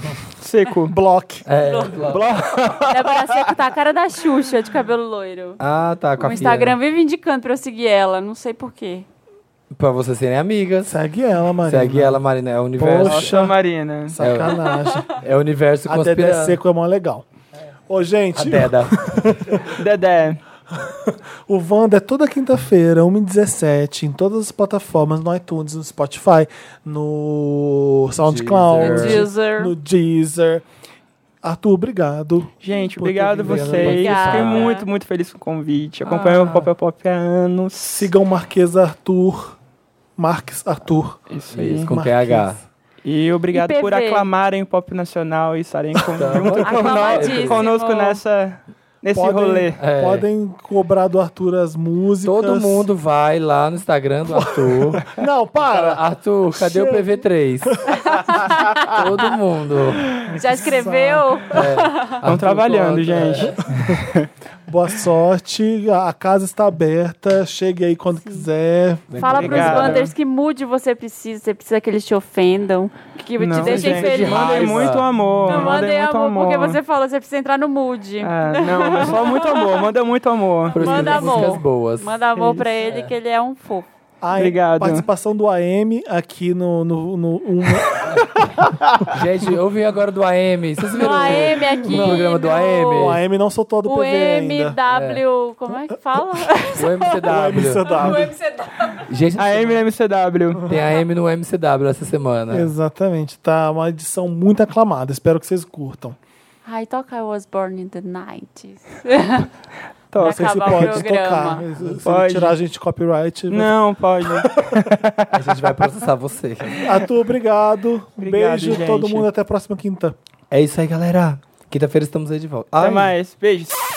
Seco. Block. Débora Seco tá a cara da Xuxa, de cabelo loiro. Ah, tá. Com O a Instagram vive indicando pra eu seguir ela, não sei porquê. Pra vocês serem amigas. Segue ela, Marina. Segue ela, Marina. É o universo. Poxa. Nossa, Marina. Sacanagem. É o universo A Dedé conspirando. Seco é mó legal. Ô, A gente, Deda. Dedé. o Wanda é toda quinta-feira, 1h17, em todas as plataformas, no iTunes, no Spotify, no SoundCloud, Deezer. no Deezer. Arthur, obrigado. Gente, Por obrigado ter a vindo vocês. Obrigada. Fiquei muito feliz com o convite. Acompanho o Pop Pop há anos. Sigam Marquesa Arthur. Marques Arthur. Isso aí. Isso, com Marquês. PH. E obrigado IPV. por aclamarem o pop nacional e estarem junto Aclamadíssimo. conosco nesse rolê. É. Podem cobrar do Arthur as músicas. Todo mundo vai lá no Instagram do Arthur. Não, para! Arthur, cadê o PV3? Todo mundo. Já escreveu? Estão trabalhando, gente. Boa sorte. A casa está aberta. Chegue aí quando quiser. Fala pros Obrigado. Wanders que mude você precisa que eles te ofendam, que te Não, deixem gente, feliz. Mandem Raiva. muito amor. Não mandem muito amor, porque você falou, você precisa entrar no mood. Não, mas só muito amor. Manda muito amor. Por isso que Manda tem músicas amor. boas. Manda amor pra ele, que ele é um fofo. Obrigado. Participação do AM aqui no Gente, eu vim agora do AM. Vocês viram No AM aqui. no programa do AM? O AM não soltou do O PV ainda. MW. Como é que fala? O MCW. MCW. Gente, A MCW. tem AM no MCW essa semana. Exatamente. Tá uma edição muito aclamada. Espero que vocês curtam. I thought I was born in the 90s. Tô. Não sei se acabar o pode programa. tocar. Se Pode. tirar a gente de copyright. Não, pode. A gente vai processar você. Arthur, obrigado. Obrigado, Beijo, gente. todo mundo. Até a próxima quinta. É isso aí, galera. Quinta-feira estamos aí de volta. Até Ai, mais. Beijos.